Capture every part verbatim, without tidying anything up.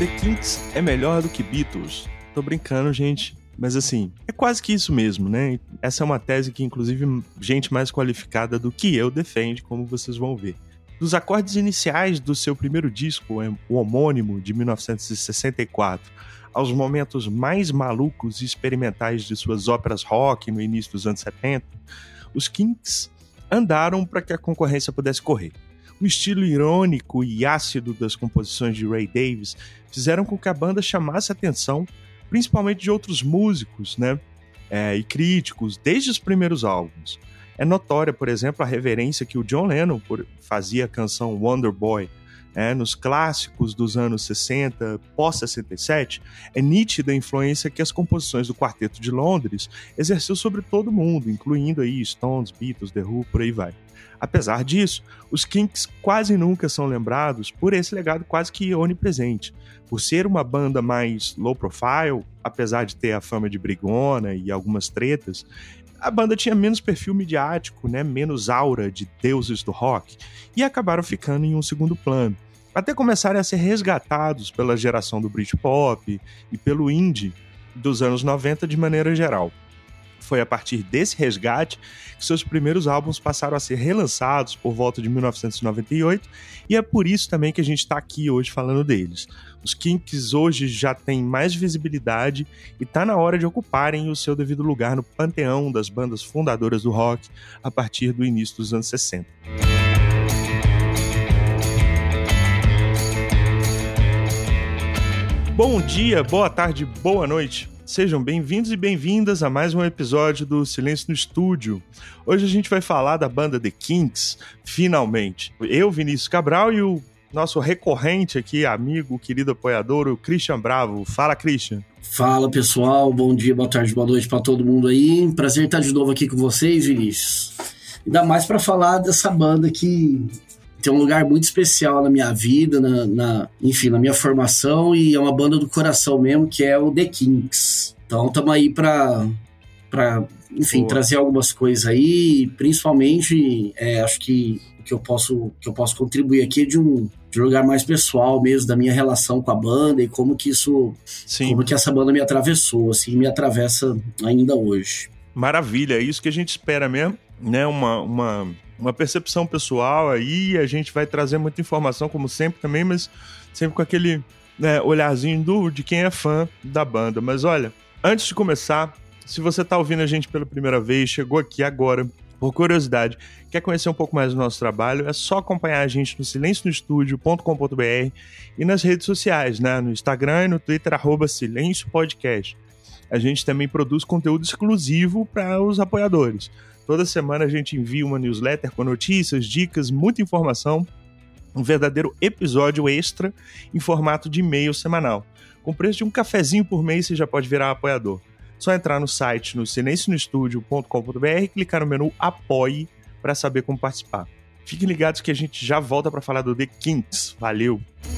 The Kinks é melhor do que Beatles. Tô brincando, gente, mas assim, é quase que isso mesmo, né? Essa é uma tese que, inclusive, gente mais qualificada do que eu defende, como vocês vão ver. Dos acordes iniciais do seu primeiro disco, o homônimo, de mil novecentos e sessenta e quatro, aos momentos mais malucos e experimentais de suas óperas rock no início dos anos setenta, os Kinks andaram para que a concorrência pudesse correr. O estilo irônico e ácido das composições de Ray Davies fizeram com que a banda chamasse a atenção, principalmente de outros músicos, né, é, e críticos, desde os primeiros álbuns. É notória, por exemplo, a reverência que o John Lennon fazia à canção Wonder Boy. É, nos clássicos dos anos sessenta, pós-sessenta e sete, é nítida a influência que as composições do Quarteto de Londres exerceu sobre todo mundo, incluindo aí Stones, Beatles, The Who, por aí vai. Apesar disso, os Kinks quase nunca são lembrados por esse legado quase que onipresente. Por ser uma banda mais low profile, apesar de ter a fama de brigona e algumas tretas, a banda tinha menos perfil midiático, né, menos aura de deuses do rock, e acabaram ficando em um segundo plano, até começarem a ser resgatados pela geração do Britpop e pelo indie dos anos noventa de maneira geral. Foi a partir desse resgate que seus primeiros álbuns passaram a ser relançados por volta de mil novecentos e noventa e oito, e é por isso também que a gente está aqui hoje falando deles. Os Kinks hoje já têm mais visibilidade e está na hora de ocuparem o seu devido lugar no panteão das bandas fundadoras do rock a partir do início dos anos sessenta. Bom dia, boa tarde, boa noite. Sejam bem-vindos e bem-vindas a mais um episódio do Silêncio no Estúdio. Hoje a gente vai falar da banda The Kinks, finalmente. Eu, Vinícius Cabral, e o nosso recorrente aqui, amigo, querido apoiador, o Christian Bravo. Fala, Christian. Fala, pessoal. Bom dia, boa tarde, boa noite para todo mundo aí. Prazer estar de novo aqui com vocês, Vinícius. Ainda mais para falar dessa banda que tem um lugar muito especial na minha vida, na, na, enfim, na minha formação, e é uma banda do coração mesmo, que é o The Kinks. Então estamos aí para, para, enfim, Boa. trazer algumas coisas aí, principalmente, é, acho que que eu posso, que eu posso contribuir aqui é de um, de um lugar mais pessoal mesmo, da minha relação com a banda e como que isso, Sim. como que essa banda me atravessou, assim, me atravessa ainda hoje. Maravilha, é isso que a gente espera mesmo, né, uma... uma... uma percepção pessoal aí, a gente vai trazer muita informação, como sempre também, mas sempre com aquele, né, olharzinho do, de quem é fã da banda. Mas olha, antes de começar, se você tá ouvindo a gente pela primeira vez, chegou aqui agora, por curiosidade, quer conhecer um pouco mais do nosso trabalho, é só acompanhar a gente no silencio no estúdio ponto com ponto b r e nas redes sociais, né, no Instagram e no Twitter, arroba Silêncio Podcast. A gente também produz conteúdo exclusivo para os apoiadores. Toda semana a gente envia uma newsletter com notícias, dicas, muita informação, um verdadeiro episódio extra em formato de e-mail semanal. Com o preço de um cafezinho por mês, você já pode virar apoiador. Só entrar no site no silencio no estúdio ponto com ponto b r e clicar no menu Apoie para saber como participar. Fiquem ligados que a gente já volta para falar do The Kinks. Valeu!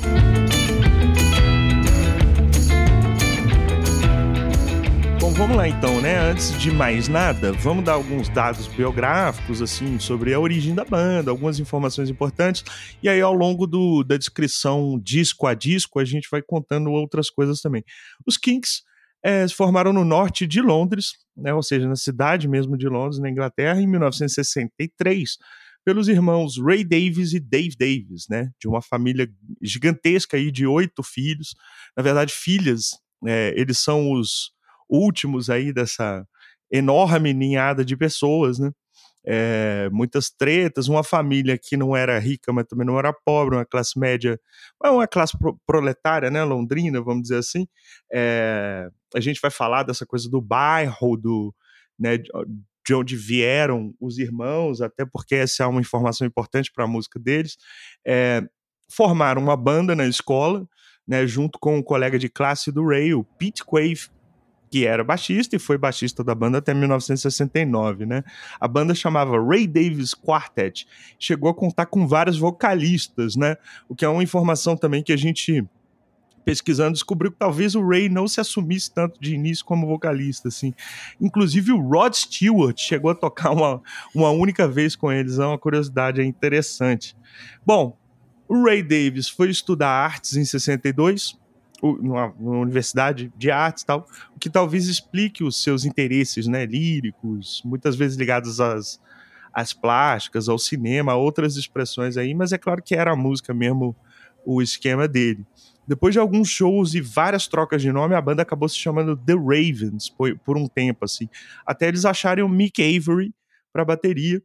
Bom, vamos lá então, né? Antes de mais nada, vamos dar alguns dados biográficos, assim, sobre a origem da banda, algumas informações importantes, e aí ao longo do, da descrição disco a disco, a gente vai contando outras coisas também. Os Kinks é, se formaram no norte de Londres, né? Ou seja, na cidade mesmo de Londres, na Inglaterra, em mil novecentos e sessenta e três, pelos irmãos Ray Davies e Dave Davies, né? De uma família gigantesca aí de oito filhos, na verdade filhas, é, eles são os últimos aí dessa enorme ninhada de pessoas, né? É, muitas tretas, uma família que não era rica, mas também não era pobre, uma classe média, uma classe pro- proletária, né, londrina, vamos dizer assim. É, a gente vai falar dessa coisa do bairro, do, né, de onde vieram os irmãos, até porque essa é uma informação importante para a música deles. É, formaram uma banda na escola, né, junto com um colega de classe do Ray, o Pete Quaife, que era baixista e foi baixista da banda até mil novecentos e sessenta e nove, né? A banda chamava Ray Davies Quartet, chegou a contar com vários vocalistas, né? O que é uma informação também que a gente, pesquisando, descobriu que talvez o Ray não se assumisse tanto de início como vocalista, assim. Inclusive o Rod Stewart chegou a tocar uma, uma única vez com eles, é uma curiosidade interessante. Bom, o Ray Davies foi estudar artes em sessenta e dois, numa, numa universidade de artes e tal, o que talvez explique os seus interesses, né, líricos, muitas vezes ligados às, às plásticas, ao cinema, a outras expressões aí, mas é claro que era a música mesmo o esquema dele. Depois de alguns shows e várias trocas de nome, a banda acabou se chamando The Ravens por, por um tempo, assim, até eles acharem o Mick Avory para bateria.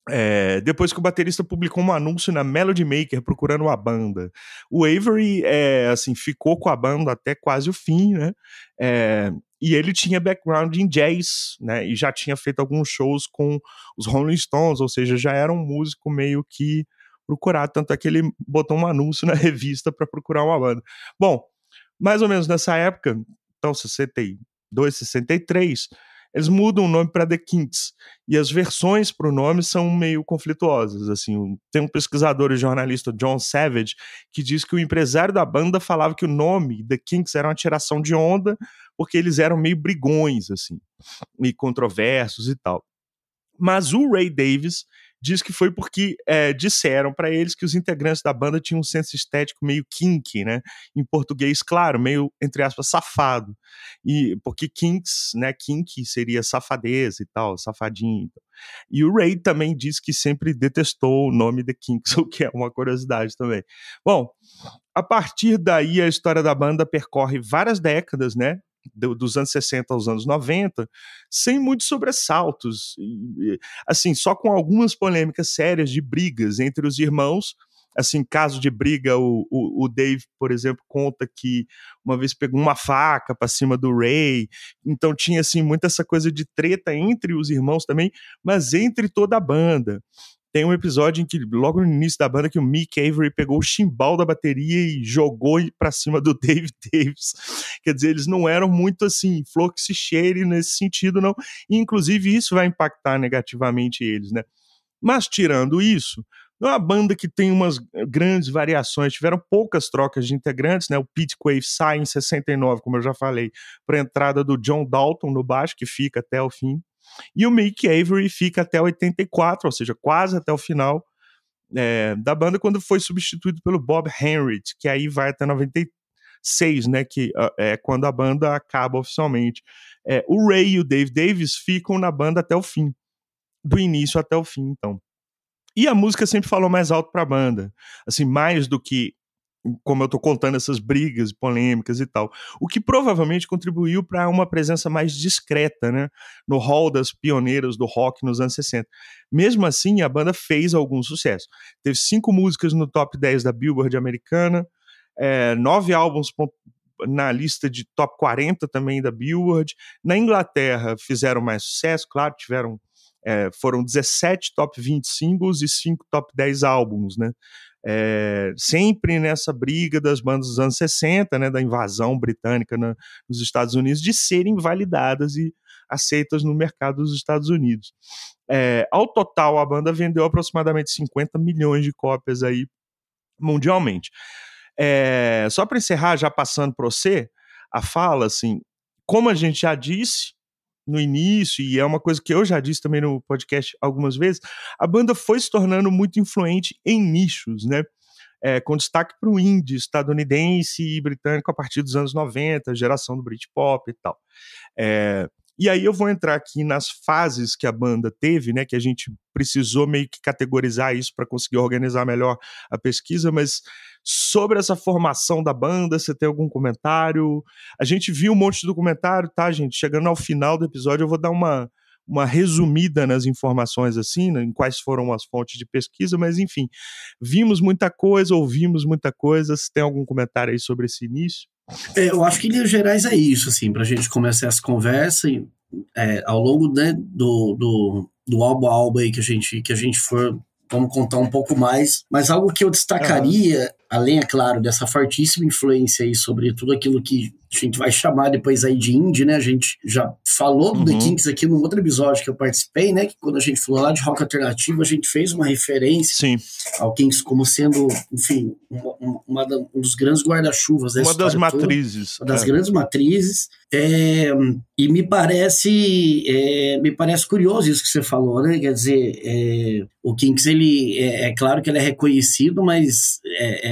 É, depois que o baterista publicou um anúncio na Melody Maker procurando uma banda. O Avery é, assim, ficou com a banda até quase o fim, né? É, e ele tinha background em jazz, né? E já tinha feito alguns shows com os Rolling Stones, ou seja, já era um músico meio que procurado, tanto é que ele botou um anúncio na revista para procurar uma banda. Bom, mais ou menos nessa época, então sessenta e dois, sessenta e três, eles mudam o nome para The Kinks, e as versões para o nome são meio conflituosas. Assim, tem um pesquisador e jornalista, John Savage, que diz que o empresário da banda falava que o nome The Kinks era uma tiração de onda, porque eles eram meio brigões, assim, e controversos e tal. Mas o Ray Davies diz que foi porque é, disseram para eles que os integrantes da banda tinham um senso estético meio kinky, né? Em português, claro, meio, entre aspas, safado. E, porque kinks, né? Kinky seria safadeza e tal, safadinho. E o Ray também diz que sempre detestou o nome The Kinks, o que é uma curiosidade também. Bom, a partir daí a história da banda percorre várias décadas, né? Dos anos sessenta aos anos noventa, sem muitos sobressaltos, assim, só com algumas polêmicas sérias de brigas entre os irmãos. Assim, caso de briga, o, o, o Dave, por exemplo, conta que uma vez pegou uma faca para cima do Ray, então tinha, assim, muita essa coisa de treta entre os irmãos também, mas entre toda a banda. Tem um episódio em que, logo no início da banda, que o Mick Avory pegou o chimbal da bateria e jogou pra cima do Dave Davis. Quer dizer, eles não eram muito, assim, flor que se cheire nesse sentido, não. E, inclusive, isso vai impactar negativamente eles, né? Mas, tirando isso, não é uma banda que tem umas grandes variações. Tiveram poucas trocas de integrantes, né? O Pete Quaife sai em sessenta e nove, como eu já falei, para a entrada do John Dalton no baixo, que fica até o fim. E o Mick Avory fica até oitenta e quatro, ou seja, quase até o final é, da banda, quando foi substituído pelo Bob Henrit, que aí vai até noventa e seis, né, que é quando a banda acaba oficialmente. É, o Ray e o Dave Davis ficam na banda até o fim, do início até o fim, então. E a música sempre falou mais alto pra banda, assim, mais do que como eu tô contando essas brigas, polêmicas e tal, o que provavelmente contribuiu para uma presença mais discreta, né, no hall das pioneiras do rock nos anos sessenta. Mesmo assim, a banda fez algum sucesso. Teve cinco músicas no top dez da Billboard americana, é, nove álbuns na lista de top quarenta também da Billboard. Na Inglaterra fizeram mais sucesso, claro, tiveram é, foram dezessete top vinte singles e cinco top dez álbuns, né? É, sempre nessa briga das bandas dos anos sessenta, né, da invasão britânica na, nos Estados Unidos, de serem validadas e aceitas no mercado dos Estados Unidos. É, ao total, a banda vendeu aproximadamente cinquenta milhões de cópias aí mundialmente. É, só para encerrar, já passando para você, a fala, assim, como a gente já disse no início, e é uma coisa que eu já disse também no podcast algumas vezes, a banda foi se tornando muito influente em nichos, né? É, com destaque para o indie estadunidense e britânico a partir dos anos noventa, geração do Britpop e tal. É, e aí eu vou entrar aqui nas fases que a banda teve, né, que a gente precisou meio que categorizar isso para conseguir organizar melhor a pesquisa, mas sobre essa formação da banda, você tem algum comentário? A gente viu um monte de documentário, tá, gente? Chegando ao final do episódio, eu vou dar uma, uma resumida nas informações, assim, né, em quais foram as fontes de pesquisa, mas enfim, vimos muita coisa, ouvimos muita coisa. Você tem algum comentário aí sobre esse início? É, eu acho que em linhas gerais é isso, assim, pra gente começar essa conversa e, é, ao longo, né, do, do, do álbum a álbum aí que a gente, que a gente for, vamos contar um pouco mais, mas algo que eu destacaria, uhum. além, é claro, dessa fortíssima influência aí sobre tudo aquilo que a gente vai chamar depois aí de indie, né, a gente já falou do uhum. The Kinks aqui num outro episódio que eu participei, né, que quando a gente falou lá de rock alternativo, a gente fez uma referência Sim. ao Kinks como sendo, enfim, uma, uma da, um dos grandes guarda-chuvas da uma das matrizes. Toda, uma das é. grandes matrizes. É, e me parece, é, me parece curioso isso que você falou, né? Quer dizer, é, o Kinks, ele, é, é claro que ele é reconhecido, mas é,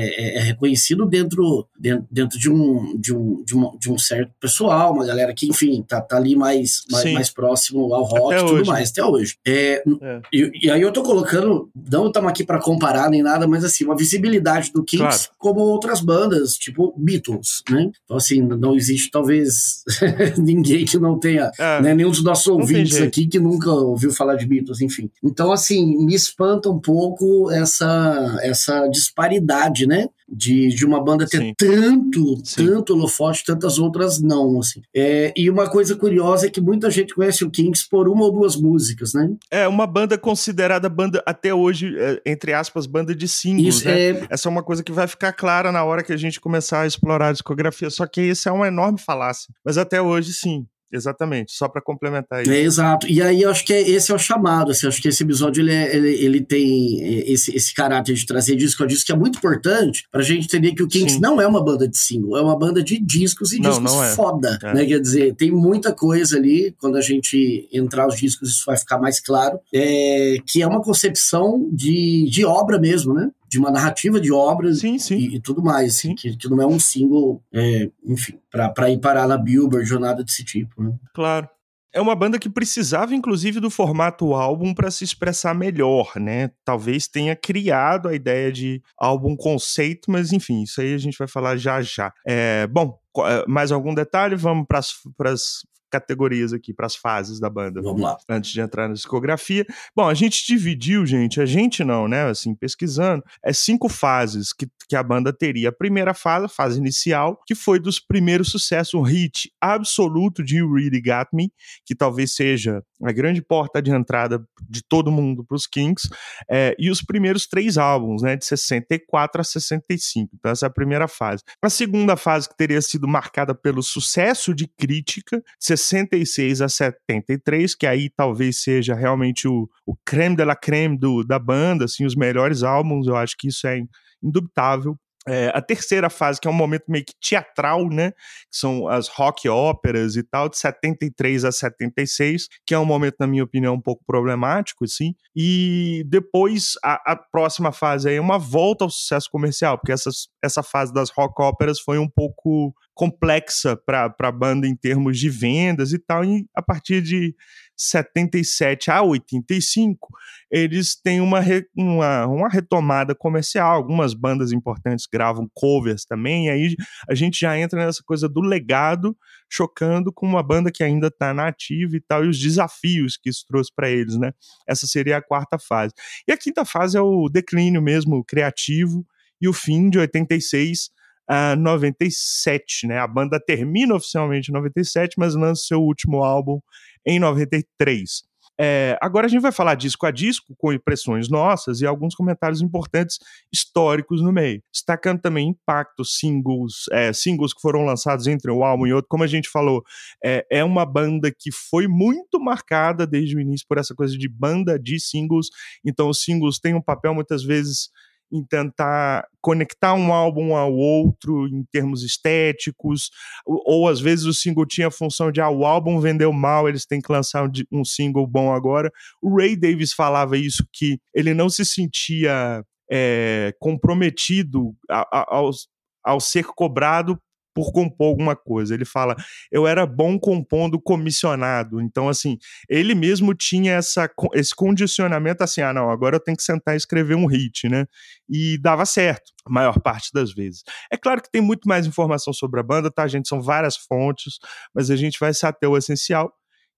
é, é reconhecido dentro, dentro, dentro de, um, de, um, de, um, de um certo pessoal, uma galera que, enfim, tá, tá ali mais, mais, mais próximo ao rock e tudo hoje, mais, né? Até hoje. É, é. E, e aí eu tô colocando, não estamos aqui para comparar nem nada, mas assim, uma visibilidade do Kinks claro. como outras bandas, tipo Beatles, né? Então assim, não existe talvez ninguém que não tenha, é, né, nenhum dos nossos ouvintes aqui que nunca ouviu falar de Beatles, enfim. Então assim, me espanta um pouco essa, essa disparidade, né? De, de uma banda ter Sim. tanto, Sim. tanto holofote, tantas outras não, assim. É, e uma coisa curiosa é que muita gente conhece o Kinks por uma ou duas músicas, né? É, uma banda considerada banda, até hoje, é, entre aspas, banda de singles, Isso, né? É... Essa é uma coisa que vai ficar clara na hora que a gente começar a explorar a discografia, só que isso é uma enorme falácia. Mas até hoje, sim. Exatamente, só para complementar isso. É, exato, e aí eu acho que é, esse é o chamado, assim, acho que esse episódio ele, é, ele, ele tem esse, esse caráter de trazer disco a disco que é muito importante pra gente entender que o Kinks Sim. não é uma banda de single, é uma banda de discos e não, discos não é. foda, é. né, quer dizer, tem muita coisa ali, quando a gente entrar os discos isso vai ficar mais claro, é, que é uma concepção de, de obra mesmo, né? De uma narrativa de obras sim, sim. E, e tudo mais, assim, que, que não é um single, é, enfim, pra, pra ir parar na Billboard ou nada desse tipo, né? Claro. É uma banda que precisava, inclusive, do formato álbum para se expressar melhor, né? Talvez tenha criado a ideia de álbum conceito, mas enfim, isso aí a gente vai falar já já. É, bom, mais algum detalhe? Vamos para as categorias aqui, para as fases da banda. Vamos lá. Antes de entrar na discografia. Bom, a gente dividiu, gente, a gente não, né, assim, pesquisando, é cinco fases que, que a banda teria. A primeira fase, a fase inicial, que foi dos primeiros sucessos, um hit absoluto de You Really Got Me, que talvez seja a grande porta de entrada de todo mundo para os Kinks, é, e os primeiros três álbuns, né, de sessenta e quatro a sessenta e cinco. Então essa é a primeira fase. A segunda fase, que teria sido marcada pelo sucesso de crítica, de sessenta e seis a setenta e três, que aí talvez seja realmente o, o creme de la creme do, da banda, assim, os melhores álbuns, eu acho que isso é indubitável. É, a terceira fase, que é um momento meio que teatral, né, que são as rock óperas e tal, de setenta e três a setenta e seis, que é um momento, na minha opinião, um pouco problemático, assim, e depois a, a próxima fase aí é uma volta ao sucesso comercial, porque essas, essa fase das rock óperas foi um pouco complexa para a banda em termos de vendas e tal, e a partir de setenta e sete a oitenta e cinco, eles têm uma, re, uma, uma retomada comercial, algumas bandas importantes gravam covers também, e aí a gente já entra nessa coisa do legado, chocando com uma banda que ainda está na ativa e tal, e os desafios que isso trouxe para eles, né? Essa seria a quarta fase. E a quinta fase é o declínio mesmo criativo, e o fim de oitenta e seis a noventa e sete, né? A banda termina oficialmente em noventa e sete, mas lança seu último álbum em noventa e três. É, agora a gente vai falar disco a disco, com impressões nossas e alguns comentários importantes históricos no meio, destacando também impactos, singles, é, singles que foram lançados entre um álbum e outro. Como a gente falou, é, é uma banda que foi muito marcada desde o início por essa coisa de banda de singles, então os singles têm um papel muitas vezes em tentar conectar um álbum ao outro em termos estéticos, ou, ou às vezes o single tinha a função de ah, o álbum vendeu mal, eles têm que lançar um, um single bom agora. O Ray Davies falava isso, que ele não se sentia é, comprometido a, a, ao, ao ser cobrado por compor alguma coisa. Ele fala, eu era bom compondo comissionado. Então, assim, ele mesmo tinha essa, esse condicionamento assim, ah, não, agora eu tenho que sentar e escrever um hit, né? E dava certo, a maior parte das vezes. É claro que tem muito mais informação sobre a banda, tá, gente? São várias fontes, mas a gente vai se ater ao essencial.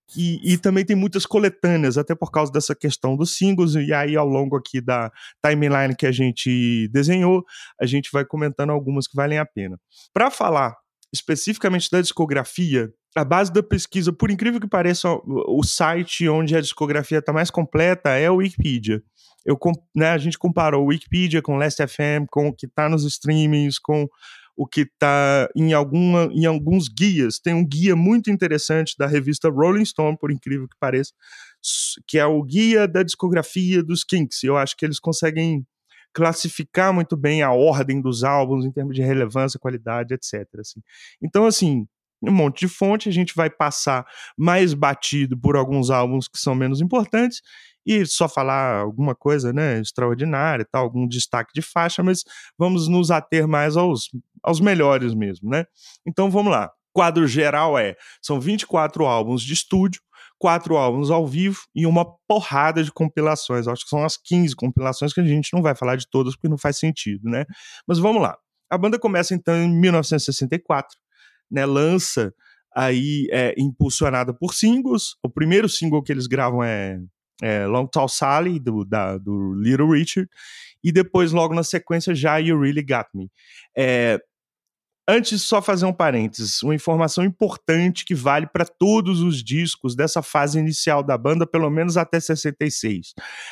E, e também tem muitas coletâneas, até por causa dessa questão dos singles, e aí ao longo aqui da timeline que a gente desenhou, a gente vai comentando algumas que valem a pena. Para falar especificamente da discografia, a base da pesquisa, por incrível que pareça, o site onde a discografia está mais completa é o Wikipedia. Eu, né, a gente comparou o Wikipedia com o Last F M, com o que está nos streamings, com o que está em, alguma, em alguns guias. Tem um guia muito interessante da revista Rolling Stone, por incrível que pareça, que é o guia da discografia dos Kinks. Eu acho que eles conseguem classificar muito bem a ordem dos álbuns em termos de relevância, qualidade, etcétera. Assim. Então, assim, um monte de fonte, a gente vai passar mais batido por alguns álbuns que são menos importantes e só falar alguma coisa, né, extraordinária, tal, algum destaque de faixa, mas vamos nos ater mais aos, aos melhores mesmo, né? Então vamos lá. O quadro geral é, são vinte e quatro álbuns de estúdio, quatro álbuns ao vivo e uma porrada de compilações. Acho que são as quinze compilações que a gente não vai falar de todas porque não faz sentido, né? Mas vamos lá. A banda começa então em mil novecentos e sessenta e quatro, né? Lança aí é, impulsionada por singles. O primeiro single que eles gravam é, é Long Tall Sally, do, da, do Little Richard, e depois, logo na sequência, já You Really Got Me. É, Antes, só fazer um parênteses, uma informação importante que vale para todos os discos dessa fase inicial da banda, pelo menos até sessenta e seis.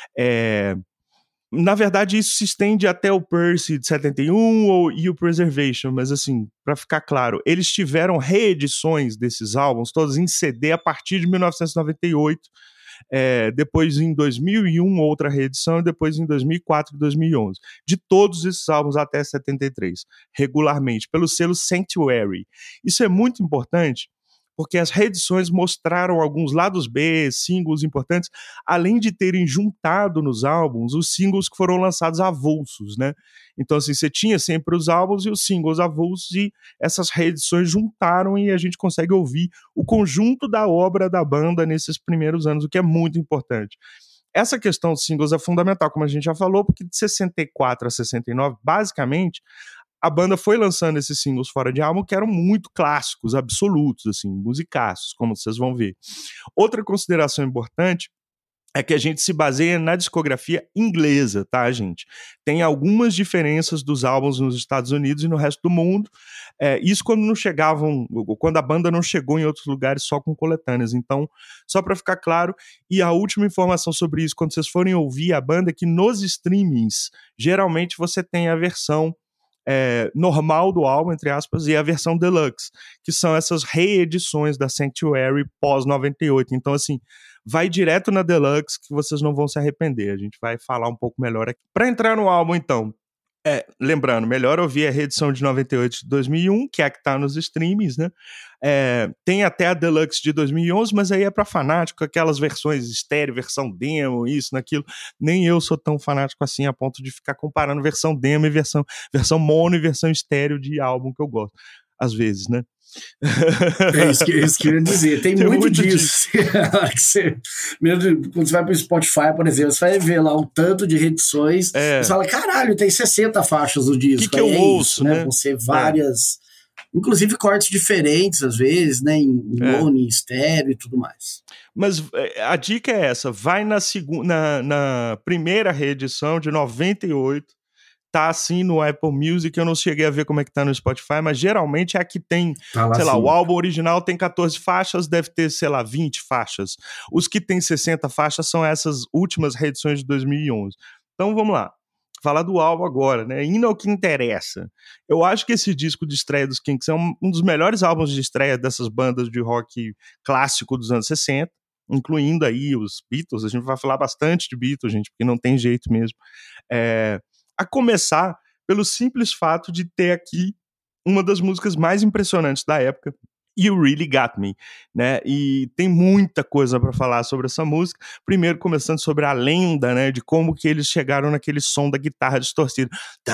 É, na verdade, isso se estende até o Percy de setenta e um ou, e o Preservation, mas assim, para ficar claro, eles tiveram reedições desses álbuns, todos em C D, a partir de mil novecentos e noventa e oito, É, depois em dois mil e um outra reedição e depois em dois mil e quatro e dois mil e onze, de todos esses álbuns até setenta e três, regularmente, pelo selo Sanctuary. Isso é muito importante porque as reedições mostraram alguns lados B, singles importantes, além de terem juntado nos álbuns os singles que foram lançados avulsos, né? Então, assim, você tinha sempre os álbuns e os singles avulsos, e essas reedições juntaram e a gente consegue ouvir o conjunto da obra da banda nesses primeiros anos, o que é muito importante. Essa questão dos singles é fundamental, como a gente já falou, porque de sessenta e quatro a sessenta e nove, basicamente, a banda foi lançando esses singles fora de álbum que eram muito clássicos, absolutos, assim, musicaços, como vocês vão ver. Outra consideração importante é que a gente se baseia na discografia inglesa, tá, gente? Tem algumas diferenças dos álbuns nos Estados Unidos e no resto do mundo. É, isso quando não chegavam, quando a banda não chegou em outros lugares só com coletâneas. Então, só para ficar claro, e a última informação sobre isso, quando vocês forem ouvir a banda, é que nos streamings, geralmente você tem a versão É, normal do álbum, entre aspas, e a versão deluxe, que são essas reedições da Sanctuary pós noventa e oito. Então, assim, vai direto na deluxe que vocês não vão se arrepender. A gente vai falar um pouco melhor aqui. Para entrar no álbum, então, é, lembrando, melhor ouvir a reedição de noventa e oito de dois mil e um, que é a que tá nos streams, né? É, tem até a Deluxe de dois mil e onze, mas aí é pra fanático, aquelas versões estéreo, versão demo, isso, naquilo. Nem eu sou tão fanático assim a ponto de ficar comparando versão demo e versão, versão mono e versão estéreo de álbum que eu gosto. Às vezes, né? É isso que, é isso que eu ia dizer. Tem, Tem muito, muito disso. você, mesmo quando você vai pro Spotify, por exemplo, você vai ver lá um tanto de reedições. É. Você fala, caralho, tem sessenta faixas no disco. Que que eu é ouço, isso, né? Vão ser várias, é. inclusive cortes diferentes, às vezes, né? Em mono, é. em estéreo e tudo mais. Mas a dica é essa: vai na, segunda, na, na primeira reedição de noventa e oito. Tá assim no Apple Music, eu não cheguei a ver como é que tá no Spotify, mas geralmente é a que tem, tá lá, sei lá, sim. O álbum original tem catorze faixas, deve ter, sei lá, vinte faixas. Os que tem sessenta faixas são essas últimas reedições de dois mil e onze. Então vamos lá, falar do álbum agora, né? Indo ao que interessa. Eu acho que esse disco de estreia dos Kinks é um, um dos melhores álbuns de estreia dessas bandas de rock clássico dos anos sessenta, incluindo aí os Beatles. A gente vai falar bastante de Beatles, gente, porque não tem jeito mesmo. É... A começar pelo simples fato de ter aqui uma das músicas mais impressionantes da época, You Really Got Me, né? E tem muita coisa para falar sobre essa música. Primeiro, começando sobre a lenda, né? De como que eles chegaram naquele som da guitarra distorcida.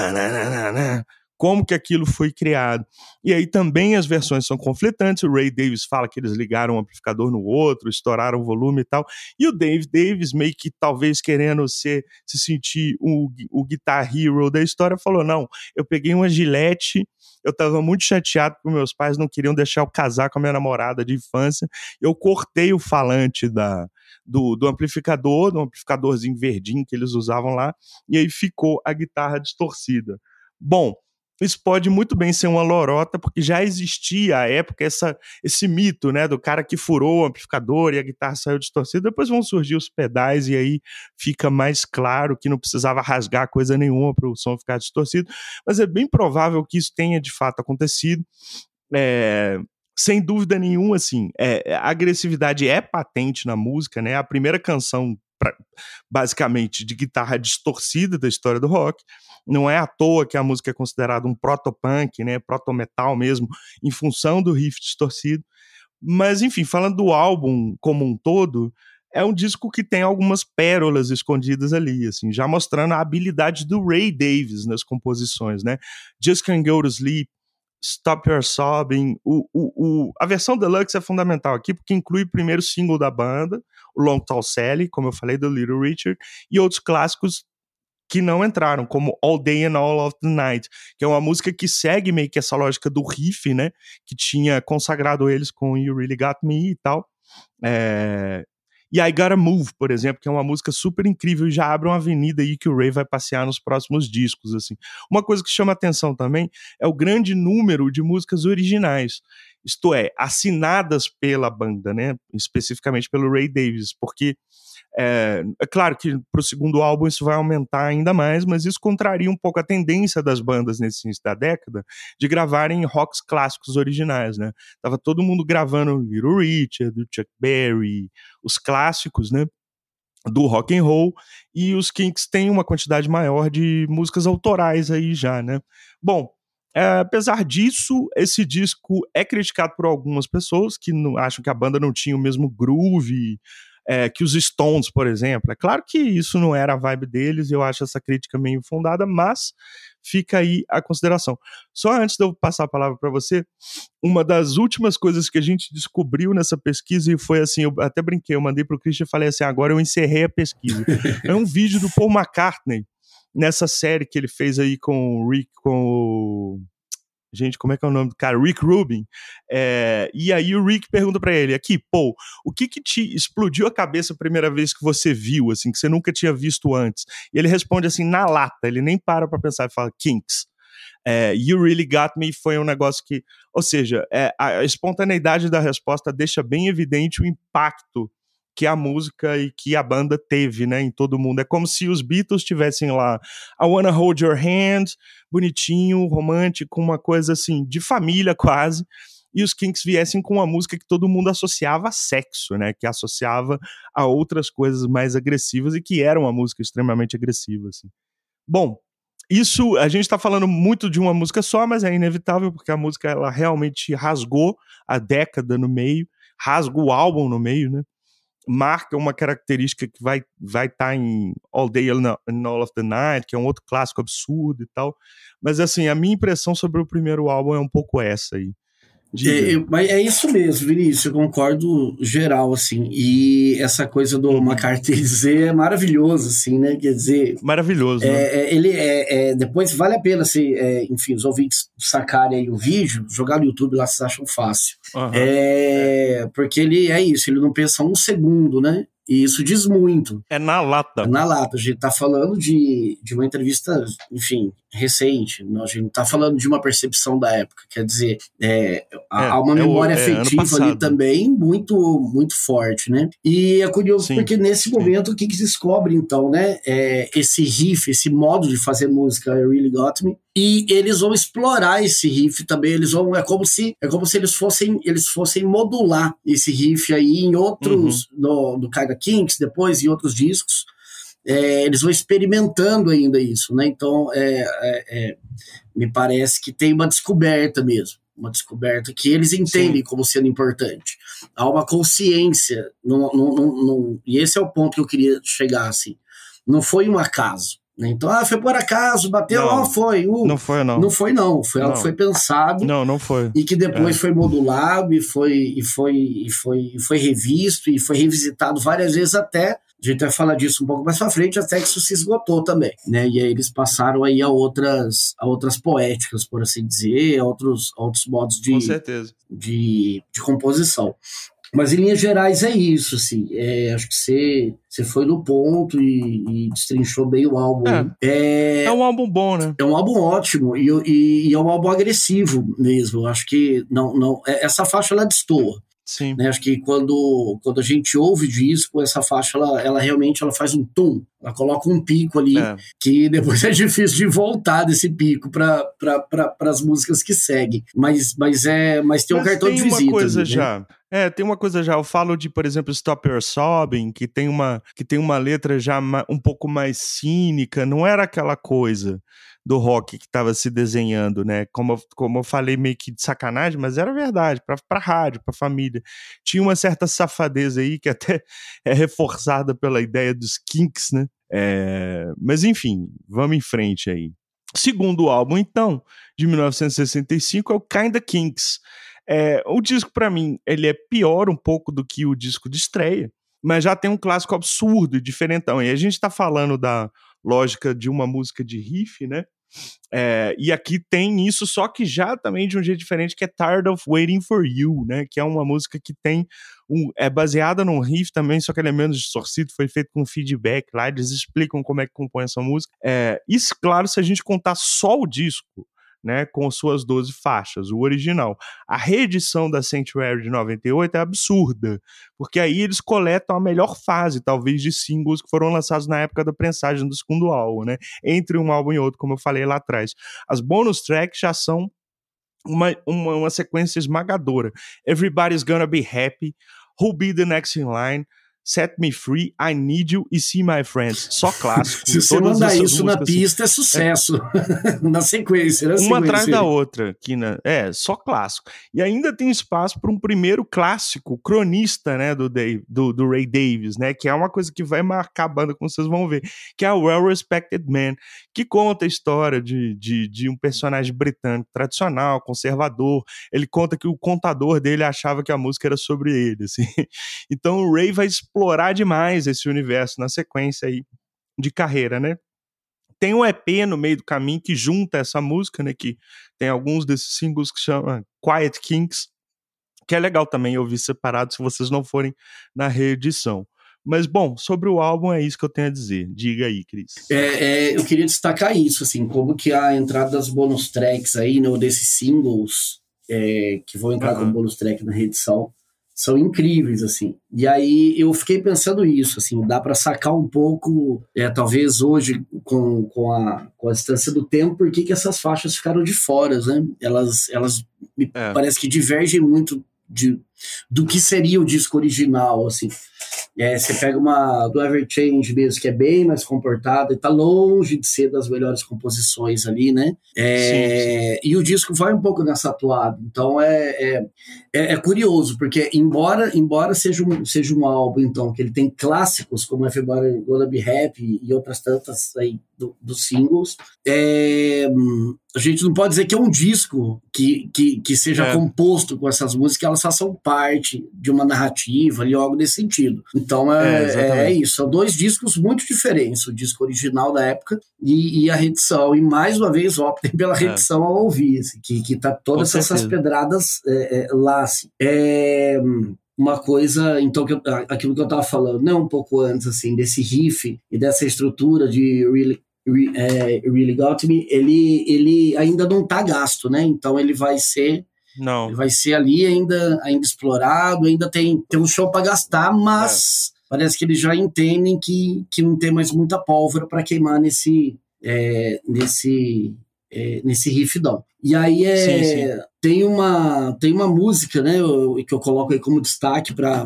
Como que aquilo foi criado. E aí também as versões são conflitantes. O Ray Davies fala que eles ligaram um amplificador no outro, estouraram o volume e tal. E o Dave Davies, meio que talvez querendo ser, se sentir o, o guitar hero da história, falou, não, eu peguei uma Gillette, eu tava muito chateado porque meus pais não queriam deixar eu casar com a minha namorada de infância, eu cortei o falante da... Do, do amplificador, do amplificadorzinho verdinho que eles usavam lá, e aí ficou a guitarra distorcida. Bom, isso pode muito bem ser uma lorota, porque já existia à época essa, esse mito, né, do cara que furou o amplificador e a guitarra saiu distorcida. Depois vão surgir os pedais e aí fica mais claro que não precisava rasgar coisa nenhuma para o som ficar distorcido. Mas é bem provável que isso tenha de fato acontecido. É... Sem dúvida nenhuma, assim, é, a agressividade é patente na música, né? A primeira canção, pra, basicamente, de guitarra distorcida da história do rock. Não é à toa que a música é considerada um proto-punk, né? Proto-metal mesmo, em função do riff distorcido. Mas, enfim, falando do álbum como um todo, é um disco que tem algumas pérolas escondidas ali, assim, já mostrando a habilidade do Ray Davies nas composições, né? Just Can't Go to Sleep, Stop Your Sobbing, o, o, o, a versão deluxe é fundamental aqui, porque inclui o primeiro single da banda, o Long Tall Sally, como eu falei, do Little Richard, e outros clássicos que não entraram, como All Day and All of the Night, que é uma música que segue meio que essa lógica do riff, né, que tinha consagrado eles com You Really Got Me e tal. É... E I Gotta Move, por exemplo, que é uma música super incrível e já abre uma avenida aí que o Ray vai passear nos próximos discos, assim. Uma coisa que chama atenção também é o grande número de músicas originais, isto é, assinadas pela banda, né, especificamente pelo Ray Davies, porque É, é claro que para o segundo álbum isso vai aumentar ainda mais, mas isso contraria um pouco a tendência das bandas nesse início da década de gravarem rocks clássicos originais, né? Tava todo mundo gravando Little Richard, Chuck Berry, os clássicos, né, do rock and roll, e os Kinks têm uma quantidade maior de músicas autorais aí já, né? Bom, É, apesar disso, esse disco é criticado por algumas pessoas que não, acham que a banda não tinha o mesmo groove é, que os Stones, por exemplo. É claro que isso não era a vibe deles, e eu acho essa crítica meio infundada, mas fica aí a consideração. Só antes de eu passar a palavra para você, uma das últimas coisas que a gente descobriu nessa pesquisa, e foi assim, eu até brinquei, eu mandei pro Christian e falei assim, agora eu encerrei a pesquisa. É um vídeo do Paul McCartney, nessa série que ele fez aí com o Rick, com o... Gente, como é que é o nome do cara? Rick Rubin. É, e aí o Rick pergunta pra ele, aqui, Paul, o que que te explodiu a cabeça a primeira vez que você viu, assim, que você nunca tinha visto antes? E ele responde assim, na lata, ele nem para pra pensar, ele fala, Kinks. É, You Really Got Me foi um negócio que, ou seja, é, a espontaneidade da resposta deixa bem evidente o impacto que a música e que a banda teve, né, em todo mundo. É como se os Beatles tivessem lá I Wanna Hold Your Hand, bonitinho, romântico, uma coisa assim, de família quase, e os Kinks viessem com uma música que todo mundo associava a sexo, né, que associava a outras coisas mais agressivas e que era uma música extremamente agressiva, assim. Bom, isso, a gente tá falando muito de uma música só, mas é inevitável, porque a música, ela realmente rasgou a década no meio, rasga o álbum no meio, né, marca uma característica que vai vai estar tá em All Day and All of the Night, que é um outro clássico absurdo e tal, mas assim, a minha impressão sobre o primeiro álbum é um pouco essa aí. É, mas é isso mesmo, Vinícius, eu concordo geral, assim, e essa coisa do uhum. McCartney dizer é maravilhoso, assim, né, quer dizer... Maravilhoso, é, né? é, ele é, é, depois vale a pena, assim, é, enfim, os ouvintes sacarem aí o vídeo, jogar no YouTube lá, vocês acham fácil. Uhum. É, porque ele é isso, ele não pensa um segundo, né? E isso diz muito. É na lata. É na lata. A gente tá falando de, de uma entrevista, enfim, recente. A gente tá falando de uma percepção da época. Quer dizer, é, é, há uma memória é, afetiva ali também muito, muito forte, né? E é curioso sim, porque nesse sim. momento o que, que se descobre, então, né? É, esse riff, esse modo de fazer música, I Really Got Me. E eles vão explorar esse riff também, eles vão, é como se, é como se eles fossem, eles fossem modular esse riff aí em outros, uhum. no, no Kinda Kinks, depois em outros discos, é, eles vão experimentando ainda isso, né, então é, é, é, me parece que tem uma descoberta mesmo, uma descoberta que eles entendem Sim. como sendo importante, há uma consciência, no, no, no, no, e esse é o ponto que eu queria chegar, assim, não foi um acaso. Então, ah, foi por acaso, bateu, não, oh, foi. Uh, não foi, não. Não foi, não. Foi não. algo que foi pensado. Não, não foi. E que depois é. foi modulado e foi, e, foi, e, foi, e foi revisto e foi revisitado várias vezes até, a gente vai falar disso um pouco mais pra frente, até que isso se esgotou também, né? E aí eles passaram aí a outras, a outras poéticas, por assim dizer, a outros, a outros modos de, Com certeza. de, de composição. Mas, em linhas gerais, é isso, assim. É, acho que você, você foi no ponto e, e destrinchou bem o álbum. É, é, é um álbum bom, né? É um álbum ótimo e, e, e é um álbum agressivo mesmo. Acho que não, não, essa faixa, ela destoa. Sim. Né? Acho que quando, quando a gente ouve o disco, essa faixa, ela, ela realmente ela faz um tum. Ela coloca um pico ali, é. que depois é difícil de voltar desse pico para pra, as músicas que seguem. Mas, mas, é, mas tem mas um cartão tem de visita. Tem uma coisa ali, já... Né? É, tem uma coisa já, eu falo de, por exemplo, Stop Your Sobbing, que tem uma, que tem uma letra já um pouco mais cínica, não era aquela coisa, do rock que estava se desenhando, né? Como, como eu falei meio que de sacanagem, mas era verdade, pra, pra rádio, pra família. Tinha uma certa safadeza aí que até é reforçada pela ideia dos Kinks, né? É, mas enfim, vamos em frente aí. Segundo álbum, então, de mil novecentos e sessenta e cinco, é o Kinda Kinks. É, o disco, pra mim, ele é pior um pouco do que o disco de estreia, mas já tem um clássico absurdo e diferentão. E a gente tá falando da lógica de uma música de riff, né? É, e aqui tem isso, só que já também de um jeito diferente, que é Tired of Waiting for You, né? Que é uma música que tem um, é baseada num riff também, só que ele é menos distorcido, foi feito com feedback lá, eles explicam como é que compõe essa música. É, isso, claro, se a gente contar só o disco, né, com suas doze faixas, o original. A reedição da Sanctuary de noventa e oito é absurda, porque aí eles coletam a melhor fase, talvez, de singles que foram lançados na época da prensagem do segundo álbum, né, entre um álbum e outro, como eu falei lá atrás. As bonus tracks já são uma, uma, uma sequência esmagadora. Everybody's Gonna Be Happy, Who'll Be the Next in Line, Set Me Free, I Need You e See My Friends. Só clássico. Se você mandar isso na pista, assim, é sucesso. É... na sequência. Na uma sequência. atrás da outra. Aqui na... É, só clássico. E ainda tem espaço para um primeiro clássico, cronista, né, do, Dave, do, do Ray Davies, né, que é uma coisa que vai marcar a banda, como vocês vão ver, que é a Well Respected Man, que conta a história de, de, de um personagem britânico tradicional, conservador. Ele conta que o contador dele achava que a música era sobre ele, assim. Então o Ray vai explorar demais esse universo na sequência aí de carreira, né? Tem um E P no meio do caminho que junta essa música, né? Que tem alguns desses singles que chama Quiet Kinks, que é legal também ouvir separado se vocês não forem na reedição. Mas, bom, sobre o álbum é isso que eu tenho a dizer. Diga aí, Cris. É, é, eu queria destacar isso, assim, como que a entrada das bonus tracks aí, né, desses singles é, que vão entrar uhum. como bonus track na reedição, são incríveis, assim. E aí eu fiquei pensando isso, assim, dá para sacar um pouco, é, talvez hoje, com, com, a, com a distância do tempo, por que que essas faixas ficaram de fora, né? Elas, elas me é. parece que divergem muito de, do que seria o disco original, assim. É, você pega uma do Ever Change mesmo, que é bem mais comportada e tá longe de ser das melhores composições ali, né? É, sim, sim. E o disco vai um pouco nessa atuada. Então é, é, é, é curioso, porque embora, embora seja, um, seja um álbum, então, que ele tem clássicos como Everybody Gonna Be Happy e outras tantas aí do, dos singles, é, a gente não pode dizer que é um disco que, que, que seja é. composto com essas músicas, que elas façam parte de uma narrativa ali, algo nesse sentido. Então é, é, é isso, são dois discos muito diferentes, o disco original da época e, e a reedição, e mais uma vez optem pela reedição é. ao ouvir, assim, que, que tá todas com essas certeza. pedradas é, é, lá, assim. É... Uma coisa, então, que eu, aquilo que eu tava falando, né, um pouco antes, assim, desse riff e dessa estrutura de Really, re, é, really Got Me, ele, ele ainda não tá gasto, né? Então ele vai ser, não. Ele vai ser ali ainda, ainda explorado, ainda tem, tem um show para gastar, mas é. parece que eles já entendem que, que não tem mais muita pólvora para queimar nesse, é, nesse, é, nesse riffdão. E aí é, sim, sim. Tem, uma, tem uma música, né, eu, que eu coloco aí como destaque para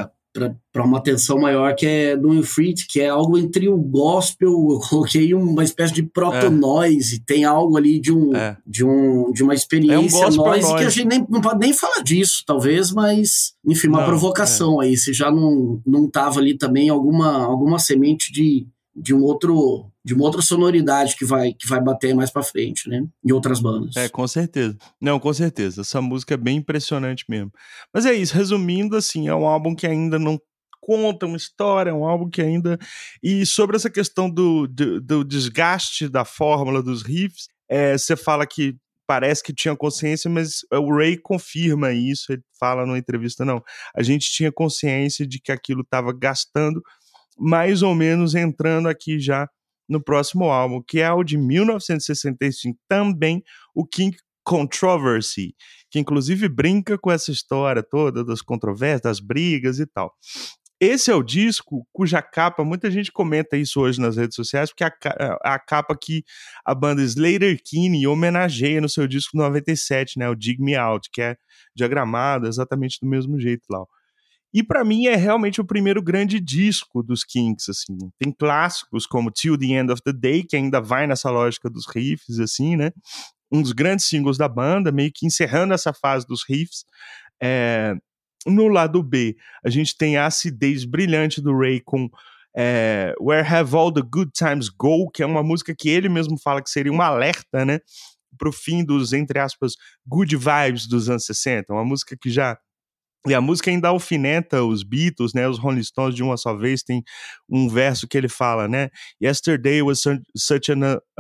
uma atenção maior, que é do Unfreed, que é algo entre o gospel, eu coloquei uma espécie de proto-noise, é. tem algo ali de, um, é. de, um, de uma experiência é um noise, noise que a gente nem, não pode nem falar disso, talvez, mas, enfim, uma não, provocação é. aí, se já não, não tava ali também alguma, alguma semente de, de um outro... de uma outra sonoridade que vai, que vai bater mais pra frente, né? Em outras bandas. É, com certeza. Não, com certeza. Essa música é bem impressionante mesmo. Mas é isso, resumindo, assim, é um álbum que ainda não conta uma história, é um álbum que ainda... E sobre essa questão do, do, do desgaste da fórmula dos riffs, é, você fala que parece que tinha consciência, mas o Ray confirma isso, ele fala numa entrevista, não, a gente tinha consciência de que aquilo estava gastando, mais ou menos entrando aqui já no próximo álbum, que é o de mil novecentos e sessenta e cinco, também o King Controversy, que inclusive brinca com essa história toda das controvérsias, das brigas e tal. Esse é o disco cuja capa, muita gente comenta isso hoje nas redes sociais, porque a, a capa que a banda Sleater-Kinney homenageia no seu disco noventa e sete, né, o Dig Me Out, que é diagramado exatamente do mesmo jeito lá. E para mim é realmente o primeiro grande disco dos Kinks, assim. Tem clássicos como Till the End of the Day, que ainda vai nessa lógica dos riffs, assim, né? Um dos grandes singles da banda, meio que encerrando essa fase dos riffs. É... No lado B, a gente tem a acidez brilhante do Ray com é, Where Have All the Good Times Go, que é uma música que ele mesmo fala que seria um alerta, né? Pro fim dos, entre aspas, good vibes dos anos sessenta. Uma música que já... E a música ainda alfineta os Beatles, né, os Rolling Stones de uma só vez. Tem um verso que ele fala, né, Yesterday was such an, uh,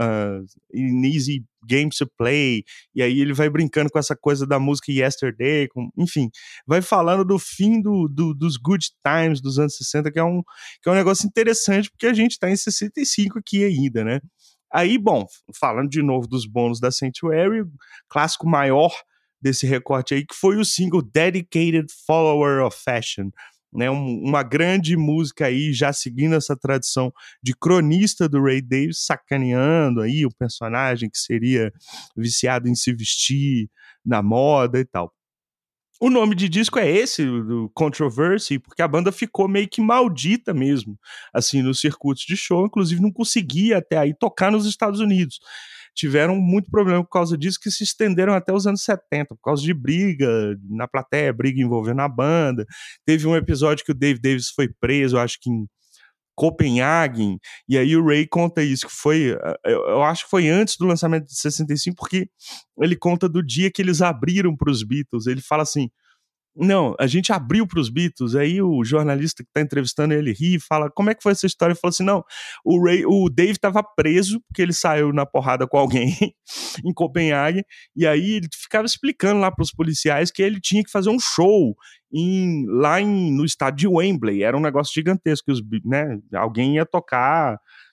an easy game to play, e aí ele vai brincando com essa coisa da música Yesterday, com, enfim, vai falando do fim do, do, dos good times dos anos sessenta, que é, um, que é um negócio interessante, porque a gente tá em sessenta e cinco aqui ainda, né. Aí, bom, falando de novo dos bônus da Sanctuary, clássico maior desse recorte aí, que foi o single Dedicated Follower of Fashion, né, um, uma grande música aí, já seguindo essa tradição de cronista do Ray Davies, sacaneando aí o personagem que seria viciado em se vestir na moda e tal. O nome de disco é esse, do Controversy, porque a banda ficou meio que maldita mesmo, assim, nos circuitos de show, inclusive não conseguia até aí tocar nos Estados Unidos. Tiveram muito problema por causa disso, que se estenderam até os anos setenta, por causa de briga na plateia, briga envolvendo a banda. Teve um episódio que o Dave Davis foi preso, acho que em Copenhague, e aí o Ray conta isso, que foi, eu acho que foi antes do lançamento de sessenta e cinco, porque ele conta do dia que eles abriram para os Beatles. Ele fala assim, não, a gente abriu para os Beatles, aí o jornalista que tá entrevistando ele ri e fala, como é que foi essa história? Ele falou assim, não, o, Ray, o Dave tava preso, porque ele saiu na porrada com alguém em Copenhague, e aí ele ficava explicando lá pros policiais que ele tinha que fazer um show em, lá em, no estádio de Wembley, era um negócio gigantesco, que os, né, alguém ia tocar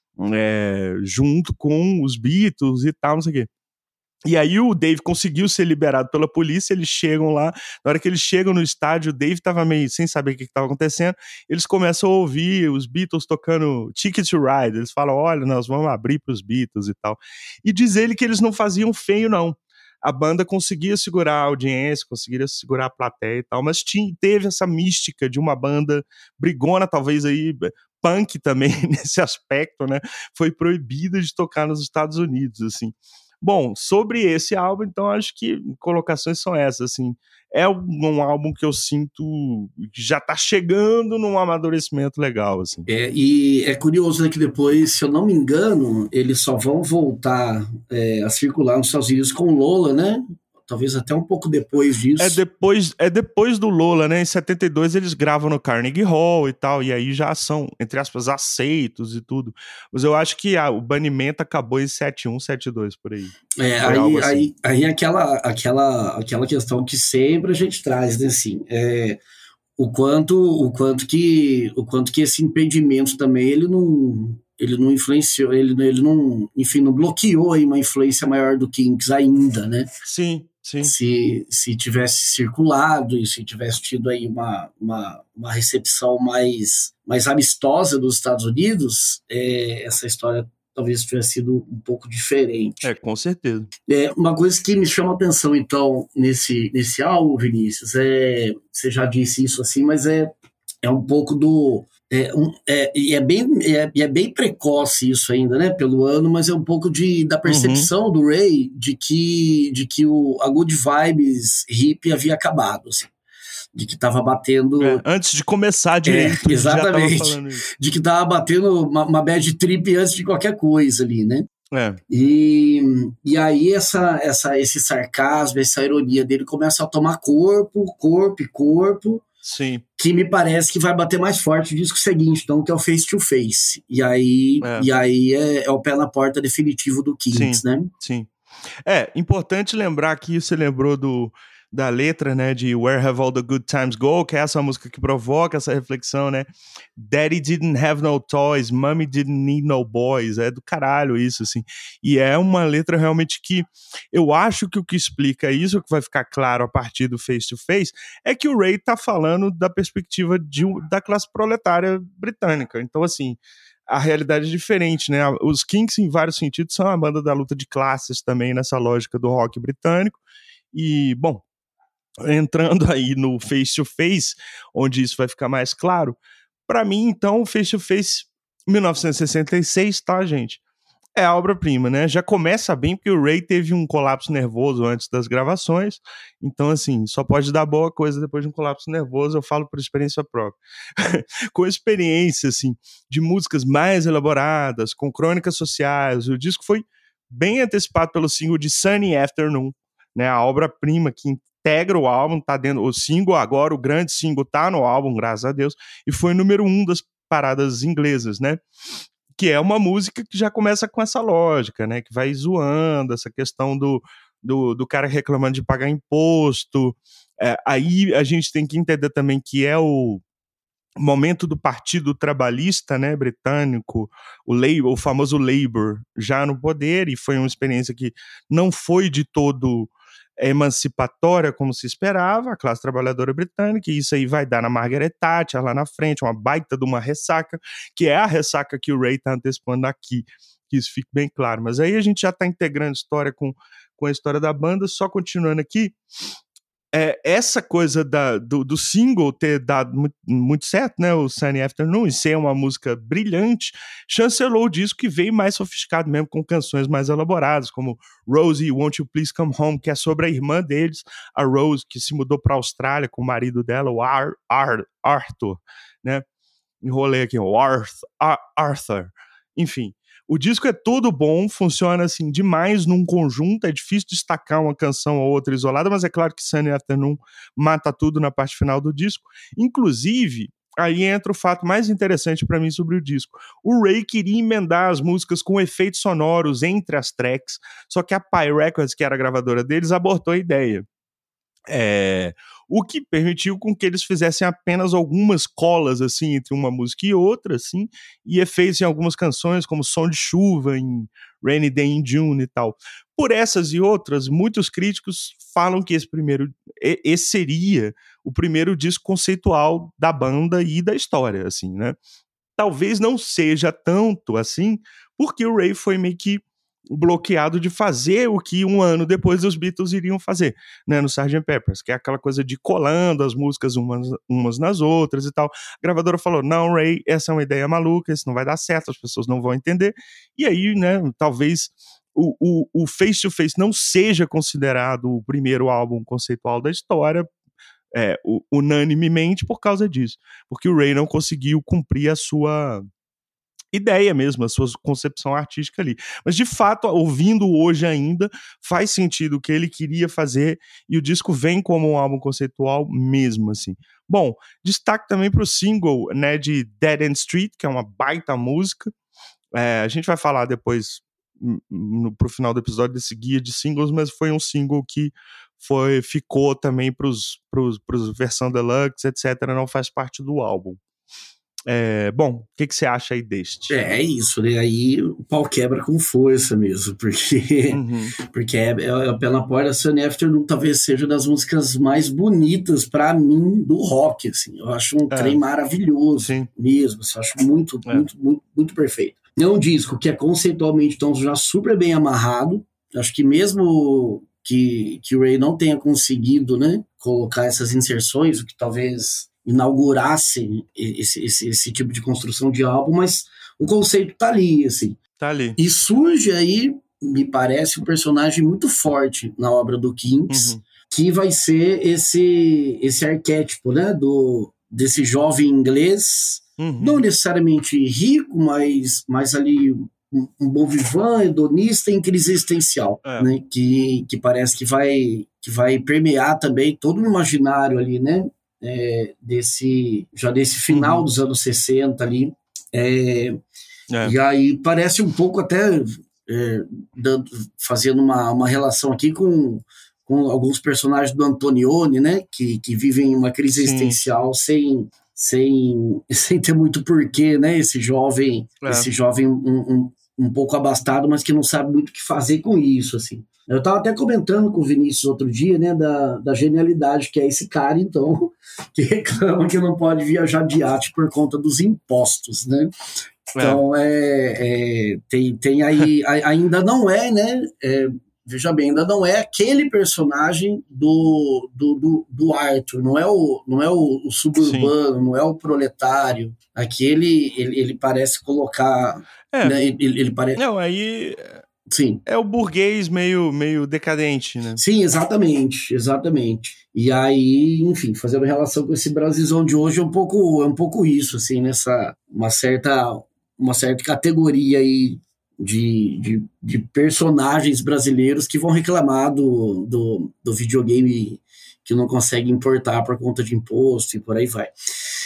é, junto com os Beatles e tal, não sei o quê. E aí o Dave conseguiu ser liberado pela polícia, eles chegam lá, na hora que eles chegam no estádio, o Dave tava meio sem saber o que estava acontecendo, eles começam a ouvir os Beatles tocando Ticket to Ride, eles falam, olha, nós vamos abrir pros Beatles e tal. E diz ele que eles não faziam feio, não. A banda conseguia segurar a audiência, conseguia segurar a plateia e tal, mas tinha, teve essa mística de uma banda brigona, talvez aí punk também, nesse aspecto, né? Foi proibida de tocar nos Estados Unidos, assim. Bom, sobre esse álbum, então, acho que colocações são essas, assim, é um, um álbum que eu sinto que já tá chegando num amadurecimento legal, assim. É, e é curioso, né, que depois, se eu não me engano, eles só vão voltar é, a circular nos Estados Unidos com Lola, né? Talvez até um pouco depois disso. É depois, é depois do Lola, né? Em setenta e dois eles gravam no Carnegie Hall e tal, e aí já são, entre aspas, aceitos e tudo. Mas eu acho que ah, o banimento acabou em setenta e um, setenta e dois, por aí. É, aí, assim. aí, aí aquela, aquela, aquela questão que sempre a gente traz, né, assim, é, o quanto, o quanto que, o quanto que esse impedimento também, ele não, ele não influenciou, ele, ele não, enfim, não bloqueou aí uma influência maior do Kinks ainda, né? Sim. Sim. Se, se tivesse circulado e se tivesse tido aí uma, uma, uma recepção mais, mais amistosa dos Estados Unidos, é, essa história talvez tivesse sido um pouco diferente. É, com certeza. É, uma coisa que me chama a atenção, então, nesse, nesse álbum, Vinícius, é, você já disse isso assim, mas é, é um pouco do... É, um, é, e é, bem, é, é bem precoce isso ainda, né, pelo ano, mas é um pouco de, da percepção uhum. do Ray de que, de que o, a Good Vibes hippie havia acabado, assim, de que estava batendo... É, antes de começar direito, é, exatamente, já tava falando isso. De que estava batendo uma, uma bad trip antes de qualquer coisa ali, né? É. E, e aí essa, essa, esse sarcasmo, essa ironia dele começa a tomar corpo, corpo e corpo, sim. Que me parece que vai bater mais forte o disco seguinte, então, que é o Face to Face. E aí é, e aí é, é o pé na porta definitivo do Kinks, sim, né? Sim. É, importante lembrar que você lembrou do, da letra, né, de Where Have All the Good Times Go, que é essa música que provoca essa reflexão, né? Daddy didn't have no toys, Mommy didn't need no boys. É do caralho isso, assim. E é uma letra realmente que eu acho que o que explica isso, que vai ficar claro a partir do Face to Face, é que o Ray tá falando da perspectiva de, da classe proletária britânica. Então, assim, a realidade é diferente, né? Os Kinks, em vários sentidos, são a banda da luta de classes também, nessa lógica do rock britânico. E, bom, entrando aí no Face to Face, onde isso vai ficar mais claro, para mim, então, o Face to Face mil novecentos e sessenta e seis, tá, gente? É a obra-prima, né? Já começa bem porque o Ray teve um colapso nervoso antes das gravações, então, assim, só pode dar boa coisa depois de um colapso nervoso, eu falo por experiência própria. Com experiência, assim, de músicas mais elaboradas, com crônicas sociais, o disco foi bem antecipado pelo single de Sunny Afternoon, né? A obra-prima que integra o álbum, tá dentro, o single agora, o grande single tá no álbum, graças a Deus, e foi número um das paradas inglesas, né? Que é uma música que já começa com essa lógica, né? Que vai zoando essa questão do, do, do cara reclamando de pagar imposto. É, aí a gente tem que entender também que é o momento do Partido Trabalhista, né, britânico, o, Labour, o famoso Labour, já no poder, e foi uma experiência que não foi de todo emancipatória como se esperava, a classe trabalhadora britânica, e isso aí vai dar na Margaret Thatcher lá na frente, uma baita de uma ressaca, que é a ressaca que o Ray está antecipando aqui, que isso fique bem claro. Mas aí a gente já está integrando história com, com a história da banda, só continuando aqui, é, essa coisa da, do, do single ter dado muito, muito certo, né, o Sunny Afternoon, e ser uma música brilhante, chancelou o disco que veio mais sofisticado mesmo, com canções mais elaboradas, como Rosie, Won't You Please Come Home, que é sobre a irmã deles, a Rose, que se mudou para a Austrália com o marido dela, o Ar, Ar, Arthur, né, enrolei aqui, o Arthur, Ar, Arthur, enfim. O disco é todo bom, funciona assim demais num conjunto, é difícil destacar uma canção ou outra isolada, mas é claro que Sunny Afternoon mata tudo na parte final do disco. Inclusive, aí entra o fato mais interessante para mim sobre o disco. O Ray queria emendar as músicas com efeitos sonoros entre as tracks, só que a Pye Records, que era a gravadora deles, abortou a ideia. É, o que permitiu com que eles fizessem apenas algumas colas assim entre uma música e outra, assim, e efeitos em algumas canções, como Som de Chuva, em Rainy Day in June e tal. Por essas e outras, muitos críticos falam que esse primeiro, esse seria o primeiro disco conceitual da banda e da história, assim, né? Talvez não seja tanto assim, porque o Ray foi meio que bloqueado de fazer o que um ano depois os Beatles iriam fazer, né, no sergeant Pepper's, que é aquela coisa de colando as músicas umas, umas nas outras e tal. A gravadora falou, não, Ray, essa é uma ideia maluca, isso não vai dar certo, as pessoas não vão entender, e aí, né, talvez o, o, o Face to Face não seja considerado o primeiro álbum conceitual da história, é, unanimemente por causa disso, porque o Ray não conseguiu cumprir a sua ideia mesmo, a sua concepção artística ali. Mas, de fato, ouvindo hoje ainda, faz sentido o que ele queria fazer e o disco vem como um álbum conceitual mesmo, assim. Bom, destaque também para o single, né, de Dead End Street, que é uma baita música. É, a gente vai falar depois, no, pro final do episódio, desse guia de singles, mas foi um single que foi, ficou também para os versão deluxe, etcétera, não faz parte do álbum. É, bom, o que, que você acha aí deste? É, é isso, né? Aí o pau quebra com força mesmo, porque, uhum. porque é, é, é pela porta, Sunny Afternoon talvez seja das músicas mais bonitas pra mim do rock, assim. Eu acho um é. trem maravilhoso. Sim. Mesmo, assim, eu acho muito, é. muito, muito, muito perfeito. É um disco que é conceitualmente então, já super bem amarrado. Acho que mesmo que, que o Ray não tenha conseguido, né, colocar essas inserções, o que talvez inaugurasse esse, esse, esse tipo de construção de álbum, mas o conceito tá ali, assim. Tá ali. E surge aí, me parece, um personagem muito forte na obra do Kinks, uhum. que vai ser esse, esse arquétipo, né, do, desse jovem inglês, uhum. não necessariamente rico, mas, mas ali um, um bom vivant, hedonista em crise existencial, é. né, que, que parece que vai, que vai permear também todo o imaginário ali, né, É, desse, já desse final uhum. dos anos sessenta ali, é, é. e aí parece um pouco até é, dando, fazendo uma, uma relação aqui com, com alguns personagens do Antonioni, né, que, que vivem uma crise Sim. existencial sem, sem, sem ter muito porquê, né, esse jovem, é. esse jovem um, um, um pouco abastado, mas que não sabe muito o que fazer com isso, assim. Eu estava até comentando com o Vinícius outro dia, né, da, da genialidade que é esse cara, então, que reclama que não pode viajar de iate por conta dos impostos, né? Então, é. É, é, tem, tem aí, ainda não é, né, é, veja bem, ainda não é aquele personagem do, do, do, do Arthur, não é o, não é o, o suburbano, Sim. não é o proletário. Aqui ele, ele, ele parece colocar... É, né, ele, ele parece... Não, aí... Sim. É o burguês meio, meio decadente, né? Sim, exatamente, exatamente. E aí, enfim, fazendo relação com esse Brasilzão de hoje, é um pouco, é um pouco isso, assim, nessa uma certa, uma certa categoria aí de, de, de personagens brasileiros que vão reclamar do, do, do videogame que não consegue importar por conta de imposto e por aí vai.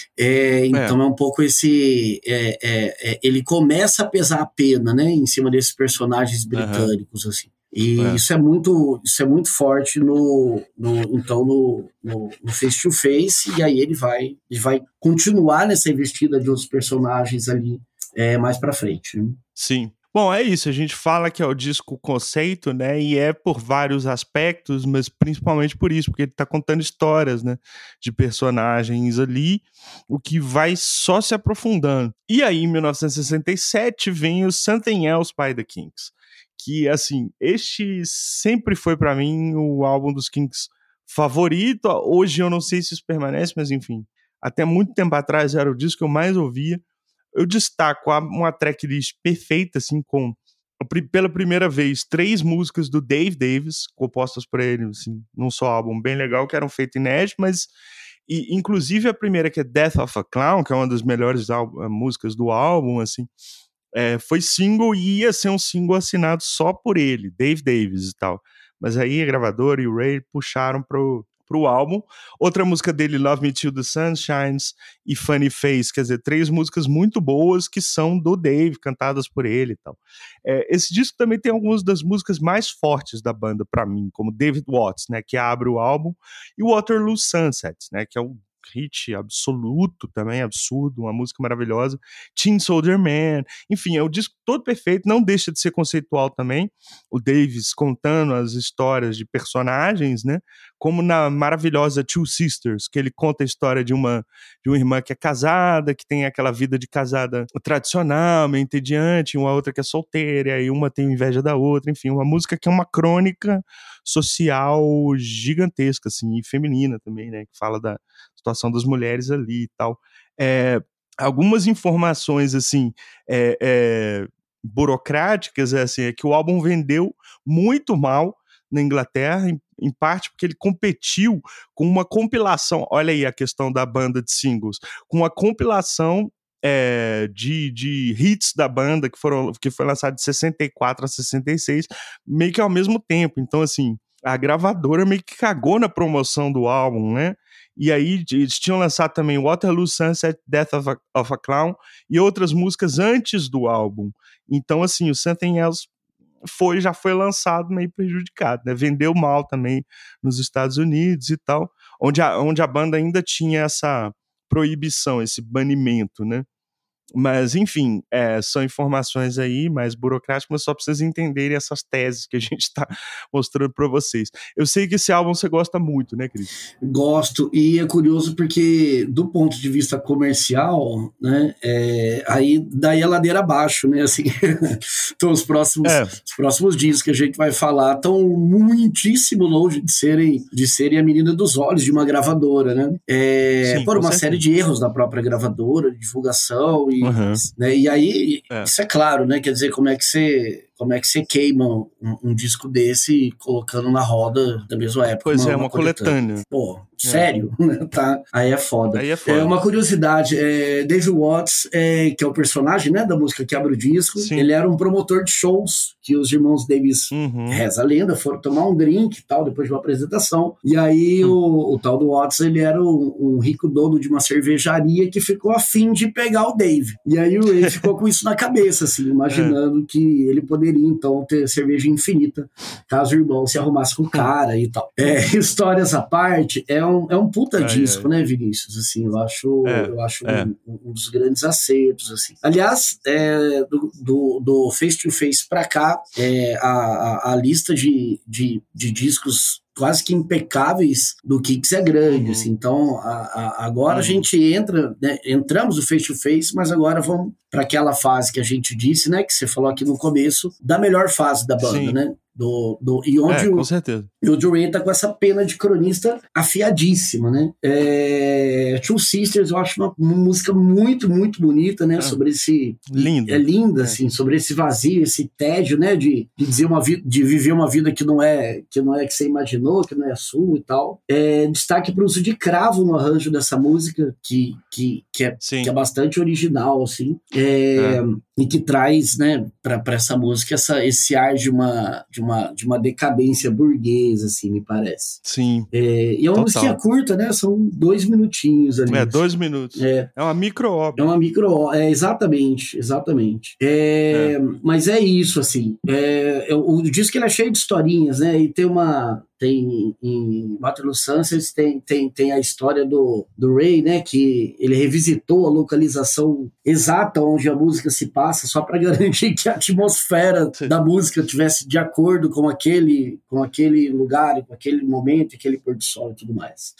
É, então é. é um pouco esse... É, é, é, ele começa a pesar a pena, né, em cima desses personagens britânicos, uhum. assim. E é. isso é muito isso é muito forte no, no então no, no, no Face to Face, e aí ele vai, ele vai continuar nessa investida de outros personagens ali é, mais pra frente, né? Sim. Bom, é isso, a gente fala que é o disco conceito, né, e é por vários aspectos, mas principalmente por isso, porque ele tá contando histórias, né, de personagens ali, o que vai só se aprofundando. E aí, em mil novecentos e sessenta e sete, vem o Something Else by the Kinks, que, assim, este sempre foi pra mim o álbum dos Kinks favorito. Hoje eu não sei se isso permanece, mas enfim, até muito tempo atrás era o disco que eu mais ouvia. Eu destaco uma tracklist perfeita, assim, com, pela primeira vez, três músicas do Dave Davis, compostas por ele, assim, num só álbum, bem legal, que eram feitas inéditas, mas, e, inclusive a primeira, que é Death of a Clown, que é uma das melhores álbum, músicas do álbum, assim, é, foi single e ia ser um single assinado só por ele, Dave Davis e tal. Mas aí a gravadora e o Ray puxaram pro... pro álbum. Outra música dele, Love Me Till the Sun Shines e Funny Face, quer dizer, três músicas muito boas que são do Dave, cantadas por ele e tal. É, esse disco também tem algumas das músicas mais fortes da banda pra mim, como David Watts, né, que abre o álbum, e Waterloo Sunset, né, que é um hit absoluto também, absurdo, uma música maravilhosa, Teen Soldier Man, enfim, é o disco todo perfeito, não deixa de ser conceitual também, o Davis contando as histórias de personagens, né, como na maravilhosa Two Sisters, que ele conta a história de uma, de uma irmã que é casada, que tem aquela vida de casada tradicional, meio entediante, uma outra que é solteira, e uma tem inveja da outra, enfim, uma música que é uma crônica social gigantesca, assim, e feminina também, né, que fala da situação das mulheres ali e tal. É, algumas informações, assim, é, é, burocráticas, é, assim, é que o álbum vendeu muito mal na Inglaterra, em, em parte porque ele competiu com uma compilação, olha aí a questão da banda de singles, com uma compilação é, de, de hits da banda que, foram, que foi lançada de sessenta e quatro a sessenta e seis, meio que ao mesmo tempo. Então, assim, a gravadora meio que cagou na promoção do álbum, né? E aí eles tinham lançado também Waterloo Sunset, Death of a, of a Clown e outras músicas antes do álbum. Então, assim, o Something Else foi, já foi lançado meio prejudicado, né? Vendeu mal também nos Estados Unidos e tal, onde a, onde a banda ainda tinha essa proibição, esse banimento, né? Mas, enfim, é, são informações aí mais burocráticas, mas só para vocês entenderem essas teses que a gente está mostrando para vocês. Eu sei que esse álbum você gosta muito, né, Cris? Gosto, e é curioso porque, do ponto de vista comercial, né, é, aí daí a ladeira abaixo, né, assim, então os próximos, é. os próximos discos que a gente vai falar estão muitíssimo longe de serem, de serem a menina dos olhos de uma gravadora, né, é, Sim, por uma certeza. série de erros da própria gravadora, de divulgação e Uhum. Né, e aí, é. isso é claro, né? Quer dizer, como é que você, como é que você queima um, um disco desse colocando na roda da mesma época? Pois uma, é, uma, uma coletânea. coletânea. Pô, sério? É. Tá, aí é foda. Aí é foda. É uma curiosidade, é, Dave Watts, é, que é o personagem, né, da música que abre o disco, Sim. ele era um promotor de shows que os irmãos Davis, uhum. reza a lenda, foram tomar um drink e tal, depois de uma apresentação. E aí uhum. o, o tal do Watts, ele era um, um rico dono de uma cervejaria que ficou afim de pegar o Dave. E aí ele ficou com isso na cabeça, assim, imaginando é. que ele poderia, então, ter cerveja infinita, caso o irmão se arrumasse com o cara e tal. É, histórias à parte, é um, é um puta ai, disco, ai. né, Vinícius? Assim, eu acho, é, eu acho é. um, um dos grandes acertos, assim. Aliás, é, do, do, do Face to Face pra cá, é, a, a, a lista de, de, de discos quase que impecáveis do Kinks é grande, uhum. assim. Então a, a, agora uhum. a gente entra, né, entramos no Face to Face, mas agora vamos, para aquela fase que a gente disse, né, que você falou aqui no começo, da melhor fase da banda, Sim. né? Do, do, e onde é, o, com certeza. E o Ray tá com essa pena de cronista afiadíssima, né? É, Two Sisters eu acho uma, uma música muito, muito bonita, né? É. Sobre esse... Linda. É linda, é. assim, sobre esse vazio, esse tédio, né? De, de, dizer uma vida, de viver uma vida que não é que não é que você imaginou, que não é a sua e tal. É, destaque pro uso de cravo no arranjo dessa música, que, que, que, é, que é bastante original, assim. É, é. E que traz, né, pra, pra essa música essa, esse ar de uma, de, uma, de uma decadência burguesa, assim, me parece. Sim. É, e é uma musiquinha curta, né? São dois minutinhos ali. É, dois minutos. É, é uma micro-obra. É uma micro é, exatamente, exatamente. É, é. Mas é isso, assim. É, o, o disco ele é cheio de historinhas, né? E tem uma... Tem em Waterloo Sunset tem, tem, tem a história do, do Ray, né? Que ele revisitou a localização exata onde a música se passa, só para garantir que a atmosfera Sim. da música tivesse de acordo com aquele, com aquele lugar, com aquele momento, aquele pôr do sol e tudo mais.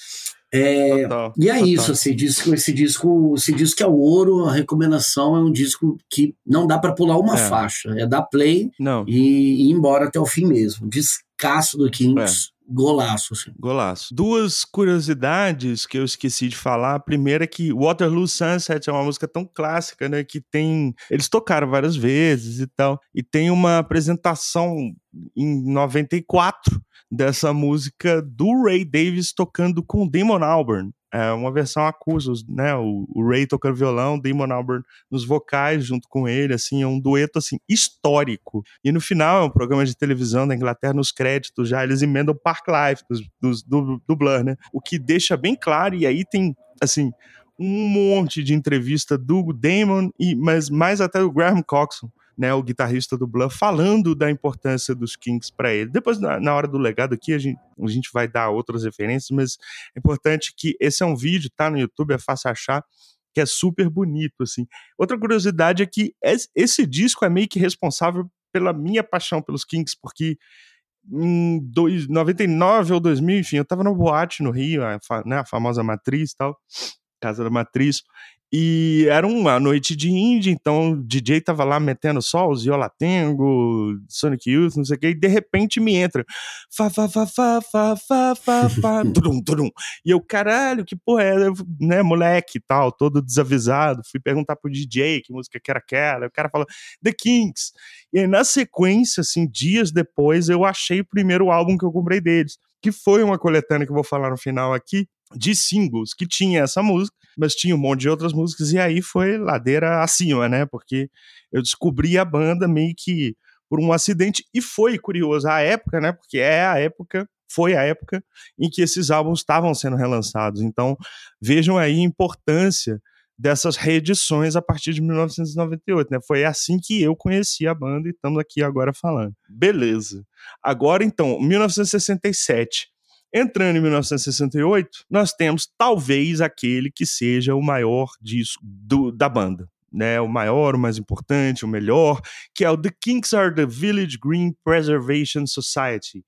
É, total, e é total. isso, esse disco, esse disco, esse disco é o ouro. A recomendação é um disco que não dá para pular uma é. faixa, é dar play não. E, e ir embora até o fim mesmo. Descasso do Kinks, é. golaço. Assim. Golaço. Duas curiosidades que eu esqueci de falar. A primeira é que Waterloo Sunset é uma música tão clássica, né, que tem... Eles tocaram várias vezes e tal, e tem uma apresentação em noventa e quatro dessa música do Ray Davies tocando com Damon Albarn. É uma versão acústica, né? O, o Ray tocando violão, Damon Albarn nos vocais junto com ele, assim, é um dueto assim histórico. E no final é um programa de televisão da Inglaterra, nos créditos já eles emendam Park Life dos, dos, do, do Blur, né? O que deixa bem claro, e aí tem assim um monte de entrevista do Damon, e, mas mais até do Graham Coxon, né, o guitarrista do Blur, falando da importância dos Kinks para ele. Depois, na, na hora do legado aqui, a gente, a gente vai dar outras referências, mas é importante que esse é um vídeo, tá no YouTube, é fácil achar, que é super bonito, assim. Outra curiosidade é que esse disco é meio que responsável pela minha paixão pelos Kinks, porque em noventa e nove ou dois mil, enfim, eu tava na boate no Rio, a, né, a famosa Matriz e tal, Casa da Matriz, e era uma noite de indie, então o D J tava lá metendo sol, Ziola Tengo, Sonic Youth, não sei o que, e de repente me entra fa, fa, fa, fa, fa, fa, fa, fa, tudum, tudum. E eu, caralho, que porra é, né, moleque e tal, todo desavisado, fui perguntar pro D J que música que era aquela, o cara falou, The Kinks. E aí, na sequência, assim, dias depois, eu achei o primeiro álbum que eu comprei deles, que foi uma coletânea que eu vou falar no final aqui, de singles, que tinha essa música, mas tinha um monte de outras músicas, e aí foi ladeira acima, né, porque eu descobri a banda meio que por um acidente, e foi curioso a época, né, porque é a época, foi a época em que esses álbuns estavam sendo relançados, então vejam aí a importância dessas reedições a partir de mil novecentos e noventa e oito, né, foi assim que eu conheci a banda e estamos aqui agora falando. Beleza. Agora então, mil novecentos e sessenta e sete, entrando em mil novecentos e sessenta e oito, nós temos talvez aquele que seja o maior disco do, da banda, né? O maior, o mais importante, o melhor, que é o The Kinks Are the Village Green Preservation Society.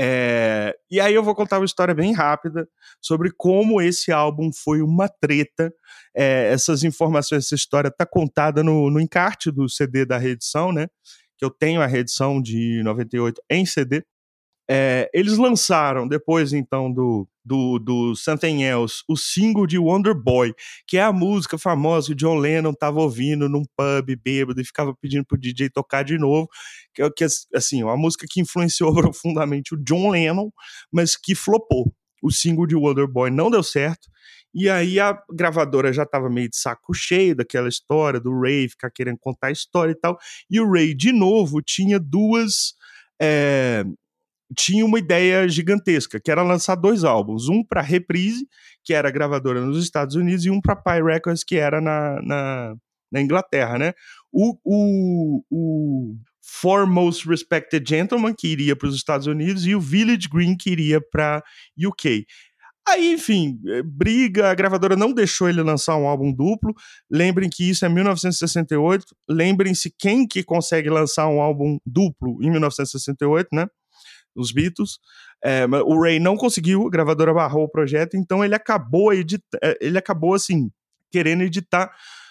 É, e aí eu vou contar uma história bem rápida sobre como esse álbum foi uma treta. É, essas informações, essa história está contada no, no encarte do C D da reedição, né? Que eu tenho a reedição de noventa e oito em C D. É, eles lançaram, depois então do, do, do Something Else, o single de Wonder Boy, que é a música famosa que o John Lennon estava ouvindo num pub bêbado e ficava pedindo pro D J tocar de novo, que é assim, uma música que influenciou profundamente o John Lennon, mas que flopou. O single de Wonder Boy não deu certo, e aí a gravadora já estava meio de saco cheio daquela história do Ray ficar querendo contar a história e tal, e o Ray, de novo, tinha duas... É, tinha uma ideia gigantesca, que era lançar dois álbuns, um para Reprise, que era a gravadora nos Estados Unidos, e um para Pye Records, que era na, na, na Inglaterra, né? O, o, o Foremost Respected Gentleman, que iria para os Estados Unidos, e o Village Green, que iria para U K. Aí, enfim, briga, a gravadora não deixou ele lançar um álbum duplo. Lembrem que isso é mil novecentos e sessenta e oito, lembrem-se quem que consegue lançar um álbum duplo em mil novecentos e sessenta e oito, né? Os Beatles. É, o Ray não conseguiu, a gravadora barrou o projeto, então ele acabou edit... ele acabou assim, querendo editar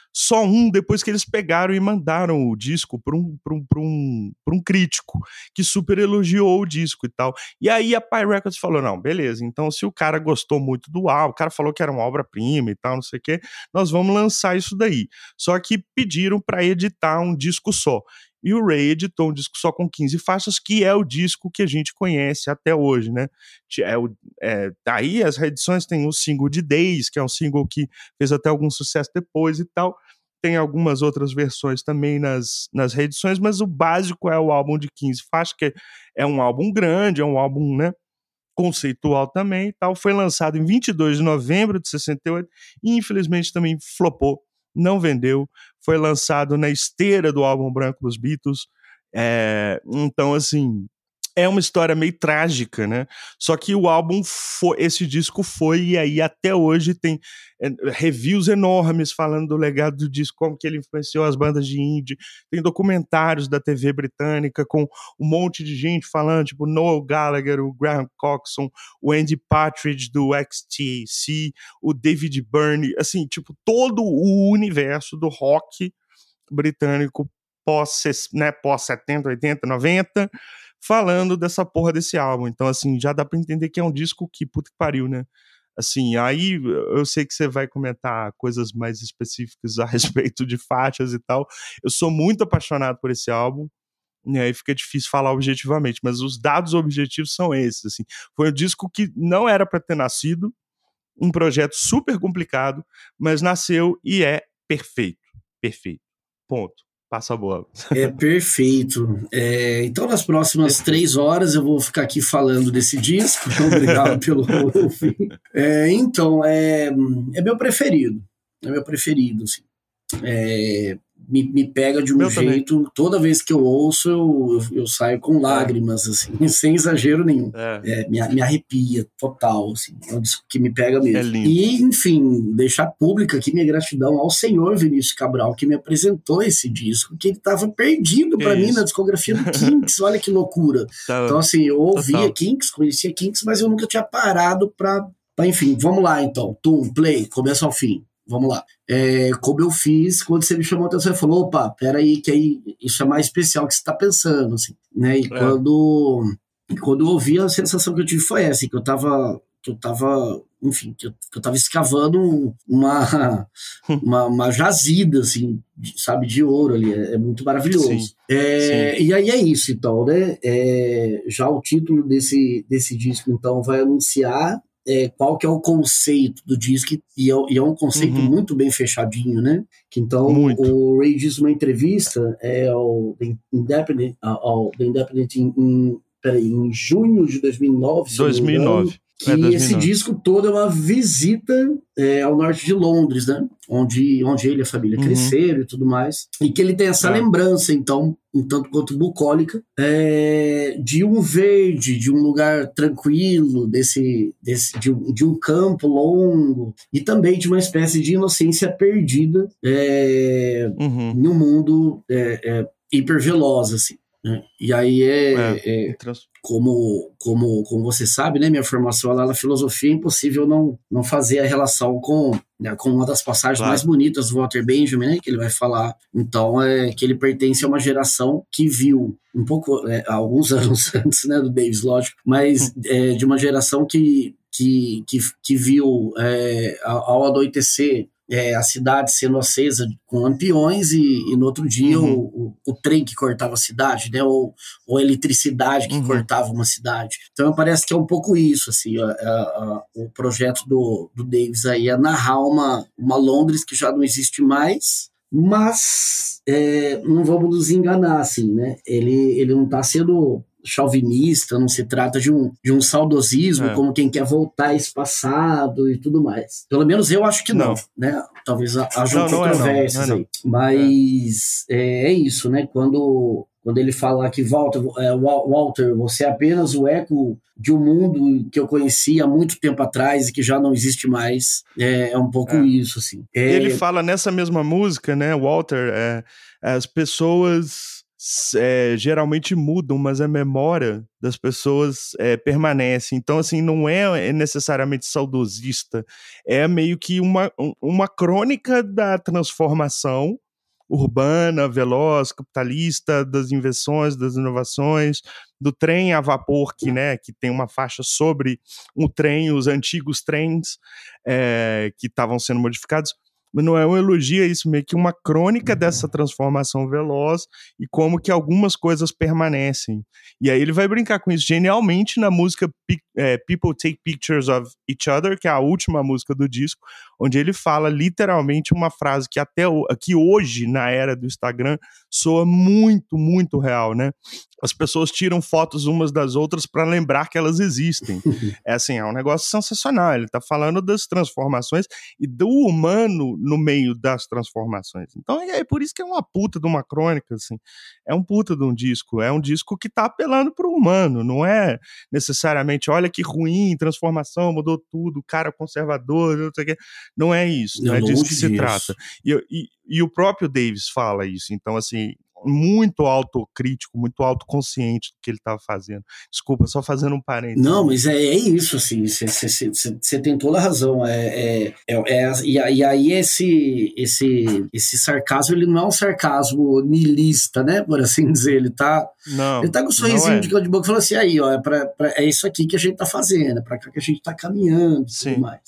só um depois que eles pegaram e mandaram o disco para um, pra um, pra um, pra um crítico que super elogiou o disco e tal. E aí a Pye Records falou, não, beleza, então se o cara gostou muito do álbum, o cara falou que era uma obra-prima e tal, não sei o quê, nós vamos lançar isso daí. Só que pediram para editar um disco só. E o Ray editou um disco só com quinze faixas, que é o disco que a gente conhece até hoje, né? É o, é, aí as reedições tem o single de Days, que é um single que fez até algum sucesso depois e tal. Tem algumas outras versões também nas, nas reedições, mas o básico é o álbum de quinze faixas, que é um álbum grande, é um álbum, né, conceitual também e tal. Foi lançado em vinte e dois de novembro de sessenta e oito e infelizmente também flopou. Não vendeu, foi lançado na esteira do álbum branco dos Beatles, é, então assim, é uma história meio trágica, né, só que o álbum foi, esse disco foi, e aí até hoje tem é, reviews enormes falando do legado do disco, como que ele influenciou as bandas de indie, tem documentários da T V britânica com um monte de gente falando, tipo Noel Gallagher, o Graham Coxon, o Andy Partridge do X T C, o David Byrne, assim, tipo, todo o universo do rock britânico pós, né, pós setenta, oitenta, noventa, falando dessa porra desse álbum. Então, assim, já dá pra entender que é um disco que, puta que pariu, né? Assim, aí eu sei que você vai comentar coisas mais específicas a respeito de faixas e tal. Eu sou muito apaixonado por esse álbum, e aí fica difícil falar objetivamente, mas os dados objetivos são esses, assim. Foi um disco que não era pra ter nascido, um projeto super complicado, mas nasceu e é perfeito. Perfeito. Ponto. Passa a bola. É perfeito. É, então, nas próximas perfeito. três horas eu vou ficar aqui falando desse disco. Obrigado pelo ouvir. É, então, é, é meu preferido. É meu preferido, assim. É, me, me pega de um meu jeito, também. Toda vez que eu ouço, eu, eu, eu saio com lágrimas, é. assim, sem exagero nenhum. É. É, me, me arrepia total, assim, é um disco que me pega mesmo. É lindo. E, enfim, deixar pública aqui minha gratidão ao senhor Vinícius Cabral, que me apresentou esse disco, que ele estava perdido para mim na discografia do Kinks, olha que loucura. Tá. Então, assim, eu ouvia Kinks, conhecia Kinks, mas eu nunca tinha parado para, enfim, vamos lá então, Tum, play, começo ao fim. Vamos lá. É, como eu fiz, quando você me chamou a atenção, você falou, opa, peraí, que aí isso é mais especial que você está pensando, assim, né? E é. quando, e quando eu ouvi, a sensação que eu tive foi essa, que eu tava, que eu tava, enfim, que eu, que eu tava escavando uma, uma, uma jazida, assim, de, sabe, de ouro ali, é, é muito maravilhoso. Sim. É, Sim. E aí é isso, então, né? É, já o título desse, desse disco, então, vai anunciar É, qual que é o conceito do disco, e é, e é um conceito uhum. muito bem fechadinho, né? Que então muito. O Ray diz numa entrevista é, ao The Independent, ao The Independent em, em, peraí, em junho de dois mil e nove, dois mil e nove. Que é, dois mil e nove. Esse disco todo é uma visita é, ao norte de Londres, né? Onde, onde ele e a família uhum. cresceram e tudo mais. E que ele tem essa é. lembrança, então, um tanto quanto bucólica, é, de um verde, de um lugar tranquilo, desse, desse, de, um, de um campo longo, e também de uma espécie de inocência perdida é, uhum. em um mundo é, é, hiperveloz, assim. Né? E aí é, é, é como, como, como você sabe, né, minha formação lá na filosofia, é impossível não, não fazer a relação com, né, com uma das passagens claro. mais bonitas do Walter Benjamin, né, que ele vai falar, então, é que ele pertence a uma geração que viu um pouco, é, alguns anos antes, né, do Davis, lógico, mas hum. é, de uma geração que, que, que, que viu é, ao anoitecer É, a cidade sendo acesa com lampiões e, e no outro dia uhum. o, o, o trem que cortava a cidade, né? ou, ou a eletricidade que uhum. cortava uma cidade. Então parece que é um pouco isso, assim, a, a, a, o projeto do, do Davis aí é narrar uma, uma Londres que já não existe mais, mas é, não vamos nos enganar, assim, né? Ele, ele não está sendo chauvinista, não se trata de um, de um saudosismo, é. como quem quer voltar a esse passado e tudo mais. Pelo menos eu acho que não, não né? Talvez haja controvérsias aí. Mas é. É, é isso, né? Quando, quando ele fala que Walter, é, Walter, você é apenas o eco de um mundo que eu conheci há muito tempo atrás e que já não existe mais, é, é um pouco é. isso, assim. É... Ele fala nessa mesma música, né, Walter, é, as pessoas... é, geralmente mudam, mas a memória das pessoas é, permanece. Então, assim, não é necessariamente saudosista, é meio que uma, uma crônica da transformação urbana, veloz, capitalista, das invenções, das inovações, do trem a vapor, que, né, que tem uma faixa sobre o trem, os antigos trens é, que estavam sendo modificados. Mas não é um elogio, é isso, meio que uma crônica dessa transformação veloz e como que algumas coisas permanecem. E aí ele vai brincar com isso genialmente na música é, People Take Pictures of Each Other, que é a última música do disco, onde ele fala literalmente uma frase que até aqui hoje, na era do Instagram, soa muito, muito real, né? As pessoas tiram fotos umas das outras para lembrar que elas existem. É assim, é um negócio sensacional. Ele tá falando das transformações e do humano no meio das transformações. Então é por isso que é uma puta de uma crônica, assim. É um puta de um disco. É um disco que tá apelando pro humano. Não é necessariamente, olha que ruim, transformação, mudou tudo, cara conservador, não sei o quê. Não é isso. Não é disso que se trata. E, e, e o próprio Davis fala isso. Então, assim, muito autocrítico, muito autoconsciente do que ele estava fazendo. Desculpa, só fazendo um parênteses. Não, mas é, é isso, assim, você tem toda a razão. É, é, é, é, e aí esse, esse, esse sarcasmo, ele não é um sarcasmo niilista, né, por assim dizer, ele tá, não, ele tá com um sorrisinho é. de canto de boca falando assim, aí, ó, é, pra, pra, é isso aqui que a gente tá fazendo, é pra cá que a gente tá caminhando e tudo mais.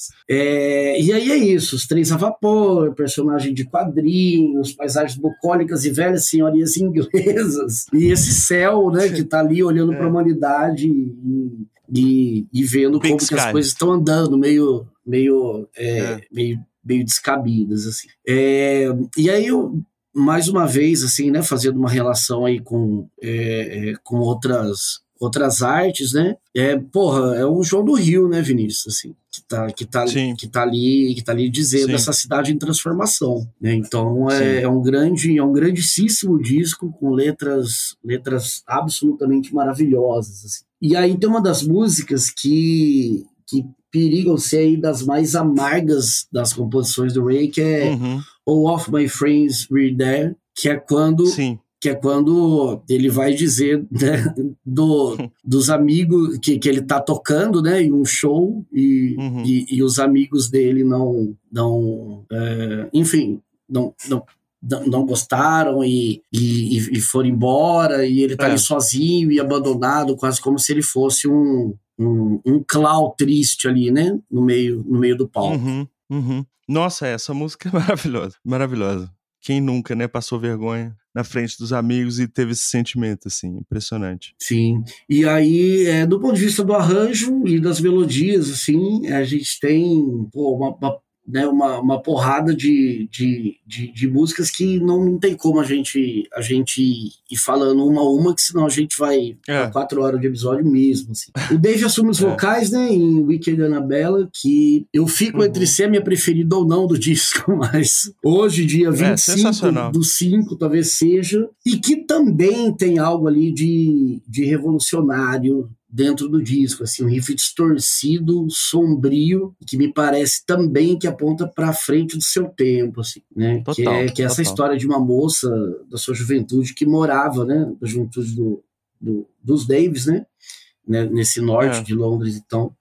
É, e aí é isso, os trens a vapor, personagem de quadrinhos, paisagens bucólicas e velhas senhorias inglesas, e esse céu, né, que tá ali olhando é. para a humanidade e, e, e vendo Big como Sky. Que as coisas estão andando, meio, meio, é, é. meio, meio descabidas, assim. É, e aí eu, mais uma vez, assim, né, fazendo uma relação aí com, é, com outras... outras artes, né? É, porra, é o João do Rio, né, Vinícius, assim, que tá, que tá, que tá ali, que tá ali dizendo Sim. essa cidade em transformação, né? Então é, é um grande, é um grandíssimo disco com letras, letras absolutamente maravilhosas, assim. E aí tem uma das músicas que, que perigam ser aí das mais amargas das composições do Ray, que é uhum. All of My Friends Were There, que é quando Sim. que é quando ele vai dizer, né, do, dos amigos que, que ele tá tocando, né, em um show e, uhum. e, e os amigos dele não, não é, enfim, não, não, não gostaram e, e, e foram embora e ele tá é. ali sozinho e abandonado, quase como se ele fosse um, um, um clown triste ali, né, no meio, no meio do palco. Uhum. Uhum. Nossa, essa música é maravilhosa, maravilhosa. Quem nunca, né, passou vergonha na frente dos amigos e teve esse sentimento, assim, impressionante. Sim, e aí, é, do ponto de vista do arranjo e das melodias, assim, a gente tem pô, uma, uma, né, uma, uma porrada de, de, de, de músicas que não, não tem como a gente, a gente ir falando uma a uma, que senão a gente vai é. a quatro horas de episódio mesmo, assim. O Dave assume os vocais, é. né, em Wicked Annabella, que eu fico uhum. entre ser a minha preferida ou não do disco, mas hoje, dia vinte e cinco é, do cinco, talvez seja, e que também tem algo ali de, de revolucionário dentro do disco, assim, um riff distorcido, sombrio, que me parece também que aponta para frente do seu tempo, assim, né? Total, que é, que é essa história de uma moça da sua juventude que morava, né, da juventude do, do, dos Davis, né, né, nesse norte é. de Londres, então,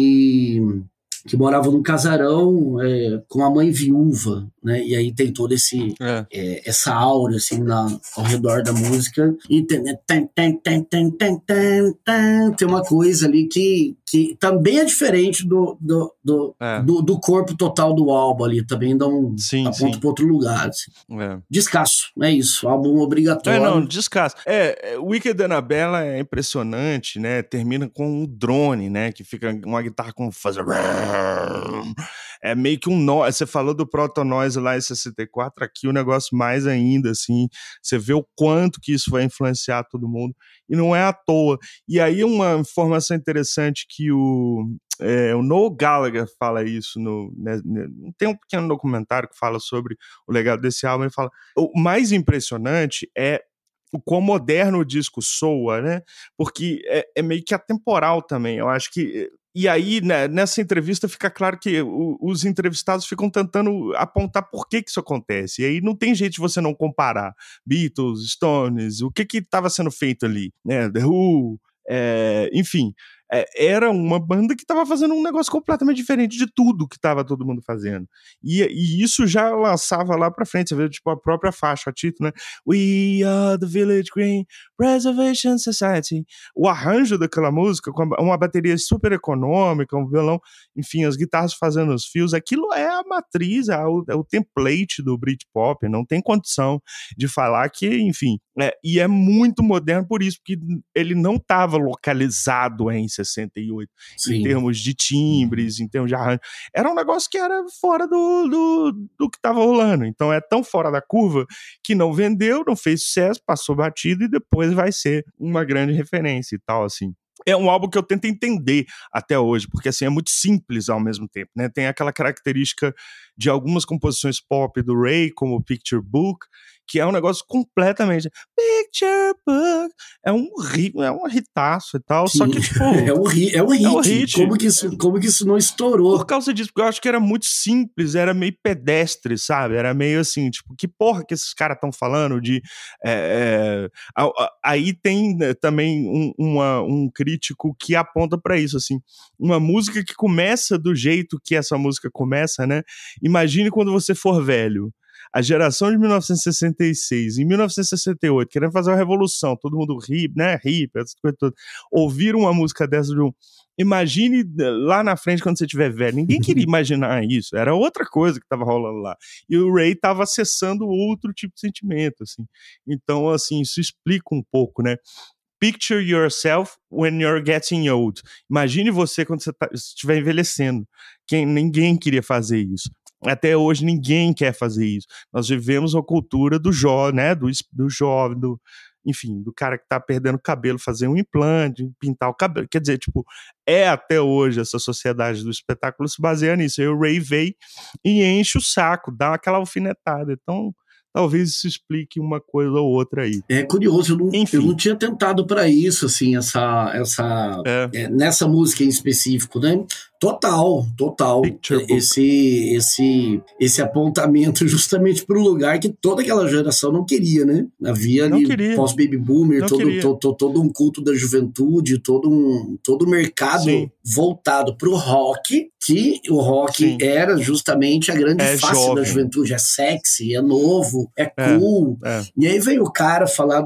que que morava num casarão é, com a mãe viúva, né? E aí tem todo esse é. É, essa aura assim na, ao redor da música e tem, tem, tem, tem, tem, tem, tem, tem uma coisa ali que, que também é diferente do, do, do, é. do, do corpo total do álbum ali, também dá um sim, aponta para outro lugar. Assim. É. Descasso, é isso, álbum obrigatório. É, não, descasso. É, Wicked Annabella é impressionante, né? Termina com um drone, né? Que fica uma guitarra com fazer é meio que um nó. Você falou do Proto Noise lá em sessenta e quatro, aqui o negócio mais ainda, assim, você vê o quanto que isso vai influenciar todo mundo, e não é à toa. E aí uma informação interessante que o, é, o Noel Gallagher fala isso, no, né, tem um pequeno documentário que fala sobre o legado desse álbum, ele fala, o mais impressionante é o quão moderno o disco soa, né? Porque é, é meio que atemporal também. Eu acho que E aí, né, nessa entrevista fica claro que o, os entrevistados ficam tentando apontar por que que isso acontece. E aí não tem jeito de você não comparar Beatles, Stones, o que que estava sendo feito ali, né? The Who, é, enfim... É, era uma banda que estava fazendo um negócio completamente diferente de tudo que estava todo mundo fazendo. E, e isso já lançava lá pra frente, você vê, tipo, a própria faixa, a título, né? We are the Village Green Preservation Society. O arranjo daquela música, com uma bateria super econômica, um violão, enfim, as guitarras fazendo os fios, aquilo é a matriz, é o, é o template do Britpop, não tem condição de falar que, enfim, é, e é muito moderno por isso, porque ele não estava localizado em sessenta e oito, Sim. em termos de timbres, em termos de arranjo. Era um negócio que era fora do, do, do que estava rolando. Então é tão fora da curva que não vendeu, não fez sucesso, passou batido e depois vai ser uma grande referência e tal, assim. É um álbum que eu tento entender até hoje, porque assim, é muito simples ao mesmo tempo, né? Tem aquela característica de algumas composições pop do Ray, como o Picture Book, que é um negócio completamente Picture Book, é um ritmo, é um hitaço e tal, Sim. só que tipo... é, um ri, é um hit, é um hit. Como, que isso, como que isso não estourou? Por causa disso, porque eu acho que era muito simples, era meio pedestre, sabe? Era meio assim, tipo, que porra que esses caras estão falando de... É, é, aí tem também um, uma, um crítico que aponta pra isso, assim, uma música que começa do jeito que essa música começa, né? Imagine quando você for velho. A geração de mil novecentos e sessenta e seis, em mil novecentos e sessenta e oito, querendo fazer uma revolução, todo mundo hip, né, hip, essas coisas todas, ouvir uma música dessa de um... Imagine lá na frente quando você estiver velho. Ninguém queria imaginar isso, era outra coisa que estava rolando lá. E o Ray estava acessando outro tipo de sentimento, assim. Então, assim, isso explica um pouco, né? Picture yourself when you're getting old. Imagine você quando você tá, estiver envelhecendo. Quem, ninguém queria fazer isso. Até hoje ninguém quer fazer isso. Nós vivemos uma cultura do jovem, né? Do, do jovem, do, enfim, do cara que tá perdendo cabelo, fazer um implante, pintar o cabelo. Quer dizer, tipo, é até hoje essa sociedade do espetáculo se baseia nisso. Aí o Ray veio e enche o saco, dá aquela alfinetada. Então, talvez isso explique uma coisa ou outra aí. É curioso, eu não, eu não tinha tentado para isso, assim, essa, essa é. É, nessa música em específico, né? Total, total. Esse, esse, esse apontamento justamente para o lugar que toda aquela geração não queria, né? Havia ali pós-baby boomer, todo, todo, todo um culto da juventude, todo um todo mercado Sim. voltado para o rock, que o rock Sim. era justamente a grande é face jovem. da juventude. É sexy, é novo, é cool. É, é. E aí veio o cara falar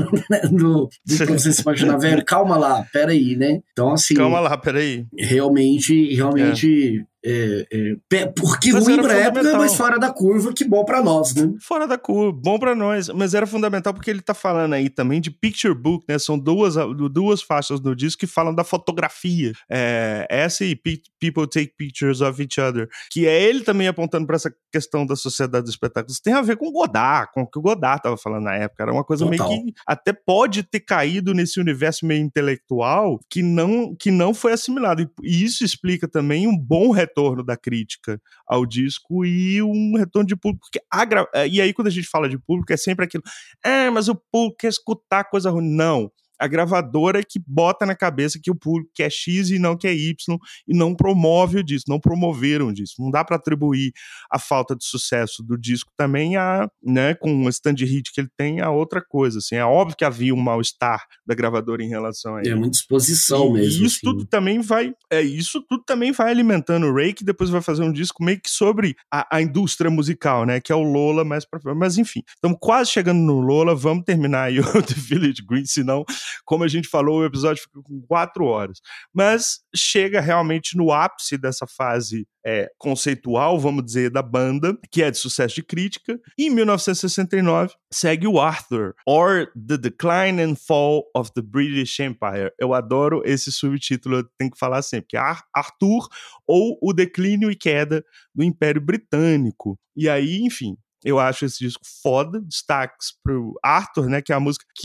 do, do pra você se imaginar, velho, calma lá, peraí, né? Então, assim... Calma lá, peraí. Realmente, realmente... É. É, é, porque mas ruim pra época, mas fora da curva, que bom pra nós, né? Fora da curva, bom pra nós, mas era fundamental porque ele tá falando aí também de Picture Book, né? São duas, duas faixas no disco que falam da fotografia. É, essa e People Take Pictures of Each Other, que é ele também apontando pra essa questão da sociedade dos espetáculos. Tem a ver com o Godard, com o que o Godard tava falando na época. Era uma coisa Total. meio que até pode ter caído nesse universo meio intelectual que não, que não foi assimilado. E isso explica também um bom retorno retorno da crítica ao disco e um retorno de público. Porque a gra... E aí, quando a gente fala de público, é sempre aquilo, ah, mas o público quer escutar coisa ruim. Não. A gravadora que bota na cabeça que o público quer X e não quer Y e não promove o disco, não promoveram o disco. Não dá para atribuir a falta de sucesso do disco também a, né, com o stand hit que ele tem, a outra coisa, assim. É óbvio que havia um mal-estar da gravadora em relação a ele. É muita exposição e, mesmo. E isso assim. tudo também vai, é, isso tudo também vai alimentando o Ray, que depois vai fazer um disco meio que sobre a, a indústria musical, né, que é o Lola mais pra frente. Mas enfim, estamos quase chegando no Lola, vamos terminar aí o The Village Green, senão, como a gente falou, o episódio fica com quatro horas. Mas chega realmente no ápice dessa fase é, conceitual, vamos dizer, da banda, que é de sucesso de crítica. E em mil novecentos e sessenta e nove segue o Arthur, or The Decline and Fall of the British Empire. Eu adoro esse subtítulo, eu tenho que falar sempre, que é Arthur ou O Declínio e Queda do Império Britânico. E aí, enfim, eu acho esse disco foda, destaques pro Arthur, né, que é a música que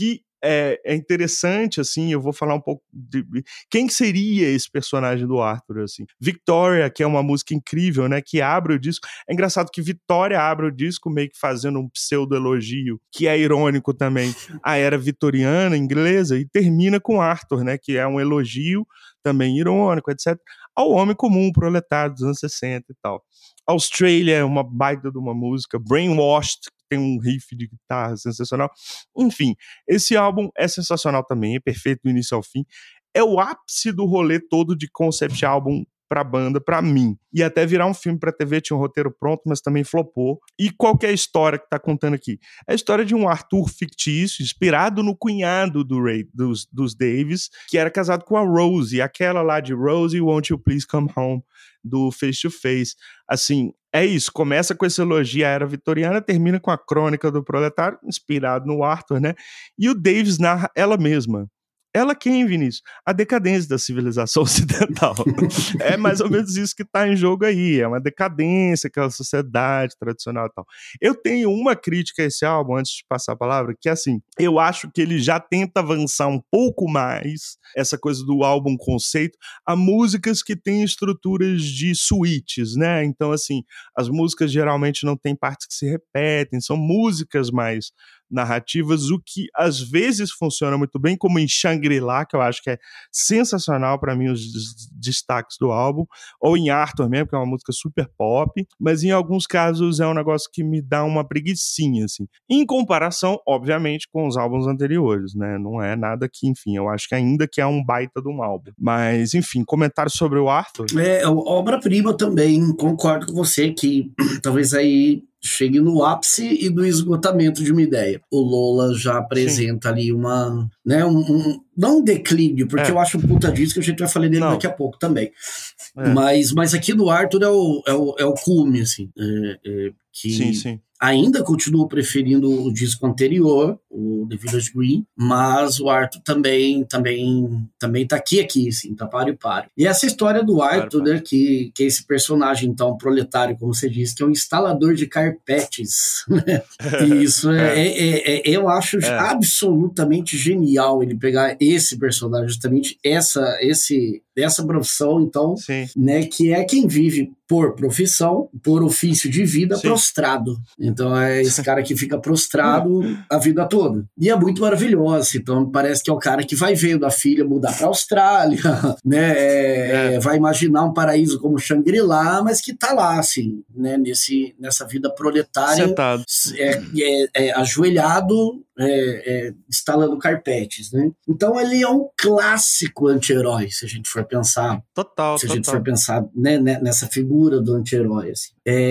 é, é interessante, assim, eu vou falar um pouco de quem seria esse personagem do Arthur, assim. Victoria, que é uma música incrível, né, que abre o disco. É engraçado que Victoria abre o disco meio que fazendo um pseudo-elogio, que é irônico também, à era vitoriana, inglesa, e termina com Arthur, né, que é um elogio também irônico, etcétera, ao homem comum, proletário dos anos sessenta e tal. Australia é uma baita de uma música, Brainwashed, tem um riff de guitarra sensacional. Enfim, esse álbum é sensacional também, é perfeito do início ao fim. É o ápice do rolê todo de concept album pra banda, pra mim. E até virar um filme pra T V, tinha um roteiro pronto, mas também flopou. E qual que é a história que tá contando aqui? É a história de um Arthur fictício, inspirado no cunhado do Ray, dos, dos Davis, que era casado com a Rosie, aquela lá de Rosie, Won't You Please Come Home, do Face to Face. Assim, é isso, começa com esse elogio à era vitoriana, termina com a crônica do proletário, inspirado no Arthur, né? E o Davis narra ela mesma. Ela quem, Vinícius? A decadência da civilização ocidental. É mais ou menos isso que está em jogo aí. É uma decadência, aquela sociedade tradicional e tal. Eu tenho uma crítica a esse álbum, antes de passar a palavra, que é assim, eu acho que ele já tenta avançar um pouco mais essa coisa do álbum conceito a músicas que têm estruturas de suítes, né? Então, assim, as músicas geralmente não têm partes que se repetem, são músicas mais narrativas, o que às vezes funciona muito bem, como em Shangri-La, que eu acho que é sensacional para mim, os destaques do álbum, ou em Arthur mesmo, que é uma música super pop, mas em alguns casos é um negócio que me dá uma preguicinha, assim. Em comparação, obviamente, com os álbuns anteriores, né? Não é nada que, enfim, eu acho que ainda que é um baita de um álbum. Mas, enfim, comentário sobre o Arthur? É, obra-prima também, concordo com você que talvez aí chegue no ápice e do esgotamento de uma ideia. O Lola já apresenta Sim. ali uma, né, um, um, não um declínio, porque é. eu acho um puta disco que a gente vai falar dele não. daqui a pouco também. É. Mas, mas aqui no Arthur é o, é o, é o cume, assim, é, é, que sim, sim. ainda continuo preferindo o disco anterior, o The Village Green, mas o Arthur também também também tá aqui, aqui, assim, tá páreo e páreo. E essa história do Arthur, páreo, né, que, que é esse personagem, então, proletário, como você disse, que é um instalador de carpetes, né? E isso é, é. É, é, eu acho é. absolutamente genial ele pegar esse personagem, justamente essa, esse, essa profissão, então, Sim. né, que é quem vive por profissão, por ofício de vida, Sim. prostrado. Então é esse cara que fica prostrado a vida toda. E é muito maravilhoso. Então parece que é o cara que vai vendo a filha mudar pra Austrália, né? É, é. Vai imaginar um paraíso como Shangri-La, mas que tá lá, assim, né? Nesse, nessa vida proletária. Sentado. É, é, é, ajoelhado, É, é, instalando carpetes, né? Então ele é um clássico anti-herói, se a gente for pensar. Total, Se a total. gente for pensar, né, nessa figura do anti-herói, assim.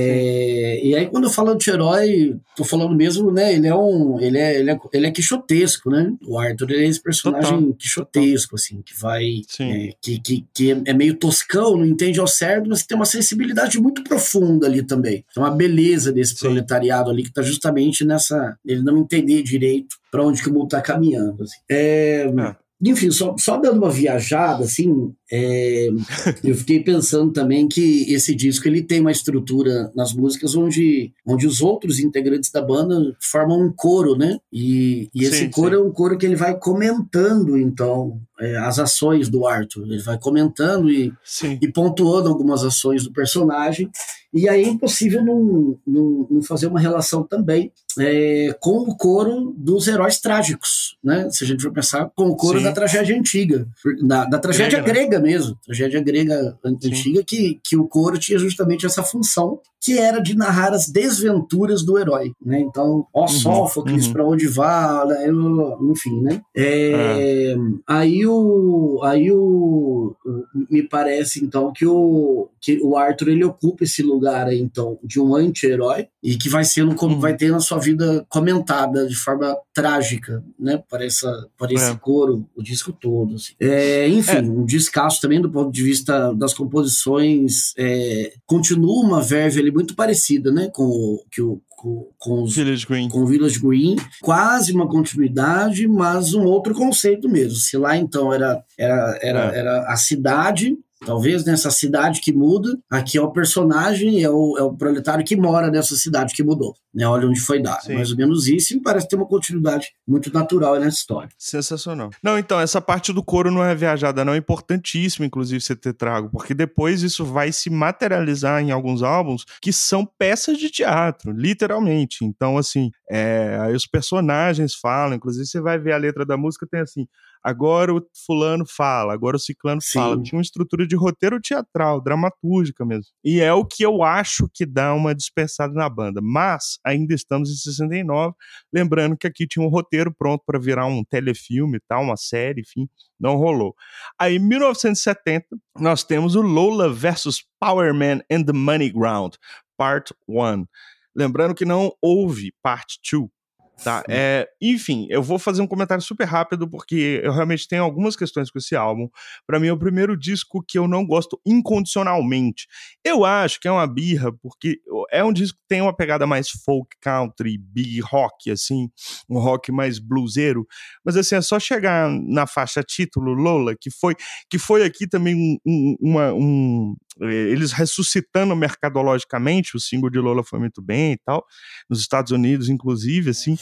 É, e aí quando eu falo anti-herói, tô falando mesmo, né? Ele é um, ele é, ele é, ele é quixotesco, né? O Arthur ele é esse personagem total, quixotesco, total. assim, que vai, é, que, que, que é meio toscão, não entende ao certo, mas tem uma sensibilidade muito profunda ali também. Então a beleza desse Sim. proletariado ali que tá justamente nessa, ele não entender direito para onde que o mundo está caminhando. Assim. É, ah. Enfim, só, só dando uma viajada, assim, é, eu fiquei pensando também que esse disco ele tem uma estrutura nas músicas onde, onde os outros integrantes da banda formam um coro, né? E, e esse sim, coro sim. é um coro que ele vai comentando, então, é, as ações do Arthur. Ele vai comentando e, e pontuando algumas ações do personagem. E aí é impossível não, não, não fazer uma relação também é, com o coro dos heróis trágicos, né? Se a gente for pensar com o coro Sim. da tragédia antiga, da, da tragédia grega, grega né? mesmo, tragédia grega antiga, que, que o coro tinha justamente essa função, que era de narrar as desventuras do herói, né? Então, ó, uhum, Sófocles, uhum. pra onde vá, enfim, né? É, ah. Aí, o, aí o, me parece, então, que o, que o Arthur, ele ocupa esse lugar aí, então, de um anti-herói, e que vai sendo como uhum. vai ter na sua vida comentada de forma trágica, né? Para, essa, para esse é. coro, o disco todo. Assim. É, enfim, é. um descasso também do ponto de vista das composições. É, continua uma verve ali muito parecida, né? Com o que o Com, com, os, Village Green. com o Village Green, quase uma continuidade, mas um outro conceito mesmo. Se lá então era, era, era, é. era a cidade, talvez nessa cidade que muda, aqui é o personagem, é o, é o proletário que mora nessa cidade que mudou, né? Olha onde foi dar. É mais ou menos isso, e parece ter uma continuidade muito natural nessa história. Sensacional. Não, então, essa parte do coro não é viajada, não. É importantíssimo, inclusive, você ter trago, porque depois isso vai se materializar em alguns álbuns que são peças de teatro, literalmente. Então, assim, é, aí os personagens falam, inclusive você vai ver a letra da música, tem assim, agora o fulano fala, agora o ciclano Sim. fala. Tinha uma estrutura de roteiro teatral, dramatúrgica mesmo. E é o que eu acho que dá uma dispersada na banda. Mas ainda estamos em sessenta e nove, lembrando que aqui tinha um roteiro pronto para virar um telefilme e tal, uma série, enfim, não rolou. Aí, em mil novecentos e setenta, nós temos o Lola versus Power Man and the Money Ground, Part um. Lembrando que não houve Part dois. Tá, é, enfim, eu vou fazer um comentário super rápido porque eu realmente tenho algumas questões com esse álbum. Pra mim é o primeiro disco que eu não gosto incondicionalmente. Eu acho que é uma birra porque é um disco que tem uma pegada mais folk, country, big rock, assim, um rock mais bluseiro, mas assim, é só chegar na faixa título Lola, que foi, que foi aqui também um, um, uma, um eles ressuscitando mercadologicamente, o single de Lola foi muito bem e tal, nos Estados Unidos, inclusive, assim,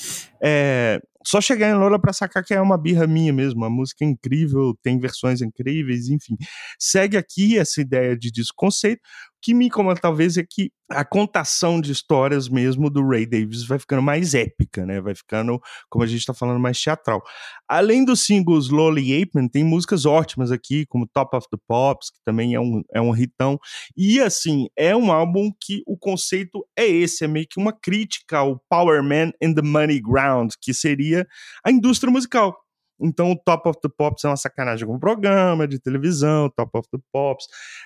é, só chegar em Lola pra sacar que é uma birra minha mesmo, a música é incrível, tem versões incríveis, enfim, segue aqui essa ideia de desconceito. O que me incomoda talvez é que a contação de histórias mesmo do Ray Davies vai ficando mais épica, né? Vai ficando, como a gente tá falando, mais teatral. Além dos singles Lola e Ape Man, tem músicas ótimas aqui, como Top of the Pops, que também é um, é um hitão. E, assim, é um álbum que o conceito é esse, é meio que uma crítica ao Power Man and the Money Ground, que seria a indústria musical. Então o Top of the Pops é uma sacanagem com o programa de televisão, Top of the Pops,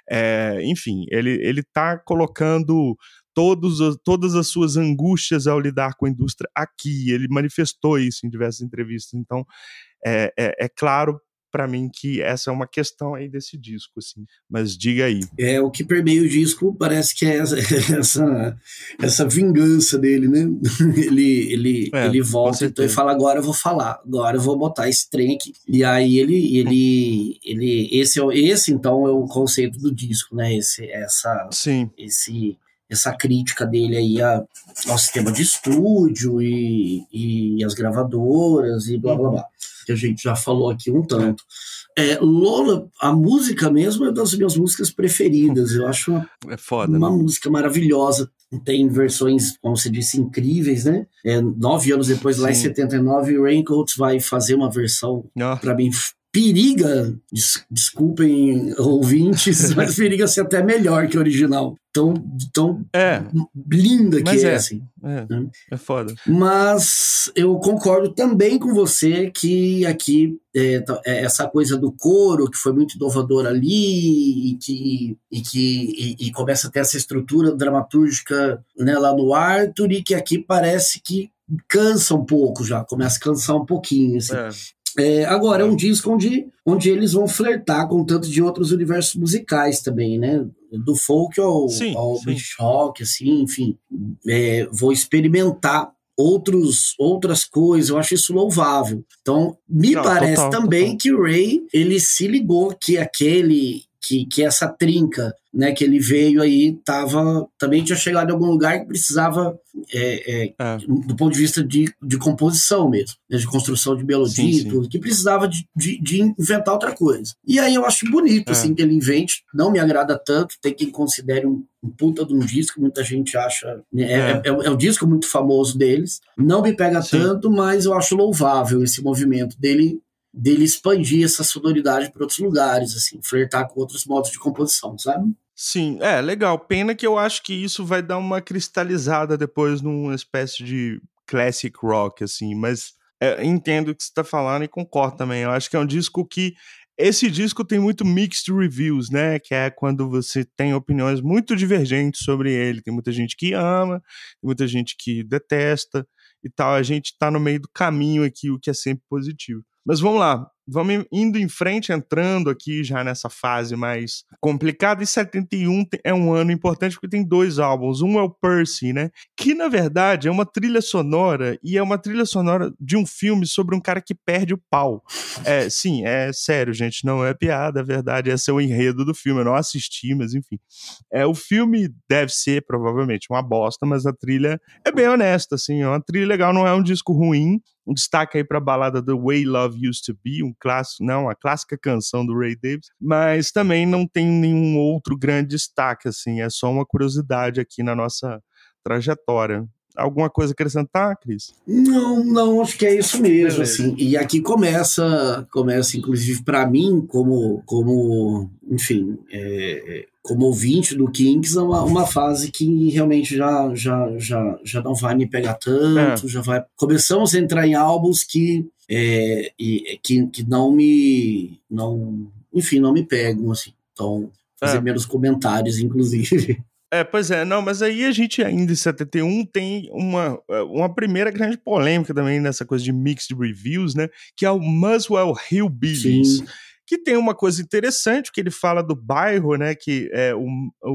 é, enfim, ele, ele tá colocando todos, todas as suas angústias ao lidar com a indústria aqui, ele manifestou isso em diversas entrevistas, então é, é, é claro pra mim que essa é uma questão aí desse disco, assim, mas diga aí. É, o que permeia o disco parece que é essa, essa, essa vingança dele, né? Ele, ele, é, ele volta então, e fala, agora eu vou falar, agora eu vou botar esse trem aqui. E aí ele, ele, ele esse, é, esse então é o conceito do disco, né? Esse, essa, Sim. esse, essa crítica dele aí a, ao sistema de estúdio e, e as gravadoras e blá blá blá, que a gente já falou aqui um tanto. É, Lola, a música mesmo é das minhas músicas preferidas. Eu acho uma, é foda, uma né? música maravilhosa. Tem versões, como você disse, incríveis, né? É, nove anos depois, Sim. lá em setenta e nove, o Raincoats vai fazer uma versão, oh. pra mim, periga, des, desculpem ouvintes, mas periga ser até melhor que o original. Tão, tão é. linda que é, é, assim. É, né? é foda. Mas eu concordo também com você que aqui é, essa coisa do coro, que foi muito inovadora ali, e que, e que e, e começa a ter essa estrutura dramatúrgica, né, lá no Arthur, e que aqui parece que cansa um pouco já, começa a cansar um pouquinho, assim. É. É, agora, é um disco onde, onde eles vão flertar com tanto de outros universos musicais também, né? Do folk ao, sim, ao sim. British rock, assim, enfim. É, vou experimentar outros, outras coisas, eu acho isso louvável. Então, me Não, parece total, também total. que o Ray, ele se ligou que aquele... Que, que essa trinca, né, que ele veio aí, tava, também tinha chegado em algum lugar que precisava, é, é, é. do ponto de vista de, de composição mesmo, né, de construção de melodia sim, e tudo, sim. que precisava de, de, de inventar outra coisa. E aí eu acho bonito, é. assim, que ele invente, não me agrada tanto, tem quem considere um, um puta de um disco, muita gente acha, né, é. É, é, é um disco muito famoso deles, não me pega sim. tanto, mas eu acho louvável esse movimento dele, dele expandir essa sonoridade para outros lugares, assim, flertar com outros modos de composição, sabe? Sim, é, legal. Pena que eu acho que isso vai dar uma cristalizada depois numa espécie de classic rock, assim, mas é, entendo o que você tá falando e concordo também. Eu acho que é um disco que... Esse disco tem muito mixed reviews, né? Que é quando você tem opiniões muito divergentes sobre ele. Tem muita gente que ama, tem muita gente que detesta e tal. A gente tá no meio do caminho aqui, o que é sempre positivo. Mas vamos lá. vamos indo em frente, entrando aqui já nessa fase mais complicada, e setenta e um é um ano importante porque tem dois álbuns, um é o Percy, né, que na verdade é uma trilha sonora, e é uma trilha sonora de um filme sobre um cara que perde o pau. É, sim, é sério, gente, não é piada, é verdade, esse é o enredo do filme, eu não assisti, mas enfim. É, o filme deve ser, provavelmente, uma bosta, mas a trilha é bem honesta, assim, é uma trilha legal, não é um disco ruim. Um destaque aí para a balada The Way Love Used to Be, um clássico, não, a clássica canção do Ray Davies, mas também não tem nenhum outro grande destaque, assim, é só uma curiosidade aqui na nossa trajetória. Alguma coisa a acrescentar, Cris? Não, não, acho que é isso mesmo, Beleza. assim. E aqui começa, começa inclusive para mim, como, como, enfim, é, como ouvinte do Kinks, uma, uma fase que realmente já, já, já, já não vai me pegar tanto, é. já vai. Começamos a entrar em álbuns que, é, e, que, que não me, não, enfim, não me pegam, assim. Então, fazer é. menos comentários, inclusive. É, pois é, não, mas aí a gente ainda em setenta e um tem uma, uma primeira grande polêmica também nessa coisa de mixed reviews, né, que é o Muswell Hillbillies, Sim. que tem uma coisa interessante, que ele fala do bairro, né, que é o,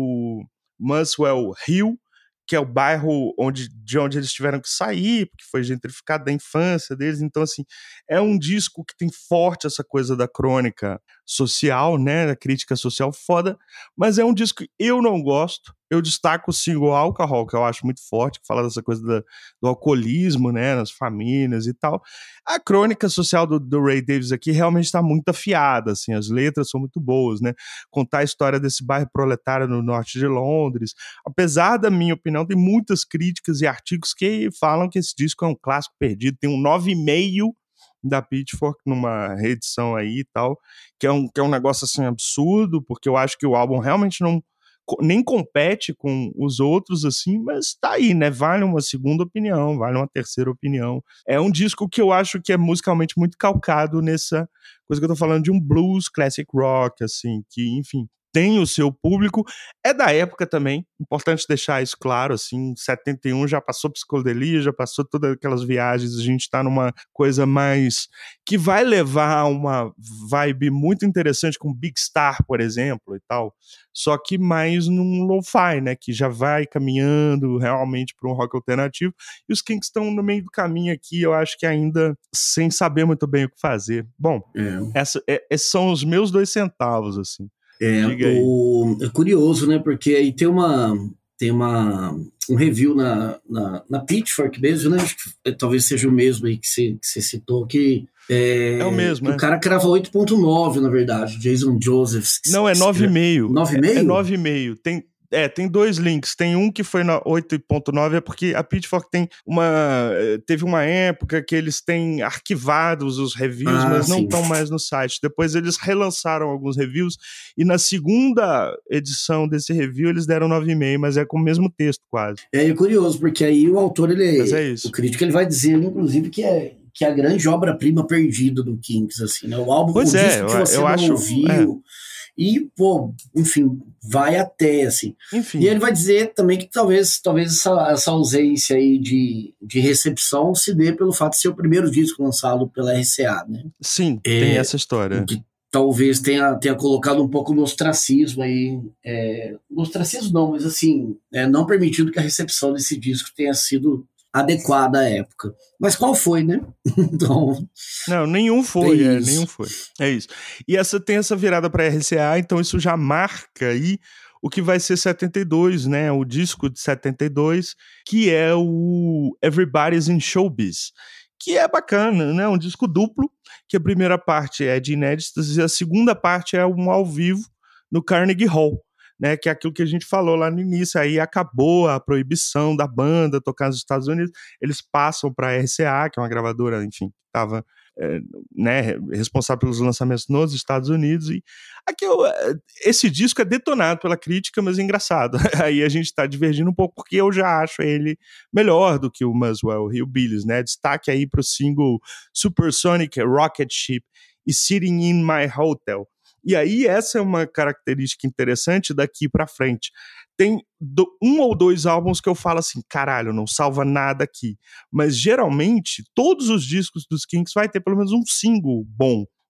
o Muswell Hill, que é o bairro onde, de onde eles tiveram que sair, porque foi gentrificado da infância deles, então assim, é um disco que tem forte essa coisa da crônica social, né, da crítica social foda, mas é um disco que eu não gosto. Eu destaco o single Alcohol, que eu acho muito forte, que fala dessa coisa da, do alcoolismo, né, nas famílias e tal. A crônica social do, do Ray Davies aqui realmente está muito afiada, assim, as letras são muito boas, né, contar a história desse bairro proletário no norte de Londres. Apesar da minha opinião, tem muitas críticas e artigos que falam que esse disco é um clássico perdido, tem um nove vírgula cinco da Pitchfork numa reedição aí e tal, que é um, que é um negócio assim absurdo, porque eu acho que o álbum realmente não nem compete com os outros, assim, mas tá aí, né, vale uma segunda opinião, vale uma terceira opinião. É um disco que eu acho que é musicalmente muito calcado nessa coisa que eu tô falando de um blues classic rock, assim, que, enfim, tem o seu público, é da época também, importante deixar isso claro, assim, setenta e um já passou psicodelia, já passou todas aquelas viagens, a gente tá numa coisa mais, que vai levar a uma vibe muito interessante com Big Star, por exemplo, e tal, só que mais num lo-fi, né, que já vai caminhando realmente para um rock alternativo, e os Kinks estão no meio do caminho aqui, eu acho que ainda sem saber muito bem o que fazer. Bom, é. Essa, é, esses são os meus dois centavos, assim. É, o, é curioso, né? Porque aí tem uma tem uma, um review na, na, na Pitchfork mesmo, né? Acho que talvez seja o mesmo aí que você, que você citou, que é, é o mesmo, que é. O cara crava oito ponto nove, na verdade, Jason Josephs. Não, é nove vírgula cinco. nove vírgula cinco? É, é nove vírgula cinco. Tem... É, tem dois links. Tem um que foi na oito ponto nove, é porque a Pitchfork tem uma... Teve uma época que eles têm arquivados os reviews, ah, mas não estão mais no site. Depois eles relançaram alguns reviews, e na segunda edição desse review eles deram nove vírgula cinco, mas é com o mesmo texto, quase. É, é curioso, porque aí o autor, ele... Mas é isso. O crítico, ele vai dizer, inclusive, que é... que é a grande obra-prima perdida do Kinks, assim, né? O álbum, pois o é, disco que você eu não acho, ouviu, é. E, pô, enfim, vai até, assim. Enfim. E ele vai dizer também que talvez, talvez essa, essa ausência aí de, de recepção se dê pelo fato de ser o primeiro disco lançado pela R C A, né? Sim, é, tem essa história. Que talvez tenha, tenha colocado um pouco no ostracismo aí. É, no ostracismo não, mas assim, é, não permitindo que a recepção desse disco tenha sido adequada à época. Mas qual foi, né? Então... Não, nenhum foi, é, nenhum foi. É isso. E essa tem essa virada para R C A, então isso já marca aí o que vai ser setenta e dois, né? O disco de setenta e dois, que é o Everybody's in Showbiz, que é bacana, né? Um disco duplo, que a primeira parte é de inéditas e a segunda parte é um ao vivo no Carnegie Hall, né, que é aquilo que a gente falou lá no início, aí acabou a proibição da banda tocar nos Estados Unidos, eles passam para a R C A, que é uma gravadora, enfim, que estava é, né, responsável pelos lançamentos nos Estados Unidos, e aqui eu, esse disco é detonado pela crítica, mas é engraçado, aí a gente está divergindo um pouco, porque eu já acho ele melhor do que o Muswell Hillbillies, né, destaque aí para o single Supersonic Rocket Ship e Sitting in My Hotel. E aí essa é uma característica interessante daqui pra frente. Tem do, um ou dois álbuns que eu falo assim, caralho, não salva nada aqui. Mas geralmente, todos os discos dos Kinks vai ter pelo menos um single bom,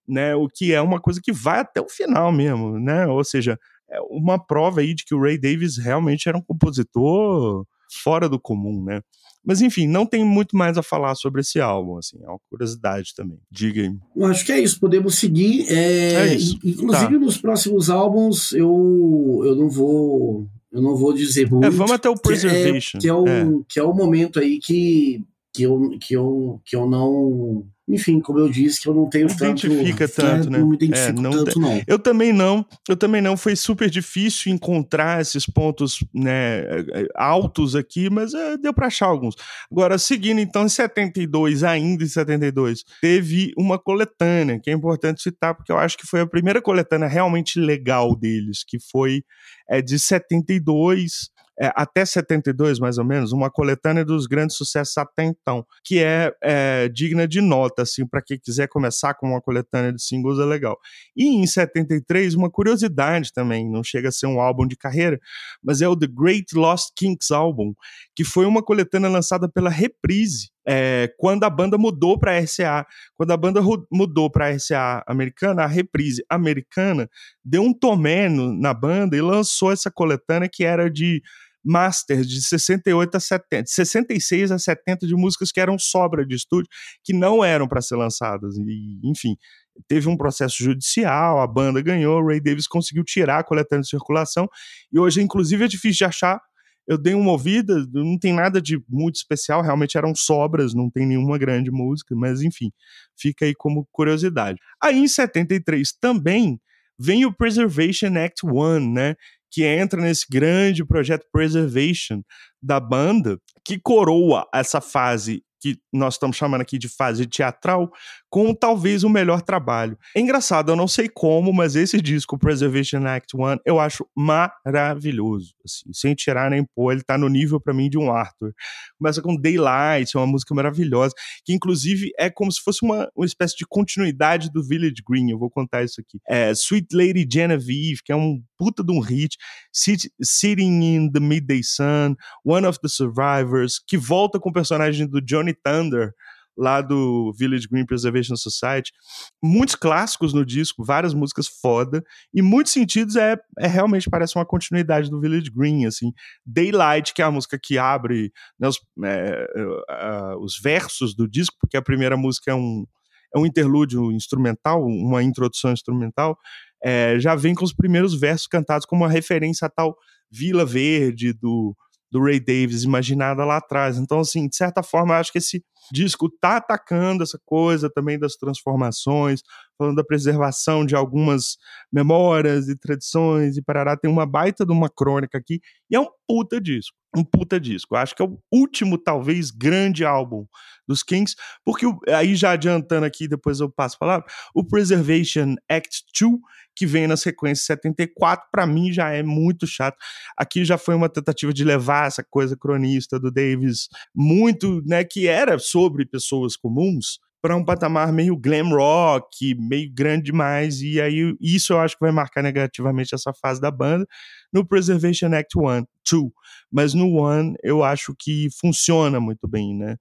né? O que é uma coisa que vai até o final mesmo, né? Ou seja, é uma prova aí de que o Ray Davies realmente era um compositor fora do comum, né? Mas enfim, não tem muito mais a falar sobre esse álbum, assim, é uma curiosidade também. Diga aí. Eu acho que é isso, podemos seguir. É, é isso. Inclusive, tá. Nos próximos álbuns, eu, eu não vou eu não vou dizer muito. É, vamos até o Preservation. Que é, que é, o, é. que é o momento aí que, que, eu, que, eu, que eu não... Enfim, como eu disse, que eu não tenho não tanto... Não identifica tanto, né? Não me identifico é, não tanto, tem. não. Eu também não. Eu também não. Foi super difícil encontrar esses pontos, né, altos aqui, mas é, deu pra achar alguns. Agora, seguindo, então, em setenta e dois, ainda em setenta e dois, teve uma coletânea, que é importante citar, porque eu acho que foi a primeira coletânea realmente legal deles, que foi é, de setenta e dois... É, até setenta e dois, mais ou menos, uma coletânea dos grandes sucessos até então, que é, é digna de nota, assim, para quem quiser começar com uma coletânea de singles é legal. E em setenta e três, uma curiosidade também, não chega a ser um álbum de carreira, mas é o The Great Lost Kings Album, que foi uma coletânea lançada pela Reprise, É, quando a banda mudou para a R C A. Quando a banda mudou para a R C A americana, a Reprise americana deu um tomé no, na banda e lançou essa coletânea que era de masters de sessenta e oito a setenta, sessenta e seis a setenta de músicas que eram sobra de estúdio, que não eram para ser lançadas. E, enfim, teve um processo judicial, a banda ganhou, o Ray Davies conseguiu tirar a coletânea de circulação e hoje, inclusive, é difícil de achar. Eu dei uma ouvida, não tem nada de muito especial, realmente eram sobras, não tem nenhuma grande música, mas enfim, fica aí como curiosidade. Aí em setenta e três também vem o Preservation Act um, né, que entra nesse grande projeto Preservation da banda, que coroa essa fase que nós estamos chamando aqui de fase teatral, com talvez o melhor trabalho. É engraçado, eu não sei como, mas esse disco, Preservation Act um, eu acho maravilhoso. Assim, sem tirar nem pôr, ele tá no nível para mim de um Arthur. Começa com Daylight, é uma música maravilhosa, que inclusive é como se fosse uma, uma espécie de continuidade do Village Green, eu vou contar isso aqui. É, Sweet Lady Genevieve, que é um puta de um hit, Sit, Sitting in the Midday Sun, One of the Survivors, que volta com o personagem do Johnny Thunder, lá do Village Green Preservation Society. Muitos clássicos no disco, várias músicas foda, e em muitos sentidos é, é realmente parece uma continuidade do Village Green, assim. Daylight, que é a música que abre, né, os, é, uh, uh, os versos do disco, porque a primeira música é um, é um interlúdio instrumental, uma introdução instrumental, é, já vem com os primeiros versos cantados como uma referência a tal Vila Verde do do Ray Davies, imaginada lá atrás. Então, assim, de certa forma, eu acho que esse disco tá atacando essa coisa também das transformações, falando da preservação de algumas memórias e tradições, e parará, tem uma baita de uma crônica aqui, e é um puta disco, um puta disco. Eu acho que é o último, talvez, grande álbum dos Kings, porque aí já adiantando aqui, depois eu passo a palavra, o Preservation Act dois, que vem na sequência setenta e quatro, para mim já é muito chato. Aqui já foi uma tentativa de levar essa coisa cronista do Davies, muito, né, que era sobre pessoas comuns, para um patamar meio glam rock, meio grande demais, e aí isso eu acho que vai marcar negativamente essa fase da banda no Preservation Act um, dois, mas no um eu acho que funciona muito bem, né?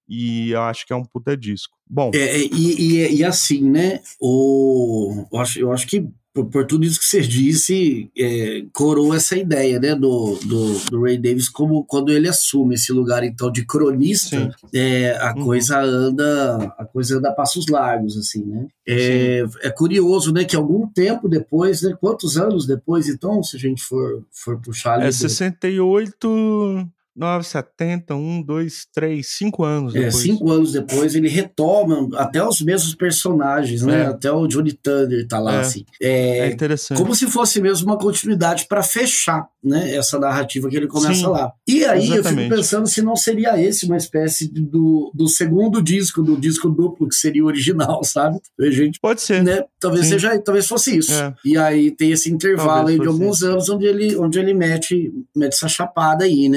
E eu acho que é um puta disco. Bom. É, e, e, e assim, né? O, eu, acho, eu acho que por, por tudo isso que você disse, é, coroa essa ideia, né? Do, do, do Ray Davies, como quando ele assume esse lugar, então, de cronista, é, a, uhum. coisa anda, a coisa anda a passos largos, assim, né? É, é curioso, né? Que algum tempo depois, né? Quantos anos depois, então, se a gente for, for puxar ali. É sessenta e oito. nove, setenta, um, dois, três, cinco anos depois. É, cinco anos depois ele retoma até os mesmos personagens, né? É. Até o Johnny Thunder tá lá, é. assim. É, é interessante. Como se fosse mesmo uma continuidade para fechar, né? Essa narrativa que ele começa Sim, lá. E aí exatamente. Eu fico pensando se não seria esse uma espécie de, do, do segundo disco, do disco duplo, que seria o original, sabe? A gente, Pode ser. Né? Talvez Sim. seja, talvez fosse isso. É. E aí tem esse intervalo aí de alguns isso. anos onde ele, onde ele mete, mete essa chapada aí, né? É,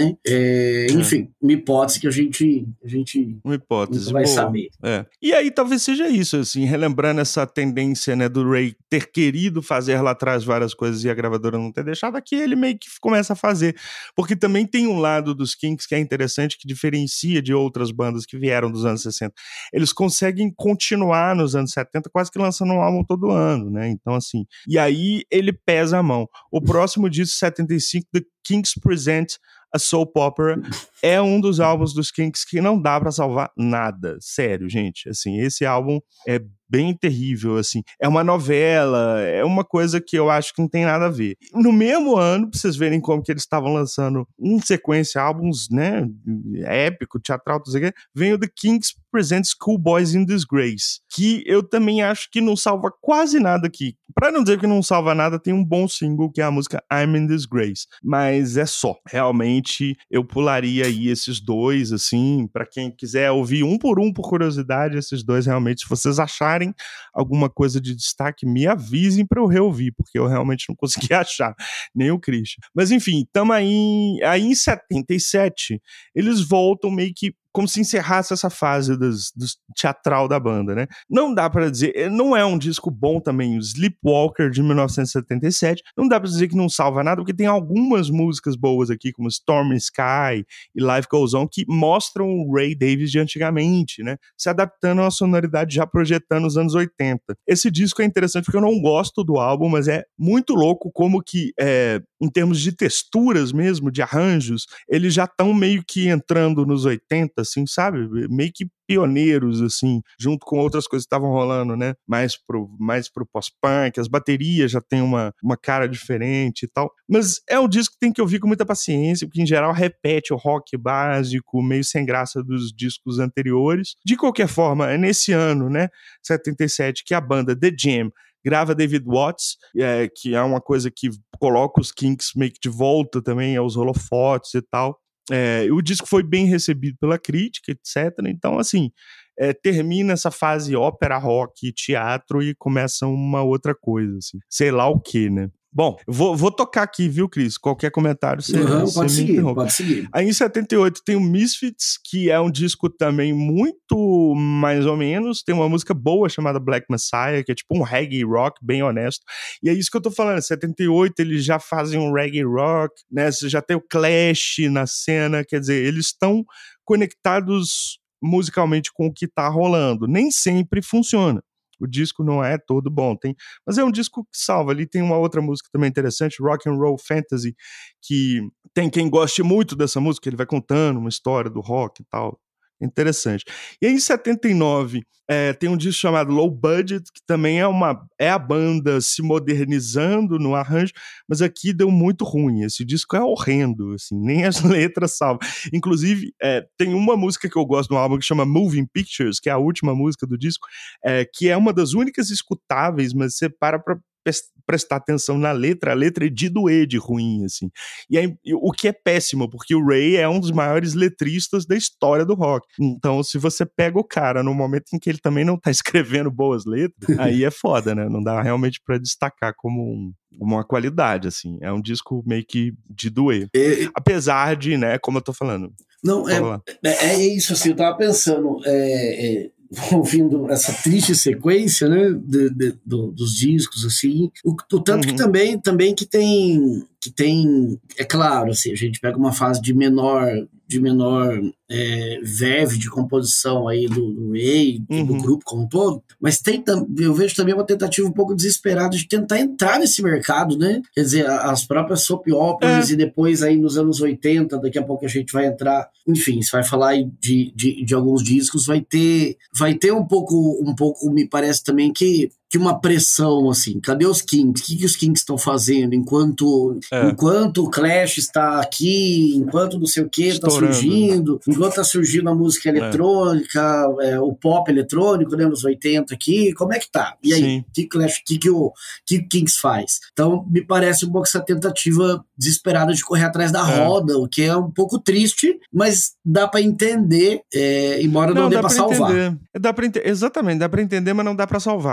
É, enfim, uma hipótese que a gente, a gente uma hipótese vai boa. saber. É. E aí talvez seja isso, assim, relembrando essa tendência, né, do Ray ter querido fazer lá atrás várias coisas e a gravadora não ter deixado, aqui ele meio que começa a fazer. Porque também tem um lado dos Kinks que é interessante, que diferencia de outras bandas que vieram dos anos sessenta. Eles conseguem continuar nos anos setenta quase que lançando um álbum todo ano, né? Então, assim, e aí ele pesa a mão. O próximo disco, setenta e cinco, The Kinks Present a Soap Opera, é um dos álbuns dos Kinks que não dá pra salvar nada. Sério, gente. Assim, esse álbum é bem terrível, assim. É uma novela, é uma coisa que eu acho que não tem nada a ver. No mesmo ano, pra vocês verem como que eles estavam lançando em sequência álbuns, né, épico, teatral, tudo isso, vem o The Kinks Present Schoolboys in Disgrace, que eu também acho que não salva quase nada aqui. Pra não dizer que não salva nada, tem um bom single, que é a música I'm in Disgrace. Mas é só. Realmente, eu pularia aí esses dois, assim, pra quem quiser ouvir um por um, por curiosidade, esses dois realmente, se vocês acharem alguma coisa de destaque, me avisem pra eu reouvir, porque eu realmente não consegui achar, nem o Christian. Mas enfim, tamo aí, aí em setenta e sete, eles voltam meio que como se encerrasse essa fase dos, dos teatral da banda, né? Não dá pra dizer, não é um disco bom também, o Sleepwalker de mil novecentos e setenta e sete, não dá pra dizer que não salva nada, porque tem algumas músicas boas aqui, como Stormy Sky e Life Goes On, que mostram o Ray Davies de antigamente, né? Se adaptando a uma sonoridade já projetando os anos oitenta. Esse disco é interessante porque eu não gosto do álbum, mas é muito louco como que, é, em termos de texturas mesmo, de arranjos, eles já estão meio que entrando nos oitenta, assim, sabe? Meio que pioneiros, assim, junto com outras coisas que estavam rolando, né? Mais pro, mais pro pós-punk, as baterias já tem uma, uma cara diferente e tal. Mas é um disco que tem que ouvir com muita paciência, porque em geral repete o rock básico, meio sem graça dos discos anteriores. De qualquer forma, é nesse ano, né, setenta e sete, que a banda The Jam grava David Watts, é, que é uma coisa que coloca os Kinks meio que de volta também aos holofotes e tal. É, o disco foi bem recebido pela crítica, etcétera. Então, assim, é, termina essa fase ópera, rock, teatro e começa uma outra coisa, assim. Sei lá o que, né? Bom, vou, vou tocar aqui, viu, Cris? Qualquer comentário você, uhum, você pode me seguir, interrompe. Pode seguir. Aí em setenta e oito tem o Misfits, que é um disco também muito mais ou menos. Tem uma música boa chamada Black Messiah, que é tipo um reggae rock, bem honesto. E é isso que eu tô falando, em setenta e oito eles já fazem um reggae rock, né? Você já tem o Clash na cena, quer dizer, eles estão conectados musicalmente com o que tá rolando. Nem sempre funciona. O disco não é todo bom, tem, mas é um disco que salva. Ali tem uma outra música também interessante, Rock and Roll Fantasy, que tem quem goste muito dessa música, ele vai contando uma história do rock e tal. Interessante. E aí, em setenta e nove, é, tem um disco chamado Low Budget, que também é, uma, é a banda se modernizando no arranjo, mas aqui deu muito ruim. Esse disco é horrendo, assim, nem as letras salvam. Inclusive, é, tem uma música que eu gosto no álbum que chama Moving Pictures, que é a última música do disco, é, que é uma das únicas escutáveis, mas você para pra prestar atenção na letra, a letra é de doer de ruim, assim. E aí, o que é péssimo, porque o Ray é um dos maiores letristas da história do rock. Então, se você pega o cara no momento em que ele também não tá escrevendo boas letras, aí é foda, né? Não dá realmente pra destacar como um, uma qualidade, assim. É um disco meio que de doer. É, apesar de, né, como eu tô falando. Não, é, é, é isso, assim, eu tava pensando, é... é... ouvindo essa triste sequência, né, de, de, do, dos discos, assim, o, o tanto uhum. que também, também que tem, que tem, é claro, assim, a gente pega uma fase de menor, de menor é, verve de composição aí do, do Ray, uhum. do grupo como um todo, mas tem, eu vejo também uma tentativa um pouco desesperada de tentar entrar nesse mercado, né, quer dizer, as próprias soap operas é. E depois aí nos anos oitenta, daqui a pouco a gente vai entrar, enfim, você vai falar aí de, de, de alguns discos, vai ter, vai ter um pouco, um pouco, me parece também que que uma pressão, assim, cadê os Kinks? O que, que os Kinks estão fazendo enquanto, é. enquanto o Clash está aqui, enquanto não sei o que está surgindo, enquanto está surgindo a música eletrônica, é. É, o pop eletrônico, né, nos oitenta aqui, como é que tá? E aí, o que Clash, que, que o que Kinks faz? Então, me parece um pouco essa tentativa desesperada de correr atrás da é. roda, o que é um pouco triste, mas dá para entender, é, embora não, não dê para salvar. Entender. Dá pra ent- exatamente, dá para entender, mas não dá para salvar, porque o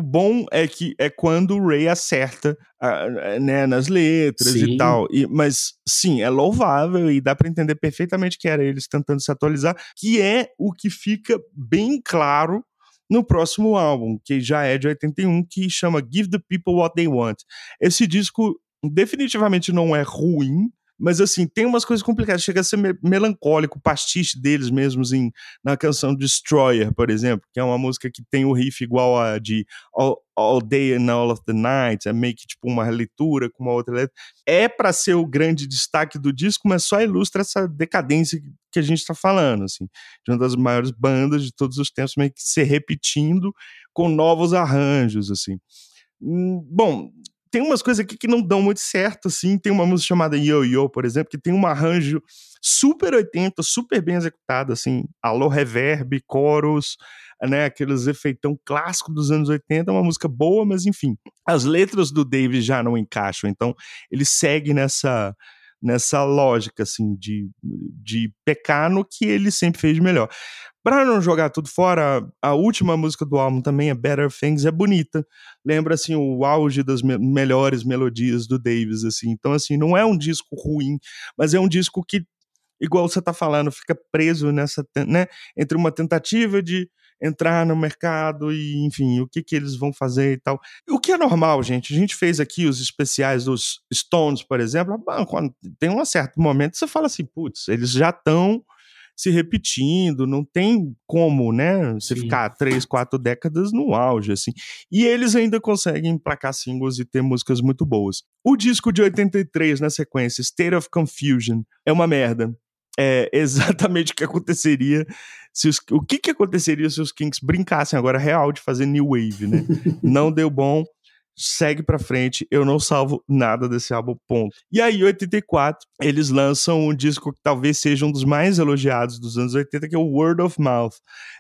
bom é que é quando o Ray acerta uh, né, nas letras sim. e tal. E, mas, sim, é louvável e dá pra entender perfeitamente que era eles tentando se atualizar, que é o que fica bem claro no próximo álbum, que já é de oitenta e um, que chama Give the People What They Want. Esse disco definitivamente não é ruim, mas assim, tem umas coisas complicadas, chega a ser me- melancólico, o pastiche deles mesmos em, na canção Destroyer, por exemplo, que é uma música que tem o riff igual a de All, All Day and All of the Night, é meio que tipo uma releitura com uma outra letra. É pra ser o grande destaque do disco, mas só ilustra essa decadência que a gente tá falando, assim, de uma das maiores bandas de todos os tempos, meio que se repetindo com novos arranjos, assim. Hum, bom... Tem umas coisas aqui que não dão muito certo, assim. Tem uma música chamada Yo Yo, por exemplo, que tem um arranjo super oitenta, super bem executado, assim. Alô, reverb, coros, né? Aqueles efeitão clássico dos anos oitenta. Uma música boa, mas enfim. As letras do Dave já não encaixam, então ele segue nessa, nessa lógica, assim, de, de pecar no que ele sempre fez de melhor. Pra não jogar tudo fora, a última música do álbum também, é Better Things, é bonita. Lembra, assim, o auge das me- melhores melodias do Davis, assim. Então, assim, não é um disco ruim, mas é um disco que, igual você tá falando, fica preso nessa, né, entre uma tentativa de entrar no mercado e, enfim, o que que eles vão fazer e tal. O que é normal, gente. A gente fez aqui os especiais dos Stones, por exemplo. Quando tem um certo momento, você fala assim, putz, eles já estão se repetindo, não tem como, né, você Sim. ficar três, quatro décadas no auge, assim. E eles ainda conseguem emplacar singles e ter músicas muito boas. O disco de oitenta e três, na sequência, State of Confusion, é uma merda. É exatamente o que aconteceria se os, o que, que aconteceria se os Kinks brincassem agora real de fazer New Wave, né? Não deu bom, segue pra frente, eu não salvo nada desse álbum, ponto. E aí, em oitenta e quatro, eles lançam um disco que talvez seja um dos mais elogiados dos anos oitenta, que é o Word of Mouth.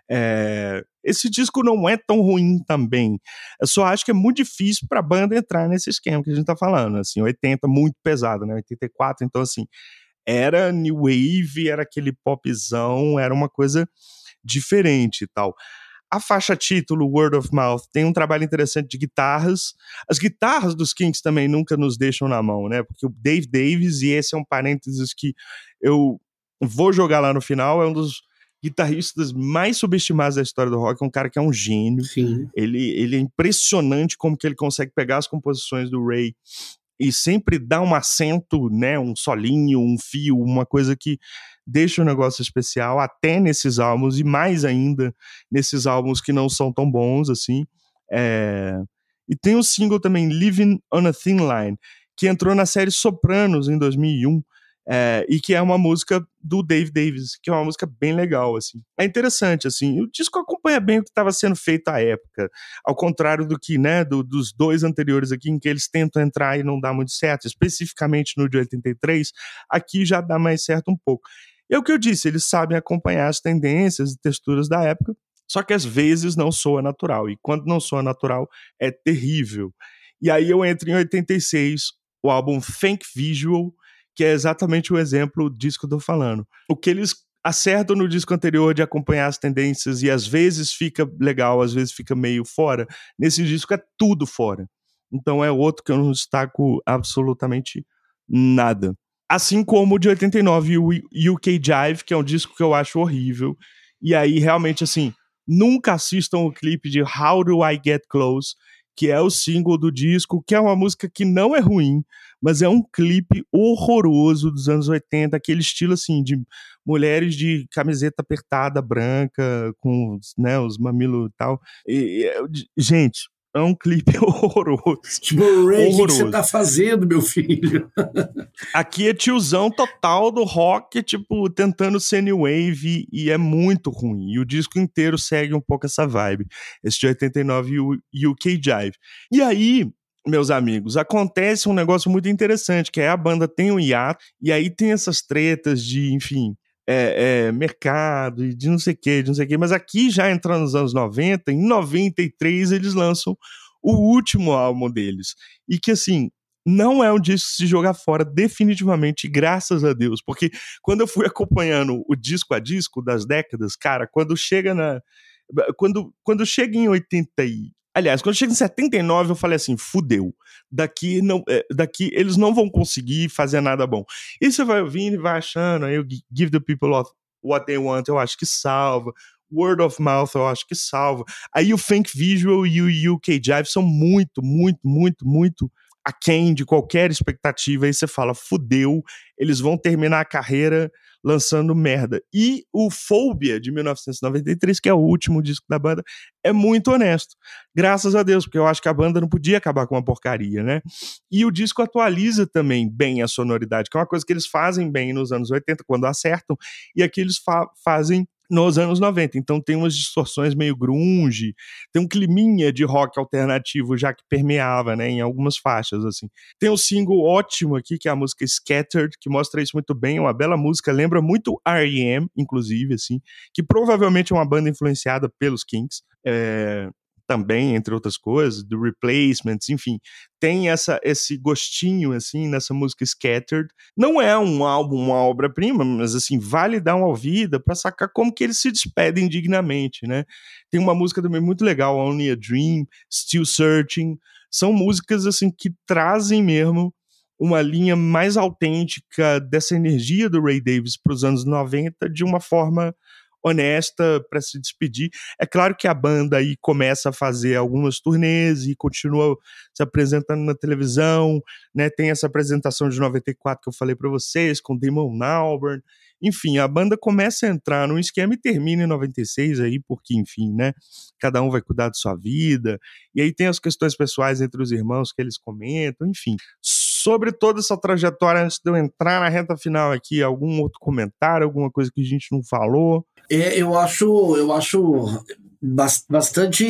É... Esse disco não é tão ruim também. Eu só acho que é muito difícil pra banda entrar nesse esquema que a gente tá falando. Assim, oitenta, muito pesado, né? oitenta e quatro, então assim, era New Wave, era aquele popzão, era uma coisa diferente e tal. A faixa título, Word of Mouth, tem um trabalho interessante de guitarras. As guitarras dos Kinks também nunca nos deixam na mão, né? Porque o Dave Davis, e esse é um parênteses que eu vou jogar lá no final, é um dos guitarristas mais subestimados da história do rock, é um cara que é um gênio. Sim. Ele, ele é impressionante como que ele consegue pegar as composições do Ray e sempre dá um acento, né? Um solinho, um fio, uma coisa que deixa o negócio especial, até nesses álbuns, e mais ainda nesses álbuns que não são tão bons, assim. É... E tem o single também, Living on a Thin Line, que entrou na série Sopranos em dois mil e um, é... e que é uma música do Dave Davis, que é uma música bem legal, assim. É interessante, assim, o disco acompanha bem o que estava sendo feito à época, ao contrário do que, né, do, dos dois anteriores aqui, em que eles tentam entrar e não dá muito certo, especificamente no de oitenta e três, aqui já dá mais certo um pouco. É o que eu disse, eles sabem acompanhar as tendências e texturas da época, só que às vezes não soa natural, e quando não soa natural é terrível. E aí eu entro em oitenta e seis, o álbum Think Visual, que é exatamente o exemplo disso que eu tô falando. O que eles acertam no disco anterior de acompanhar as tendências e às vezes fica legal, às vezes fica meio fora, nesse disco é tudo fora. Então é outro que eu não destaco absolutamente nada. Assim como o de oitenta e nove, o U K Jive, que é um disco que eu acho horrível. E aí, realmente, assim, nunca assistam o clipe de How Do I Get Close, que é o single do disco, que é uma música que não é ruim, mas é um clipe horroroso dos anos oitenta, aquele estilo, assim, de mulheres de camiseta apertada, branca, com, né, os mamilos e tal. E, gente... É um clipe horroroso. Tipo, Ray, o que você tá fazendo, meu filho? Aqui é tiozão total do rock, tipo, tentando ser new wave, e é muito ruim. E o disco inteiro segue um pouco essa vibe. Esse de oitenta e nove, o U K Jive. E aí, meus amigos, acontece um negócio muito interessante, que é a banda tem um hiato, e aí tem essas tretas de, enfim... É, é, mercado e de não sei o que, de não sei o que, mas aqui já entrando nos anos noventa, em noventa e três eles lançam o último álbum deles, e que assim, não é um disco de se jogar fora definitivamente, graças a Deus, porque quando eu fui acompanhando o disco a disco das décadas, cara, quando chega na quando, quando chega em oitenta e Aliás, quando chega em setenta e nove, eu falei assim, fudeu. Daqui, não, é, daqui eles não vão conseguir fazer nada bom. E você vai ouvindo e vai achando, aí o Give the People What They Want, eu acho que salva. Word of Mouth, eu acho que salva. Aí o Think Visual e o U K Jive são muito, muito, muito, muito aquém de qualquer expectativa. Aí você fala, fudeu, eles vão terminar a carreira lançando merda. E o Phobia, de mil novecentos e noventa e três, que é o último disco da banda, é muito honesto. Graças a Deus, porque eu acho que a banda não podia acabar com uma porcaria, né? E o disco atualiza também bem a sonoridade, que é uma coisa que eles fazem bem nos anos oitenta, quando acertam, e aqui eles fa- fazem nos anos noventa, então tem umas distorções meio grunge, tem um climinha de rock alternativo já que permeava, né, em algumas faixas, assim. Tem um single ótimo aqui, que é a música Scattered, que mostra isso muito bem, uma bela música, lembra muito R E M, inclusive, assim, que provavelmente é uma banda influenciada pelos Kinks, é... também, entre outras coisas, do Replacements, enfim, tem essa, esse gostinho, assim, nessa música Scattered. Não é um álbum, uma obra-prima, mas, assim, vale dar uma ouvida pra sacar como que eles se despedem dignamente, né? Tem uma música também muito legal, Only a Dream, Still Searching, são músicas, assim, que trazem mesmo uma linha mais autêntica dessa energia do Ray Davies pros anos noventa de uma forma honesta para se despedir. É claro que a banda aí começa a fazer algumas turnês e continua se apresentando na televisão, né? Tem essa apresentação de noventa e quatro que eu falei para vocês, com Damon Albarn. Enfim, a banda começa a entrar num esquema e termina em noventa e seis aí, porque, enfim, né? Cada um vai cuidar de sua vida. E aí tem as questões pessoais entre os irmãos que eles comentam, enfim. Sobre toda essa trajetória, antes de eu entrar na reta final aqui, algum outro comentário, alguma coisa que a gente não falou? É, eu acho, eu acho bastante,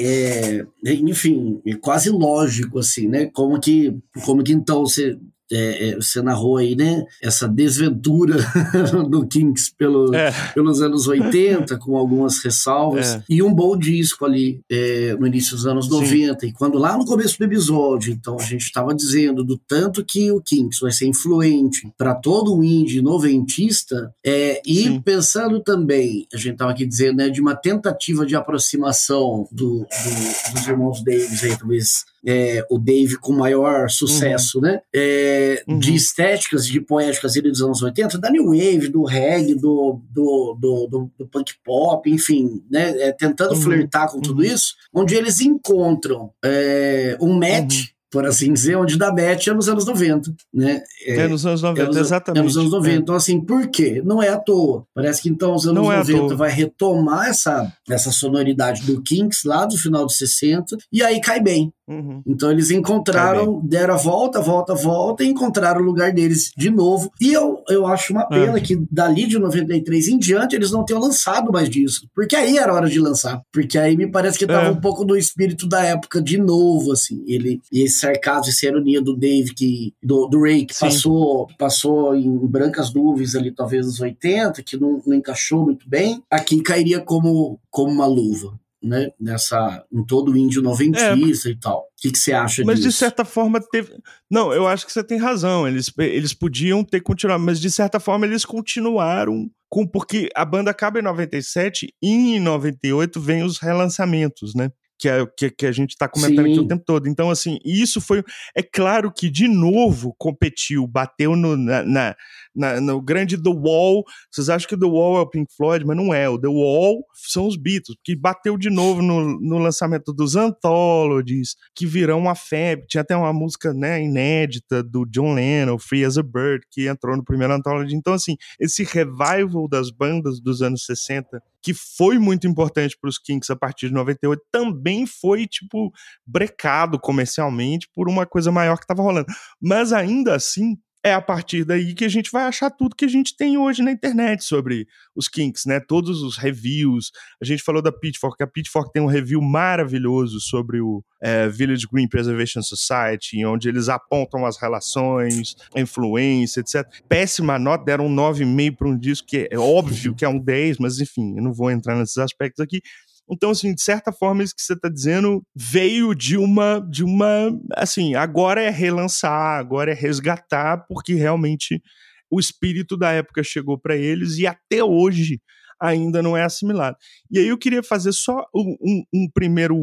é, enfim, quase lógico, assim, né? Como que, como que então você, é, você narrou aí, né? Essa desventura do Kinks pelo, É. pelos anos oitenta, com algumas ressalvas, É. e um bom disco ali é, no início dos anos noventa. Sim. E quando lá no começo do episódio, então a gente estava dizendo do tanto que o Kinks vai ser influente para todo o indie noventista, é, e Sim. pensando também, a gente estava aqui dizendo, né, de uma tentativa de aproximação do, do, dos irmãos Davis aí, talvez é, o Dave com maior sucesso, uhum. né? É, uhum. De estéticas, de poéticas ali dos anos oitenta, da New Wave, do reggae, do, do, do, do, do punk pop, enfim, né? É, tentando uhum. flertar com uhum. tudo isso, onde eles encontram é, um match, uhum. por assim dizer, onde dá match é nos anos noventa, né? É, é nos anos noventa, é nos, exatamente. É nos anos noventa. É. Então, assim, por quê? Não é à toa. Parece que, então, os anos Não noventa é vai retomar essa, essa sonoridade do Kinks lá do final dos sessenta, e aí cai bem. Uhum. Então eles encontraram, deram a volta, volta, volta e encontraram o lugar deles de novo. E eu, eu acho uma pena ah. que dali de noventa e três em diante eles não tenham lançado mais disso. Porque aí era hora de lançar. Porque aí me parece que tava é. um pouco do espírito da época de novo, assim. Ele, e esse sarcasmo, essa ironia do Dave, que, do, do Ray, que passou, passou em brancas nuvens ali, talvez nos oitenta, que não, não encaixou muito bem. Aqui cairia como, como uma luva. Né, nessa, em todo o índio noventista é, e tal. O que, que você acha mas disso? Mas de certa forma teve... Não, eu acho que você tem razão. Eles, eles podiam ter continuado, mas de certa forma eles continuaram com... Porque a banda acaba em noventa e sete e em noventa e oito vem os relançamentos, né? Que, é, que, que a gente está comentando Sim. aqui o tempo todo. Então, assim, isso foi... É claro que, de novo, competiu, bateu no, na, na, na, no grande The Wall. Vocês acham que o The Wall é o Pink Floyd, mas não é. O The Wall são os Beatles, que bateu de novo no, no lançamento dos Anthologies, que virão uma febre. Tinha até uma música, né, inédita do John Lennon, Free as a Bird, que entrou no primeiro Anthology. Então, assim, esse revival das bandas dos anos sessenta, que foi muito importante para os Kinks a partir de noventa e oito, também foi, tipo, brecado comercialmente por uma coisa maior que estava rolando. Mas ainda assim, é a partir daí que a gente vai achar tudo que a gente tem hoje na internet sobre os Kinks, né? Todos os reviews. A gente falou da Pitchfork, a Pitchfork tem um review maravilhoso sobre o é, Village Green Preservation Society, onde eles apontam as relações, a influência, etcétera. Péssima nota, deram um nove vírgula cinco para um disco que é óbvio que é um dez, mas enfim, eu não vou entrar nesses aspectos aqui. Então, assim, de certa forma, isso que você está dizendo veio de uma, de uma, assim, agora é relançar, agora é resgatar, porque realmente o espírito da época chegou para eles e até hoje ainda não é assimilado. E aí eu queria fazer só um, um, um primeiro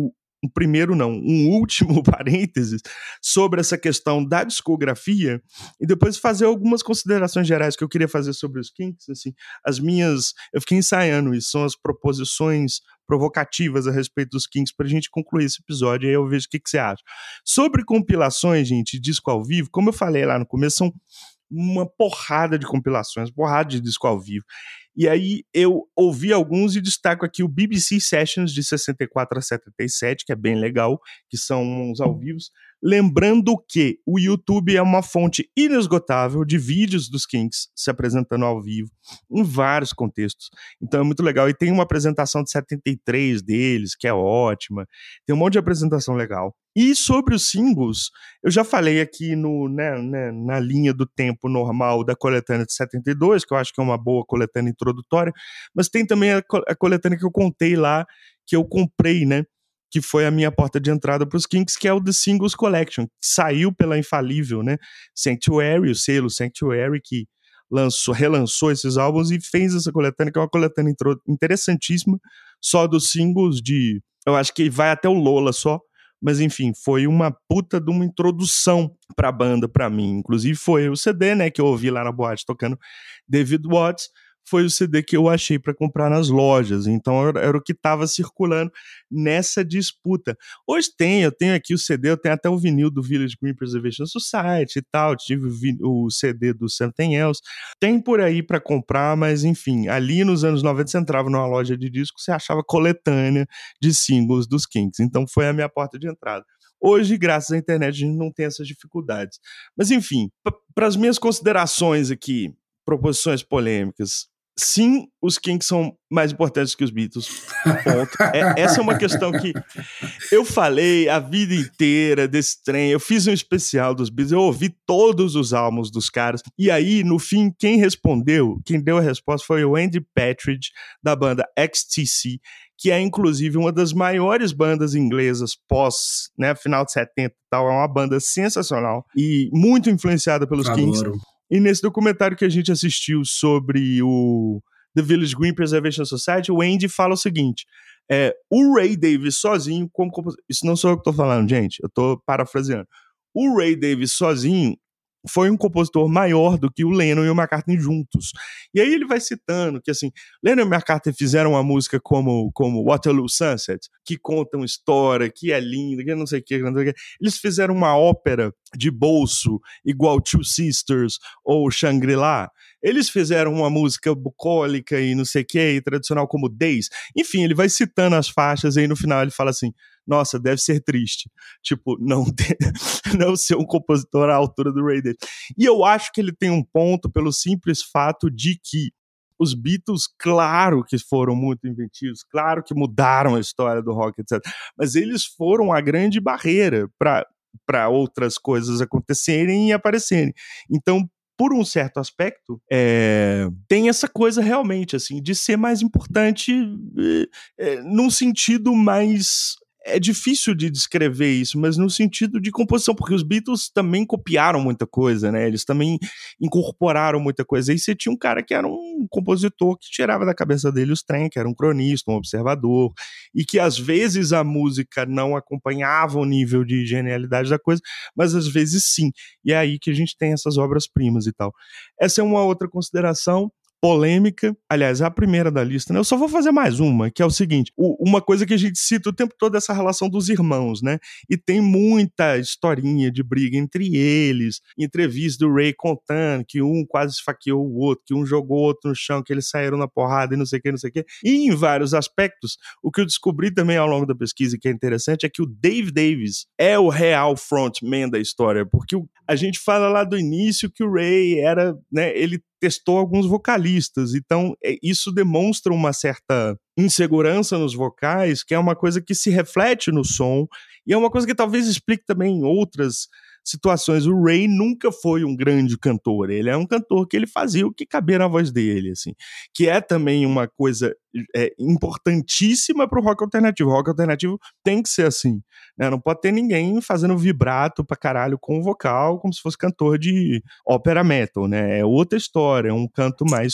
um primeiro não, um último parênteses sobre essa questão da discografia e depois fazer algumas considerações gerais que eu queria fazer sobre os Kinks, assim, as minhas, eu fiquei ensaiando isso, são as proposições provocativas a respeito dos Kinks pra gente concluir esse episódio, aí eu vejo o que, que você acha. Sobre compilações, gente, disco ao vivo, como eu falei lá no começo, são uma porrada de compilações, porrada de disco ao vivo. E aí eu ouvi alguns e destaco aqui o B B C Sessions de sessenta e quatro a setenta e sete, que é bem legal, que são uns ao vivo. Lembrando que o YouTube é uma fonte inesgotável de vídeos dos Kinks se apresentando ao vivo, em vários contextos. Então é muito legal. E tem uma apresentação de setenta e três deles, que é ótima. Tem um monte de apresentação legal. E sobre os singles, eu já falei aqui no, né, né, na linha do tempo normal da coletânea de setenta e dois, que eu acho que é uma boa coletânea introdutória, mas tem também a, a coletânea que eu contei lá, que eu comprei, né? Que foi a minha porta de entrada para os Kinks, que é o The Singles Collection, que saiu pela infalível, né, Sanctuary, o selo Sanctuary, que lançou, relançou esses álbuns e fez essa coletânea, que é uma coletânea interessantíssima, só dos singles de, eu acho que vai até o Lola só, mas enfim, foi uma puta de uma introdução pra banda pra mim, inclusive foi o C D, né, que eu ouvi lá na boate tocando David Watts, foi o C D que eu achei para comprar nas lojas, então era, era o que estava circulando nessa disputa. Hoje tem, eu tenho aqui o C D, eu tenho até o vinil do Village Green Preservation Society e tal, tive o, o C D do Something Else, tem por aí para comprar, mas enfim, ali nos anos noventa você entrava numa loja de discos, você achava coletânea de singles dos Kinks, então foi a minha porta de entrada. Hoje, graças à internet, a gente não tem essas dificuldades. Mas enfim, para as minhas considerações aqui, proposições polêmicas, sim, os Kinks são mais importantes que os Beatles, ponto. É, essa é uma questão que eu falei a vida inteira desse trem, eu fiz um especial dos Beatles, eu ouvi todos os álbuns dos caras, e aí, no fim, quem respondeu, quem deu a resposta foi o Andy Partridge, da banda X T C, que é, inclusive, uma das maiores bandas inglesas pós, né, final de setenta e tal, é uma banda sensacional e muito influenciada pelos Adoro. Kinks. E nesse documentário que a gente assistiu sobre o The Village Green Preservation Society, o Andy fala o seguinte, é, o Ray Davies sozinho, como compositor, isso não sou eu que estou falando, gente, eu estou parafraseando, o Ray Davies sozinho foi um compositor maior do que o Lennon e o McCartney juntos. E aí ele vai citando que, assim, Lennon e McCartney fizeram uma música como, como Waterloo Sunset, que conta uma história, que é linda, que não sei o que, não sei o que. Eles fizeram uma ópera de bolso, igual Two Sisters ou Shangri-La. Eles fizeram uma música bucólica e não sei o que, e tradicional como Days. Enfim, ele vai citando as faixas e aí no final ele fala assim, nossa, deve ser triste, tipo, não, ter, não ser um compositor à altura do Ray Davies. E eu acho que ele tem um ponto pelo simples fato de que os Beatles, claro que foram muito inventivos, claro que mudaram a história do rock, etcétera. Mas eles foram a grande barreira para para outras coisas acontecerem e aparecerem. Então, por um certo aspecto, é, tem essa coisa realmente, assim, de ser mais importante é, é, num sentido mais... É difícil de descrever isso, mas no sentido de composição, porque os Beatles também copiaram muita coisa, né? Eles também incorporaram muita coisa. E você tinha um cara que era um compositor que tirava da cabeça dele os trem, que era um cronista, um observador, e que às vezes a música não acompanhava o nível de genialidade da coisa, mas às vezes sim. E é aí que a gente tem essas obras-primas e tal. Essa é uma outra consideração polêmica, aliás, é a primeira da lista, né? Eu só vou fazer mais uma, que é o seguinte, o, uma coisa que a gente cita o tempo todo, essa relação dos irmãos, né? E tem muita historinha de briga entre eles, entrevista do Ray contando que um quase esfaqueou o outro, que um jogou o outro no chão, que eles saíram na porrada e não sei o que, não sei o que. E em vários aspectos, o que eu descobri também ao longo da pesquisa, que é interessante, é que o Dave Davies é o real frontman da história, porque o, a gente fala lá do início que o Ray era, né, ele testou alguns vocalistas, então isso demonstra uma certa insegurança nos vocais, que é uma coisa que se reflete no som, e é uma coisa que talvez explique também em outras situações. O Ray nunca foi um grande cantor, ele é um cantor que ele fazia o que cabia na voz dele, assim, que é também uma coisa é, importantíssima para o rock alternativo. O rock alternativo tem que ser assim, né? Não pode ter ninguém fazendo vibrato pra caralho com o vocal, como se fosse cantor de ópera metal, né? É outra história, é um canto mais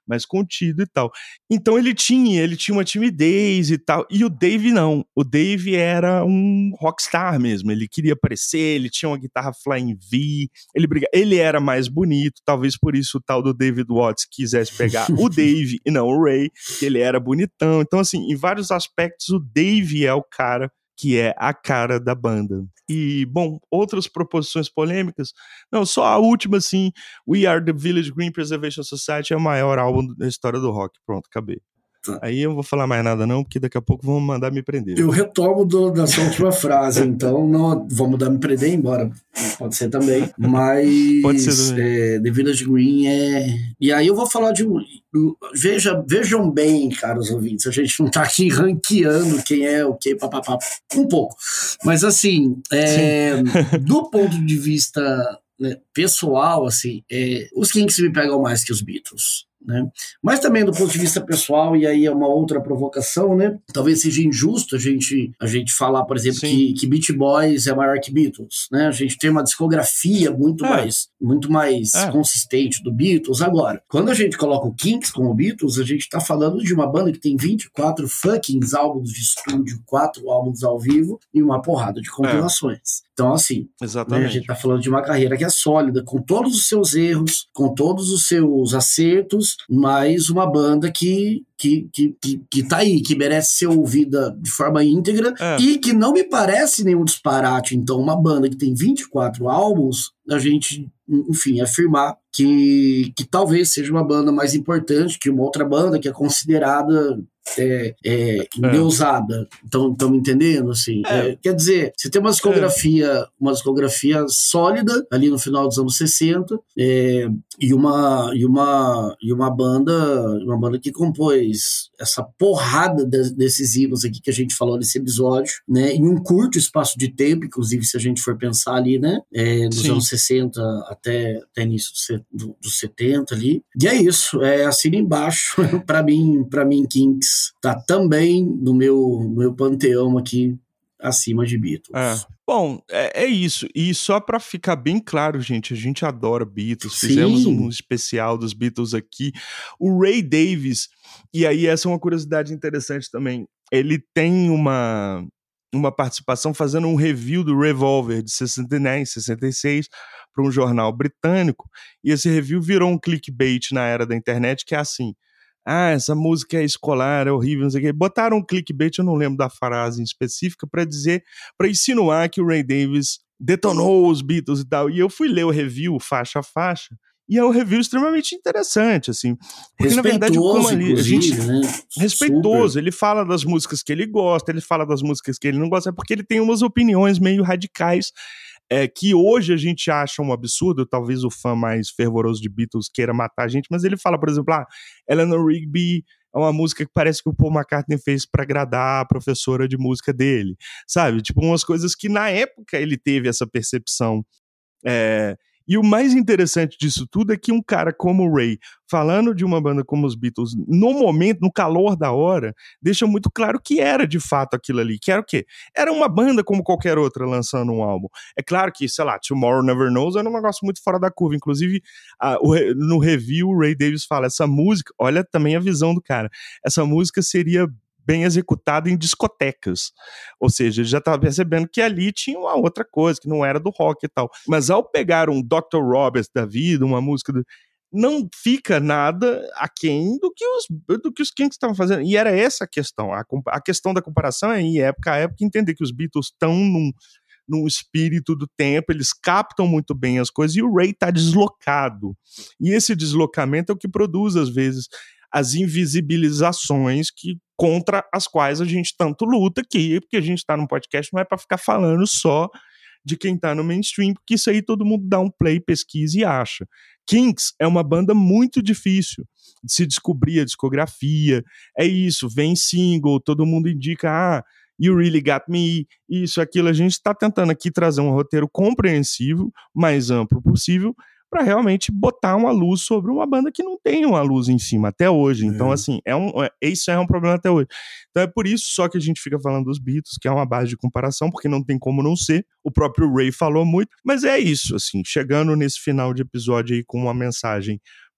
mais contido e tal. Então ele tinha, ele tinha uma timidez e tal, e o Dave não, o Dave era um rockstar mesmo, ele queria aparecer, ele tinha uma guitarra Flying V, ele briga, ele era mais bonito, talvez por isso o tal do David Watts quisesse pegar o Dave e não o Ray, que ele era bonitão, então assim, em vários aspectos o Dave é o cara que é a cara da banda. E, bom, outras proposições polêmicas, não, só a última, assim, We Are the Village Green Preservation Society é o maior álbum da história do rock. Pronto, acabei. Tá. Aí eu não vou falar mais nada não, porque daqui a pouco vão mandar me prender. Eu retomo do, da sua última frase, então não vou mandar me prender, embora pode ser também, mas pode ser também. É, The Village Green é... E aí eu vou falar de um... Veja, vejam bem, caros ouvintes, a gente não tá aqui ranqueando quem é o que, papapá, um pouco. Mas assim, é, do ponto de vista, né, pessoal, assim, é, os Kinks me pegam mais que os Beatles. Né? Mas também do ponto de vista pessoal, e aí é uma outra provocação, né? Talvez seja injusto a gente, a gente falar, por exemplo, que, que Beach Boys é maior que Beatles, né? A gente tem uma discografia muito é. mais, muito mais é. consistente do Beatles. Agora, quando a gente coloca o Kinks como Beatles, a gente tá falando de uma banda que tem vinte e quatro fucking álbuns de estúdio, quatro álbuns ao vivo e uma porrada de compilações. É. Então, assim, né, a gente tá falando de uma carreira que é sólida, com todos os seus erros, com todos os seus acertos, mas uma banda que, que, que, que, que tá aí, que merece ser ouvida de forma íntegra é. e que não me parece nenhum disparate. Então, uma banda que tem vinte e quatro álbuns, a gente, enfim, afirmar que, que talvez seja uma banda mais importante que uma outra banda que é considerada é, é, endeusada. Então, estão me entendendo? Assim, é. É, quer dizer, você tem uma discografia, é. uma discografia sólida ali no final dos anos sessenta é, e, uma, e, uma, e uma banda uma banda que compôs essa porrada de, desses hinos aqui que a gente falou nesse episódio, né, em um curto espaço de tempo, inclusive se a gente for pensar ali, né, é, nos Sim. anos sessenta até, até início dos do setenta ali. E é isso, é assina embaixo. Para mim, para mim, Kinks tá também no meu, no meu panteão aqui, acima de Beatles. É. Bom, é, é isso. E só pra ficar bem claro, gente, a gente adora Beatles. Sim. Fizemos um especial dos Beatles aqui. O Ray Davies, e aí essa é uma curiosidade interessante também, ele tem uma, uma participação fazendo um review do Revolver de sessenta e nove, sessenta e seis para um jornal britânico, e esse review virou um clickbait na era da internet, que é assim: ah, essa música é escolar, é horrível, não sei o quê. Botaram um clickbait, eu não lembro da frase em específica, para dizer, para insinuar que o Ray Davies detonou os Beatles e tal. E eu fui ler o review, faixa a faixa, e é um review extremamente interessante, assim. Porque, na verdade, como ali, a gente, né? Respeitoso, Super. Ele fala das músicas que ele gosta, ele fala das músicas que ele não gosta, é porque ele tem umas opiniões meio radicais, É, que hoje a gente acha um absurdo, talvez o fã mais fervoroso de Beatles queira matar a gente, mas ele fala, por exemplo, ah, Eleanor Rigby é uma música que parece que o Paul McCartney fez para agradar a professora de música dele, sabe? Tipo, umas coisas que na época ele teve essa percepção. É... E o mais interessante disso tudo é que um cara como o Ray, falando de uma banda como os Beatles, no momento, no calor da hora, deixa muito claro que era de fato aquilo ali, que era o quê? Era uma banda como qualquer outra lançando um álbum. É claro que, sei lá, Tomorrow Never Knows era um negócio muito fora da curva, inclusive a, o, no review o Ray Davies fala, essa música, olha também a visão do cara, essa música seria bem executado em discotecas, ou seja, ele já estava percebendo que ali tinha uma outra coisa, que não era do rock e tal, mas ao pegar um doutor Roberts da vida, uma música do... não fica nada aquém do que os, do que os Kinks estavam fazendo, e era essa a questão, a, a questão da comparação é em época a época, entender que os Beatles estão num, num espírito do tempo, eles captam muito bem as coisas, e o Ray está deslocado, e esse deslocamento é o que produz, às vezes, as invisibilizações que, contra as quais a gente tanto luta aqui, porque a gente está num podcast, não é para ficar falando só de quem está no mainstream, porque isso aí todo mundo dá um play, pesquisa e acha. Kinks é uma banda muito difícil de se descobrir a discografia, é isso, vem single, todo mundo indica, ah, You Really Got Me, isso, aquilo, a gente está tentando aqui trazer um roteiro compreensivo, mais amplo possível, para realmente botar uma luz sobre uma banda que não tem uma luz em cima até hoje. Então, é. assim, é um, é, isso é um problema até hoje. Então é por isso só que a gente fica falando dos Beatles, que é uma base de comparação, porque não tem como não ser. O próprio Ray falou muito, mas é isso, assim, chegando nesse final de episódio aí com uma mensagem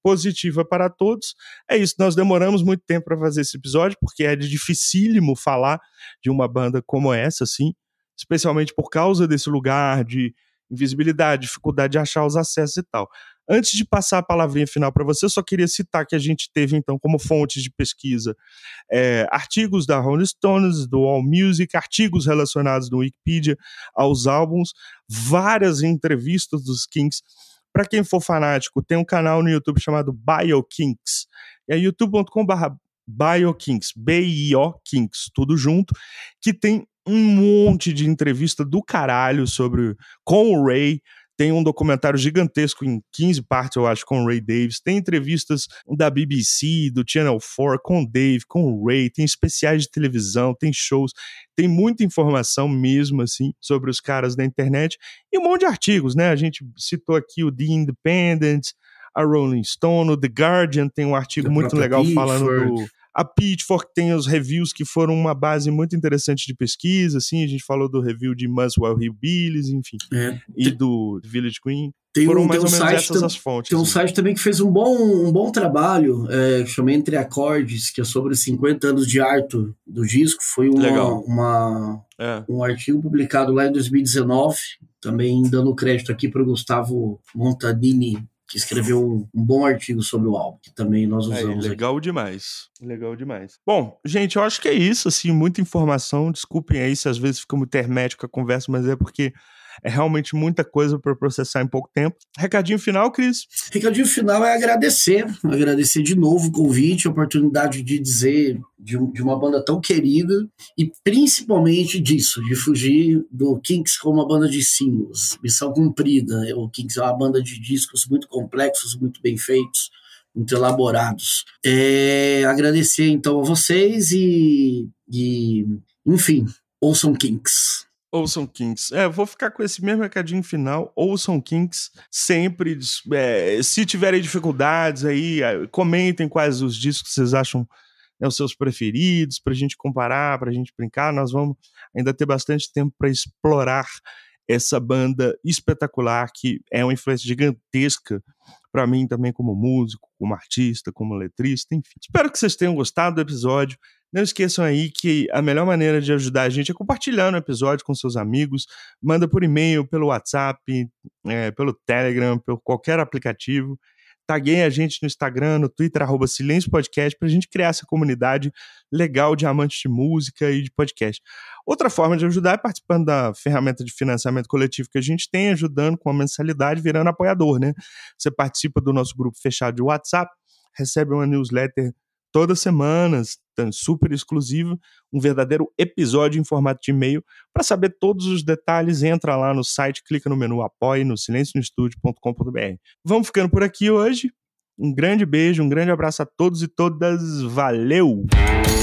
positiva para todos. É isso, nós demoramos muito tempo para fazer esse episódio, porque é dificílimo falar de uma banda como essa, assim, especialmente por causa desse lugar de invisibilidade, dificuldade de achar os acessos e tal. Antes de passar a palavrinha final para você, eu só queria citar que a gente teve, então, como fontes de pesquisa, é, artigos da Rolling Stones, do AllMusic, artigos relacionados no Wikipedia aos álbuns, várias entrevistas dos Kinks. Para quem for fanático, tem um canal no YouTube chamado BioKinks, é youtube ponto com barra BioKinks, B I O Kinks, tudo junto, que tem um monte de entrevista do caralho sobre, com o Ray. Tem um documentário gigantesco em quinze partes, eu acho, com o Ray Davies. Tem entrevistas da B B C, do Channel quatro, com o Dave, com o Ray. Tem especiais de televisão, tem shows. Tem muita informação mesmo, assim, sobre os caras da internet. E um monte de artigos, né? A gente citou aqui o The Independent, a Rolling Stone, o The Guardian tem um artigo muito legal falando do... A Pitchfork tem os reviews que foram uma base muito interessante de pesquisa, assim, a gente falou do review de Muswell Hillbillies, enfim, é, e tem, do Village Green. Tem foram um, mais tem um ou menos site essas tam, as fontes. Tem um assim. site também que fez um bom, um bom trabalho, é, que chama Entre Acordes, que é sobre os cinquenta anos de Arthur do disco. Foi uma, uma, é. um artigo publicado lá em dois mil e dezenove, também dando crédito aqui para o Gustavo Montanini, que escreveu um, um bom artigo sobre o álbum, que também nós usamos. É, legal aqui. demais, legal demais. Bom, gente, eu acho que é isso, assim, muita informação, desculpem aí se às vezes fica muito hermético a conversa, mas é porque é realmente muita coisa para processar em pouco tempo. Recadinho final, Cris? Recadinho final é agradecer, agradecer de novo o convite, a oportunidade de dizer de, de uma banda tão querida e principalmente disso, de fugir do Kinks como uma banda de singles, missão cumprida. O Kinks é uma banda de discos muito complexos, muito bem feitos, muito elaborados. É, agradecer então a vocês e, e enfim, ouçam Kinks. Ouçam Kinks. É, vou ficar com esse mesmo recadinho final. Ouçam Kinks sempre. É, se tiverem dificuldades aí, comentem quais os discos vocês acham, né, os seus preferidos, pra gente comparar, pra gente brincar. Nós vamos ainda ter bastante tempo para explorar essa banda espetacular, que é uma influência gigantesca para mim também como músico, como artista, como letrista, enfim. Espero que vocês tenham gostado do episódio. Não esqueçam aí que a melhor maneira de ajudar a gente é compartilhando o episódio com seus amigos. Manda por e-mail, pelo WhatsApp, é, pelo Telegram, por qualquer aplicativo. Tagueiem a gente no Instagram, no Twitter, arroba Silêncio Podcast, pra gente criar essa comunidade legal de amantes de música e de podcast. Outra forma de ajudar é participando da ferramenta de financiamento coletivo que a gente tem, ajudando com a mensalidade, virando apoiador, né? Você participa do nosso grupo fechado de WhatsApp, recebe uma newsletter todas as semanas, super exclusivo, um verdadeiro episódio em formato de e-mail. Para saber todos os detalhes, entra lá no site, clica no menu Apoie, no silêncio no estúdio ponto com ponto b r. Vamos ficando por aqui hoje. Um grande beijo, um grande abraço a todos e todas. Valeu!